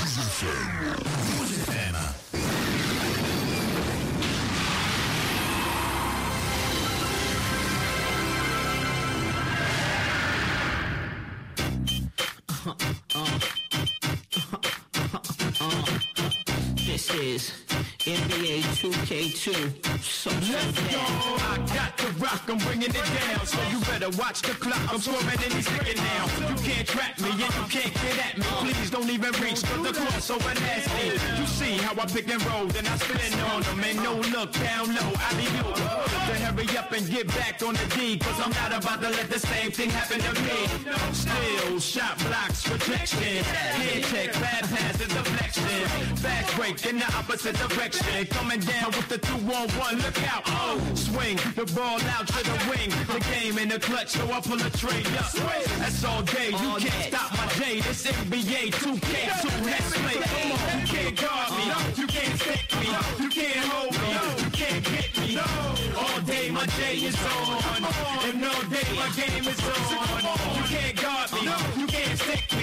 This is NBA 2K2. So let's go. I got to rock, I'm bringing it down. So you better watch the clock. I'm scoring and he's ticking now. You can't trap me and you can't get at me. Please don't even reach for the cross over nasty. You see how I pick and roll, then I spin on them. Ain't no look down low. I leave you to hurry up and get back on the D. Cause I'm not about to let the same thing happen to me. Still, shot blocks, rejection. Head check, bad pass and deflection. Fast break in the opposite direction. Coming down with the 2-on-1, look out. Oh, swing the ball out to the wing. The game in the clutch, so I pull a trade up. That's all day, you can't stop my J. This NBA 2K2, let's play. Come on, you can't guard me, you can't stick me, you can't hold me, you can't get me. All day my J is on, and all day my game is on. You can't guard me, you can't stick me,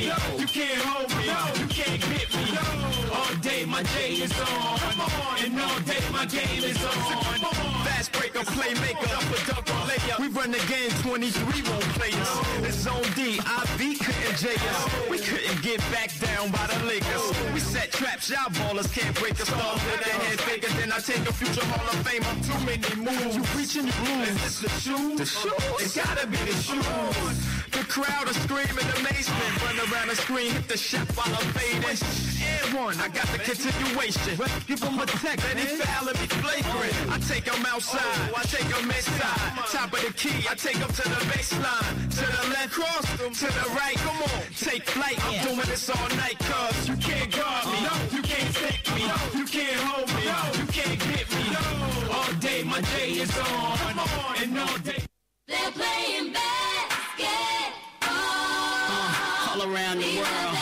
me. You can't hold me. You can't get me. All day my day is on. And all day my game is on. Fast breaker, playmaker, upper dunker, layer. We run the game, 23 won't play us. It's Zone D, IB couldn't jay us. We couldn't get back down by the Lakers. We set traps, y'all ballers can't break us. Start with a head faker, then I take a future Hall of Famer. Too many moves, you reaching the blues. Is this the shoes? The shoes? It gotta be the shoes. The crowd is screaming amazement. Run around the screen, hit the shot while I'm fading. And one, I got the continuation. Give them a tech, then he foul and be flagrant. I take them outside, I take them inside. Top of the key, I take them to the baseline. To the left, cross them, to the right, come on. Take flight, I'm doing this all night, cuz you can't guard me, you can't take me, you can't hold me, you can't get me. All day, my day is on, and all day. They're playing basketball All around the world.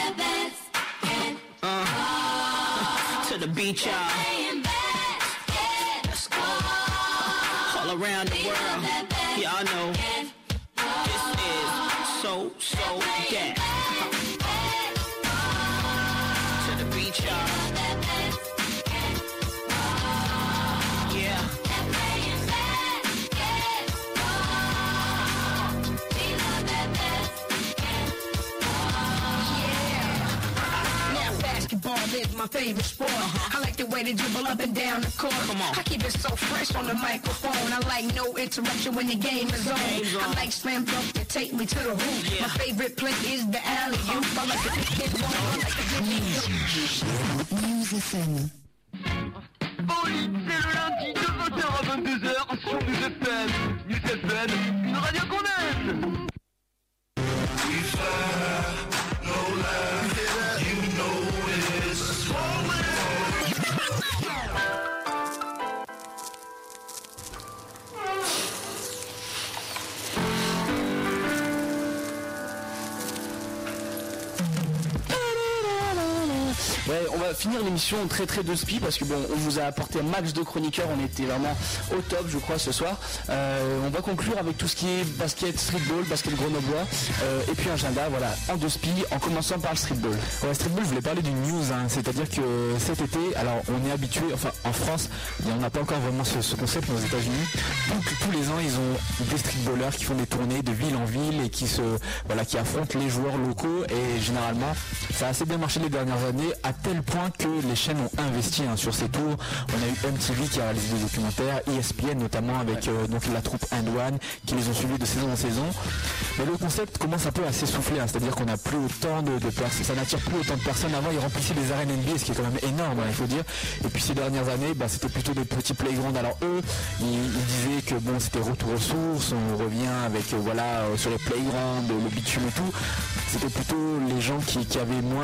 To the beach, y'all. All around the world. Y'all know. This is so yeah. To the beach, y'all. Yeah. Basketball is my favorite sport. I like the way they dribble up and down the court. I keep it so fresh on the microphone. I like no interruption when the game is on. I like slam dunk to take me to the hoop. My favorite play is the alley-oop. I like the pick and roll. I like the Musicien. Pauline, c'est le lundi de 20h à 22h sur News FM. News FM, une radio qu'on aime. Ouais, on va finir l'émission très de spi parce que bon, on vous a apporté un max de chroniqueurs, on était vraiment au top je crois ce soir. On va conclure avec tout ce qui est basket streetball, basket grenoblois et puis agenda, voilà, en deux spi, en commençant par le streetball. Ouais, streetball, je voulais parler d'une news, c'est-à-dire que cet été, alors on est habitué, enfin en France, on n'a pas encore vraiment ce concept, mais aux États-Unis, tous les ans ils ont des streetballers qui font des tournées de ville en ville et qui affrontent les joueurs locaux, et généralement ça a assez bien marché les dernières années, à tel point que les chaînes ont investi sur ces tours. On a eu MTV qui a réalisé des documentaires, ESPN notamment avec donc la troupe And One qui les ont suivis de saison en saison. Mais le concept commence un peu à s'essouffler, c'est-à-dire qu'on n'a plus autant de personnes, ça n'attire plus autant de personnes. Avant ils remplissaient les arènes NBA, ce qui est quand même énorme, il faut dire. Et puis ces dernières années, c'était plutôt des petits playgrounds. Alors eux, ils disaient que bon, c'était retour aux sources, on revient avec sur les playgrounds, le bitume et tout. C'était plutôt les gens qui avaient moins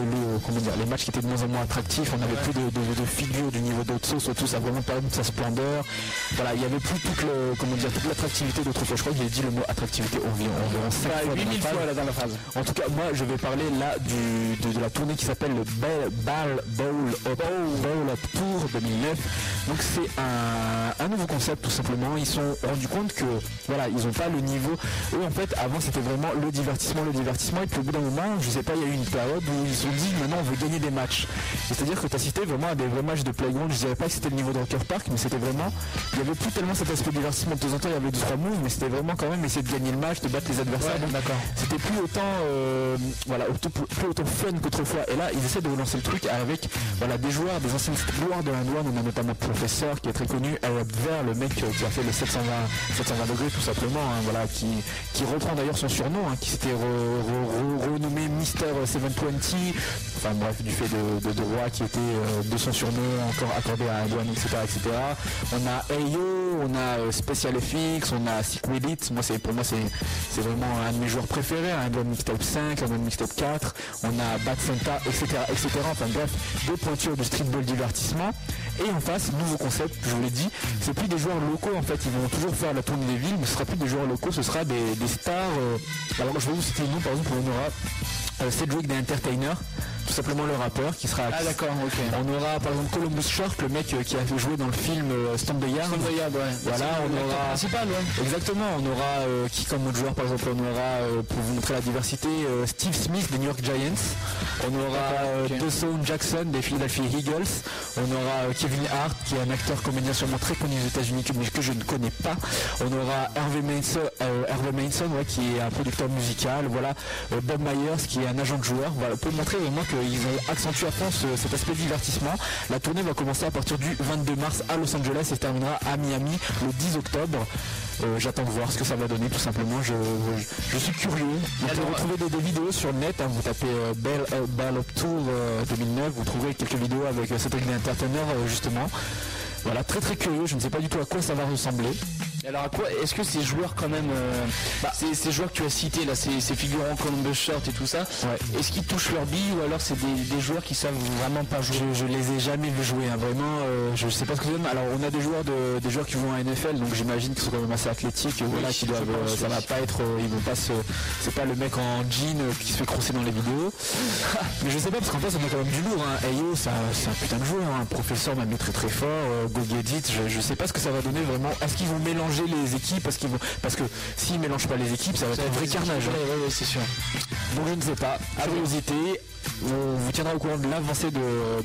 les matchs qui étaient de moins en moins attractifs. On n'avait plus de figures du niveau d'Otso, surtout ça a vraiment perdu de sa splendeur. Voilà, il y avait plus toute l'attractivité d'autrefois. Je crois que j'ai dit le mot attractivité environ 5 fois 8000 fois là dans la phrase. En tout cas, moi je vais parler là de la tournée qui s'appelle le Ball Bowl Up Tour 2009. Donc c'est un nouveau concept tout simplement. Ils se sont rendus compte que voilà, ils n'ont pas le niveau. Eux en fait avant c'était vraiment le divertissement, et puis au bout d'un moment, je sais pas, il y a eu une période où ils se sont dit maintenant on veut gagner des matchs. C'est-à-dire que tu as cité vraiment à des vrais matchs de playground. Je dirais pas que c'était le niveau de Rocker Park, mais c'était vraiment, il y avait plus tellement cet aspect divertissement. De temps en temps il y avait 2-3 moves, mais c'était vraiment quand même essayer de gagner le match, de battre les adversaires. Ouais, d'accord. C'était plus autant plus autant fun qu'autrefois. Et là ils essaient de relancer le truc avec des joueurs, des anciens gloires de Hand One. On a notamment Professeur qui est très connu, Arab Ver, le mec qui a fait les 720 degrés tout simplement, qui reprend d'ailleurs son surnom, qui s'était renommé Mister 720, enfin bref, du fait de Roy qui était de son surnom encore accordé à Hand One, etc. On a Ayo, on a Special FX, on a Sick With It. Pour moi c'est vraiment un de mes joueurs préférés, Hand One Mixtape 5, Hand One Mixtape 4, on a Bad Santa, etc. Enfin bref, deux pointures de streetball divertissement. Et en face, nouveau concept, je vous l'ai dit, c'est plus des joueurs locaux en fait, ils vont toujours faire la tournée des villes, mais ce sera plus des joueurs locaux, ce sera des stars. Alors je vais vous citer le nom, par exemple on aura Cedric the Entertainer, tout simplement le rappeur qui sera. Ah d'accord, ok. On aura par exemple Columbus Short, le mec qui a joué dans le film Stand the Yard. Stand the Yard, ouais. Voilà, on aura. Principal, ouais. Exactement, on aura qui comme autre joueur par exemple, on aura pour vous montrer la diversité Steve Smith des New York Giants. On aura Dawson Jackson des Philadelphia Eagles. On aura Kevin Hart qui est un acteur comédien sûrement très connu aux États-Unis mais que je ne connais pas. On aura Harvey Mason ouais, qui est un producteur musical. Voilà, Bob Myers qui est un agent de joueur. Voilà, pour montrer vraiment qu'ils ont accentué à fond cet aspect divertissement. La tournée va commencer à partir du 22 mars à Los Angeles et se terminera à Miami le 10 octobre. J'attends de voir ce que ça va donner tout simplement. Je suis curieux. Vous pouvez retrouver des vidéos sur le net. Hein, vous tapez Ball Up Tour 2009. Vous trouverez quelques vidéos avec Cedric the Entertainer justement. Voilà, très très curieux. Je ne sais pas du tout à quoi ça va ressembler. Alors à quoi est-ce que ces joueurs quand même ces joueurs que tu as cités là, ces figurants Columbus Short et tout ça, ouais. Est-ce qu'ils touchent leur bille ou alors c'est des joueurs qui savent vraiment pas jouer? Je les ai jamais vus jouer, hein, vraiment je sais pas ce que ça donne. Alors on a des joueurs qui vont à NFL, donc j'imagine qu'ils sont quand même assez athlétiques, voilà, qui doivent ça va pas être ils vont pas c'est pas le mec en jean qui se fait crosser dans les vidéos. Mais je sais pas parce qu'en fait on a quand même du lourd, hein. Ayo c'est un putain de joueur, hein. Un professeur même très très fort, Go Get It, je sais pas ce que ça va donner vraiment. Est-ce qu'ils vont mélanger les équipes parce que s'ils mélangent pas les équipes ça va être un vrai carnage. Ouais, c'est sûr. Donc je ne sais pas. Curiosité. On vous tiendra au courant de l'avancée de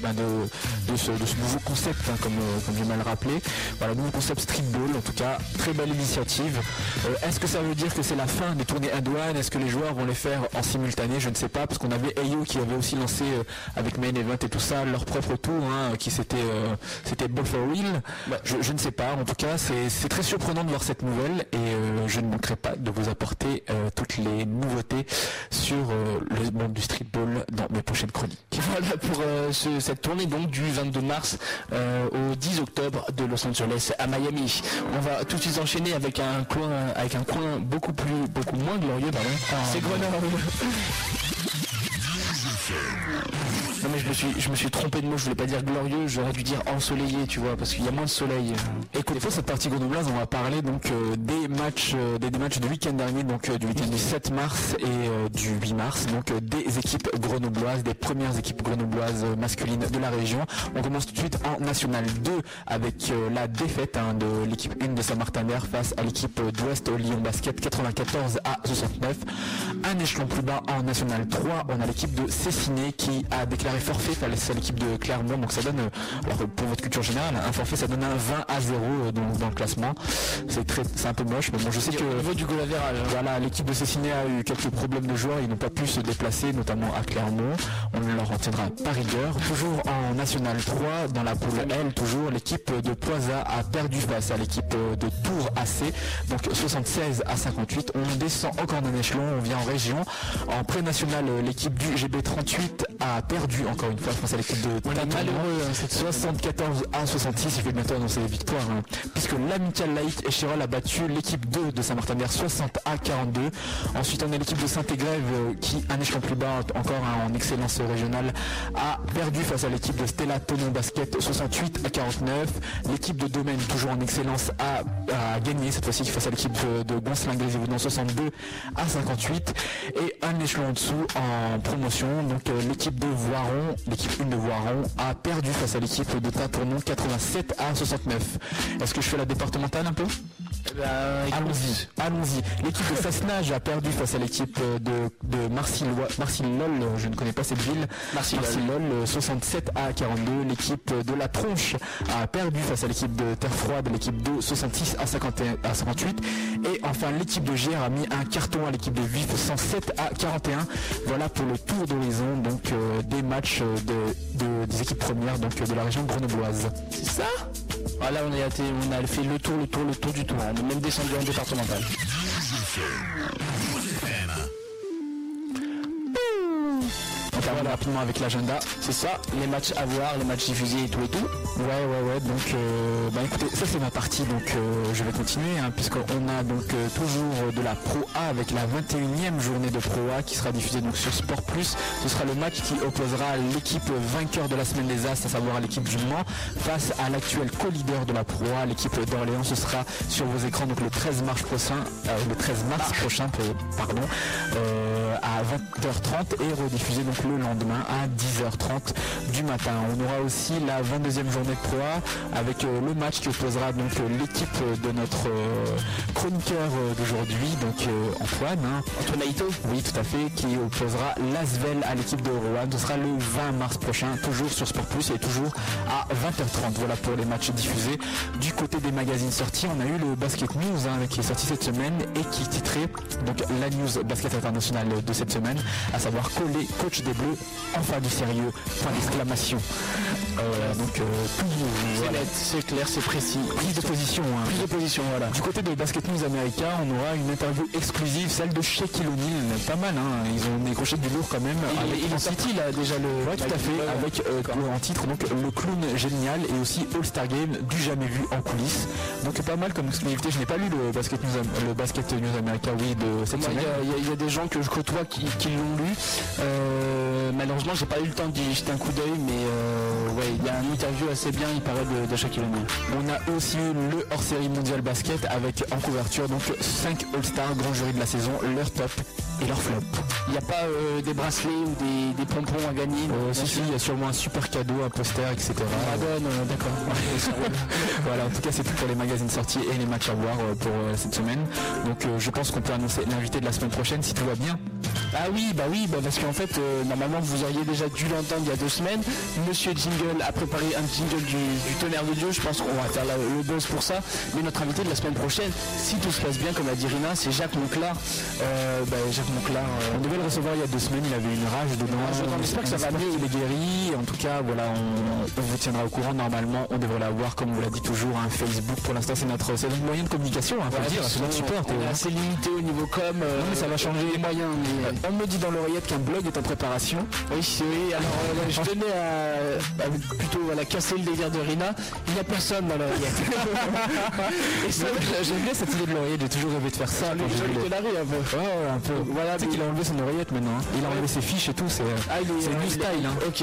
ce nouveau concept, hein, comme j'ai mal rappelé. Voilà, nouveau concept streetball, en tout cas, très belle initiative. Est-ce que ça veut dire que c'est la fin des tournées N1? Est-ce que les joueurs vont les faire en simultané? Je ne sais pas, parce qu'on avait Ayo qui avait aussi lancé avec Main Event et tout ça, leur propre tour, hein, qui c'était Ball for Real. Ouais. Je ne sais pas, en tout cas, c'est très surprenant de voir cette nouvelle et je ne manquerai pas de vous apporter toutes les nouveautés sur le monde du streetball dans mes prochaines chroniques. Voilà pour cette tournée donc du 22 mars au 10 octobre de Los Angeles à Miami. On va tout de suite enchaîner avec un coin beaucoup moins glorieux, pardon. C'est Grenoble. Non mais je me suis trompé de mot, je voulais pas dire glorieux, j'aurais dû dire ensoleillé, tu vois, parce qu'il y a moins de soleil. Écoute, pour cette partie grenobloise, on va parler donc des matchs du week-end dernier, donc du week-end du 7 mars et du 8 mars, donc des équipes grenobloises, des premières équipes grenobloises masculines de la région. On commence tout de suite en National 2 avec la défaite de l'équipe 1 de Saint-Martin-Vert face à l'équipe d'Ouest au Lyon Basket 94 à 69. Un échelon plus bas en National 3, on a l'équipe de Cessiné qui a déclaré forfait face à l'équipe de Clermont, donc ça donne, alors pour votre culture générale, un forfait ça donne un 20-0 dans le classement. C'est un peu moche, mais bon, je sais que au niveau du goal average, voilà, l'équipe de Cessiné a eu quelques problèmes de joueurs, ils n'ont pas pu se déplacer, notamment à Clermont. On leur en tiendra par rigueur. Toujours en National 3, dans la poule L, toujours l'équipe de Poisa a perdu face à l'équipe de Tours AC, donc 76 à 58. On descend encore d'un échelon, on vient en région. En pré-national, l'équipe du GB38 a perdu encore une fois face à l'équipe de malheureux, 74 à 66. Il fait bientôt annoncer les victoires, hein, puisque l'Amical Light et Chirol a battu l'équipe 2 de Saint-Martin-Vert 60 à 42. Ensuite on a l'équipe de Saint-Égrève qui, un échelon plus bas encore, hein, en excellence régionale, a perdu face à l'équipe de Stella Tonon Basket 68 à 49. L'équipe de Domaine, toujours en excellence, a gagné cette fois-ci face à l'équipe de Gonslin-Grésivaudan 62 à 58. Et un échelon en dessous en promotion, donc l'équipe de Voiron, l'équipe 1 de Voiron a perdu face à l'équipe de Tintournon 87 à 69. Est-ce que je fais la départementale un peu? Allons-y. L'équipe de Sassenage a perdu face à l'équipe de Marcilol, je ne connais pas cette ville. Marcilol 67 à 42. L'équipe de La Tronche a perdu face à l'équipe de Terre Froide, l'équipe de 66 à 58. Et enfin l'équipe de GR a mis un carton à l'équipe de Vif 107 à 41. Voilà pour le tour d'horizon donc des matchs des équipes premières donc de la région grenobloise. C'est ça? Ah là on a fait le tour du tour, on est même descendu en départemental. On termine rapidement avec l'agenda. C'est ça, les matchs à voir, les matchs diffusés et tout et tout. Ouais. Donc, écoutez, ça c'est ma partie. Donc, je vais continuer, hein, puisqu'on a donc toujours de la Pro A avec la 21e journée de Pro A qui sera diffusée donc sur Sport Plus. Ce sera le match qui opposera l'équipe vainqueur de la semaine des As, à savoir l'équipe du Mans, face à l'actuel co-leader de la Pro A, l'équipe d'Orléans. Ce sera sur vos écrans donc le 13 mars prochain, à 20h30 et rediffusé donc le lendemain demain à 10h30 du matin. On aura aussi la 22e journée de Pro A avec le match qui opposera donc l'équipe de notre chroniqueur d'aujourd'hui, donc Antoine Naito. Oui, tout à fait, qui opposera l'Asvel à l'équipe de Rouen. Ce sera le 20 mars prochain, toujours sur Sport Plus et toujours à 20h30. Voilà pour les matchs diffusés. Du côté des magazines sortis, on a eu le Basket News qui est sorti cette semaine et qui titrait donc la news basket internationale de cette semaine, à savoir Collet, coach des Bleus, enfin du sérieux, point d'exclamation. Voilà. C'est clair, c'est précis. Prise de position. Prise de position, voilà. Du côté de Basket News America, on aura une interview exclusive, celle de Shaquille O'Neal. Pas mal, ils ont décroché du lourd quand même. Il est sorti là déjà le. Ouais, tout à fait, avec en titre donc le clown génial et aussi All-Star Game du jamais vu en coulisses. Donc pas mal comme exclusivité. Je n'ai pas lu le Basket News America, de cette semaine. Il y a des gens que je côtoie qui l'ont lu. Malheureusement, j'ai pas eu le temps d'y jeter un coup d'œil, mais il y a une interview assez bien, il paraît, de Shaquille O'Neal. On a aussi eu le hors-série mondial basket avec en couverture donc 5 All-Stars, grand jury de la saison, leur top et leur flop. Il n'y a pas des bracelets ou des pompons à gagner? Si, il y a sûrement un super cadeau, un poster, etc. D'accord. Voilà, en tout cas c'est tout pour les magazines sortis et les matchs à voir pour cette semaine. Donc je pense qu'on peut annoncer l'invité de la semaine prochaine si tout va bien. Ah oui, parce qu'en fait, normalement vous auriez déjà dû l'entendre il y a 2 semaines. Monsieur Jingle a préparé un jingle du tonnerre de Dieu, je pense qu'on va faire le buzz pour ça. Mais notre invité de la semaine prochaine, si tout se passe bien, comme a dit Rina, c'est Jacques Monclar. Jacques Monclar, on devait le recevoir il y a 2 semaines, il avait une rage dedans. J'espère que ça va mieux. Il est guéri. En tout cas, voilà, on vous tiendra au courant. Normalement, on devrait l'avoir, comme on vous l'a dit toujours, un Facebook. Pour l'instant, c'est notre moyen de communication, faut dire. C'est notre support. On est assez limité au niveau com. Non, mais ça va changer les moyens. On me dit dans l'oreillette qu'un blog est en préparation. Oui, alors je tenais à casser le délire de Rina. Il n'y a personne dans l'oreillette. Et ça, j'aime bien cette idée de l'oreillette, j'ai toujours rêvé de faire ça. Un peu. Voilà, tu sais qu'il a enlevé son oreillette maintenant. Il a enlevé ses fiches et tout, c'est new style. Ok,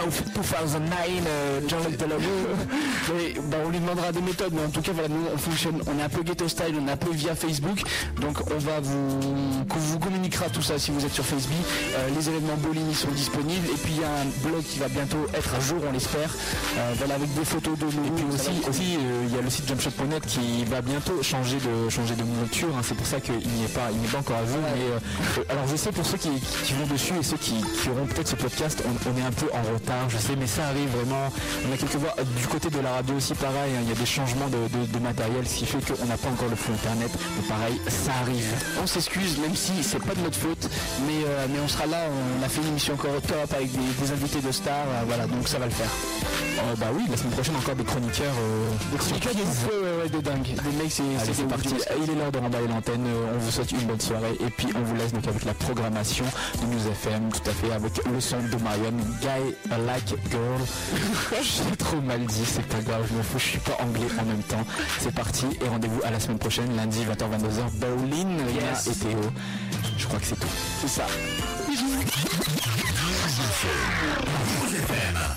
2009, Jean-Luc Delarue. On lui demandera des méthodes, mais en tout cas, voilà, nous on fonctionne. On est un peu ghetto style, on est un peu via Facebook. Donc on va vous communiquera tout ça si vous êtes sur Facebook. Les événements bowling sont disponibles. Et puis il y a un blog qui va bientôt être à jour, on l'espère. Avec des photos de nous. Et puis aussi il y a le site jumpshot.net qui va bientôt changer de mouture. C'est pour ça qu'il n'est pas encore à jour. Mais alors je sais pour ceux qui vont dessus et ceux qui auront peut-être ce podcast, on est un peu en retard, je sais, mais ça arrive vraiment. On a quelques voix du côté de la radio aussi, pareil. Il y a des changements de matériel, ce qui fait qu'on n'a pas encore le flux internet. Mais pareil, ça arrive. On s'excuse, même si c'est pas de notre faute, mais on sera là. On a fait une émission encore au top avec des invités de stars, donc ça va le faire. Oui, la semaine prochaine encore des chroniqueurs. Des chroniqueurs de dingue. Des mecs, c'est parti. Il est l'heure de remballer l'antenne. On vous souhaite une bonne soirée et puis on vous laisse donc avec la programmation de News FM, tout à fait, avec le son de Marion, Guy Like Girl. J'ai trop mal dit, c'est pas grave, je m'en fous, je suis pas anglais en même temps. C'est parti et rendez-vous à la semaine prochaine, lundi 20h-22h, Bowling, Rina et Théo. Je crois que c'est tout. C'est ça.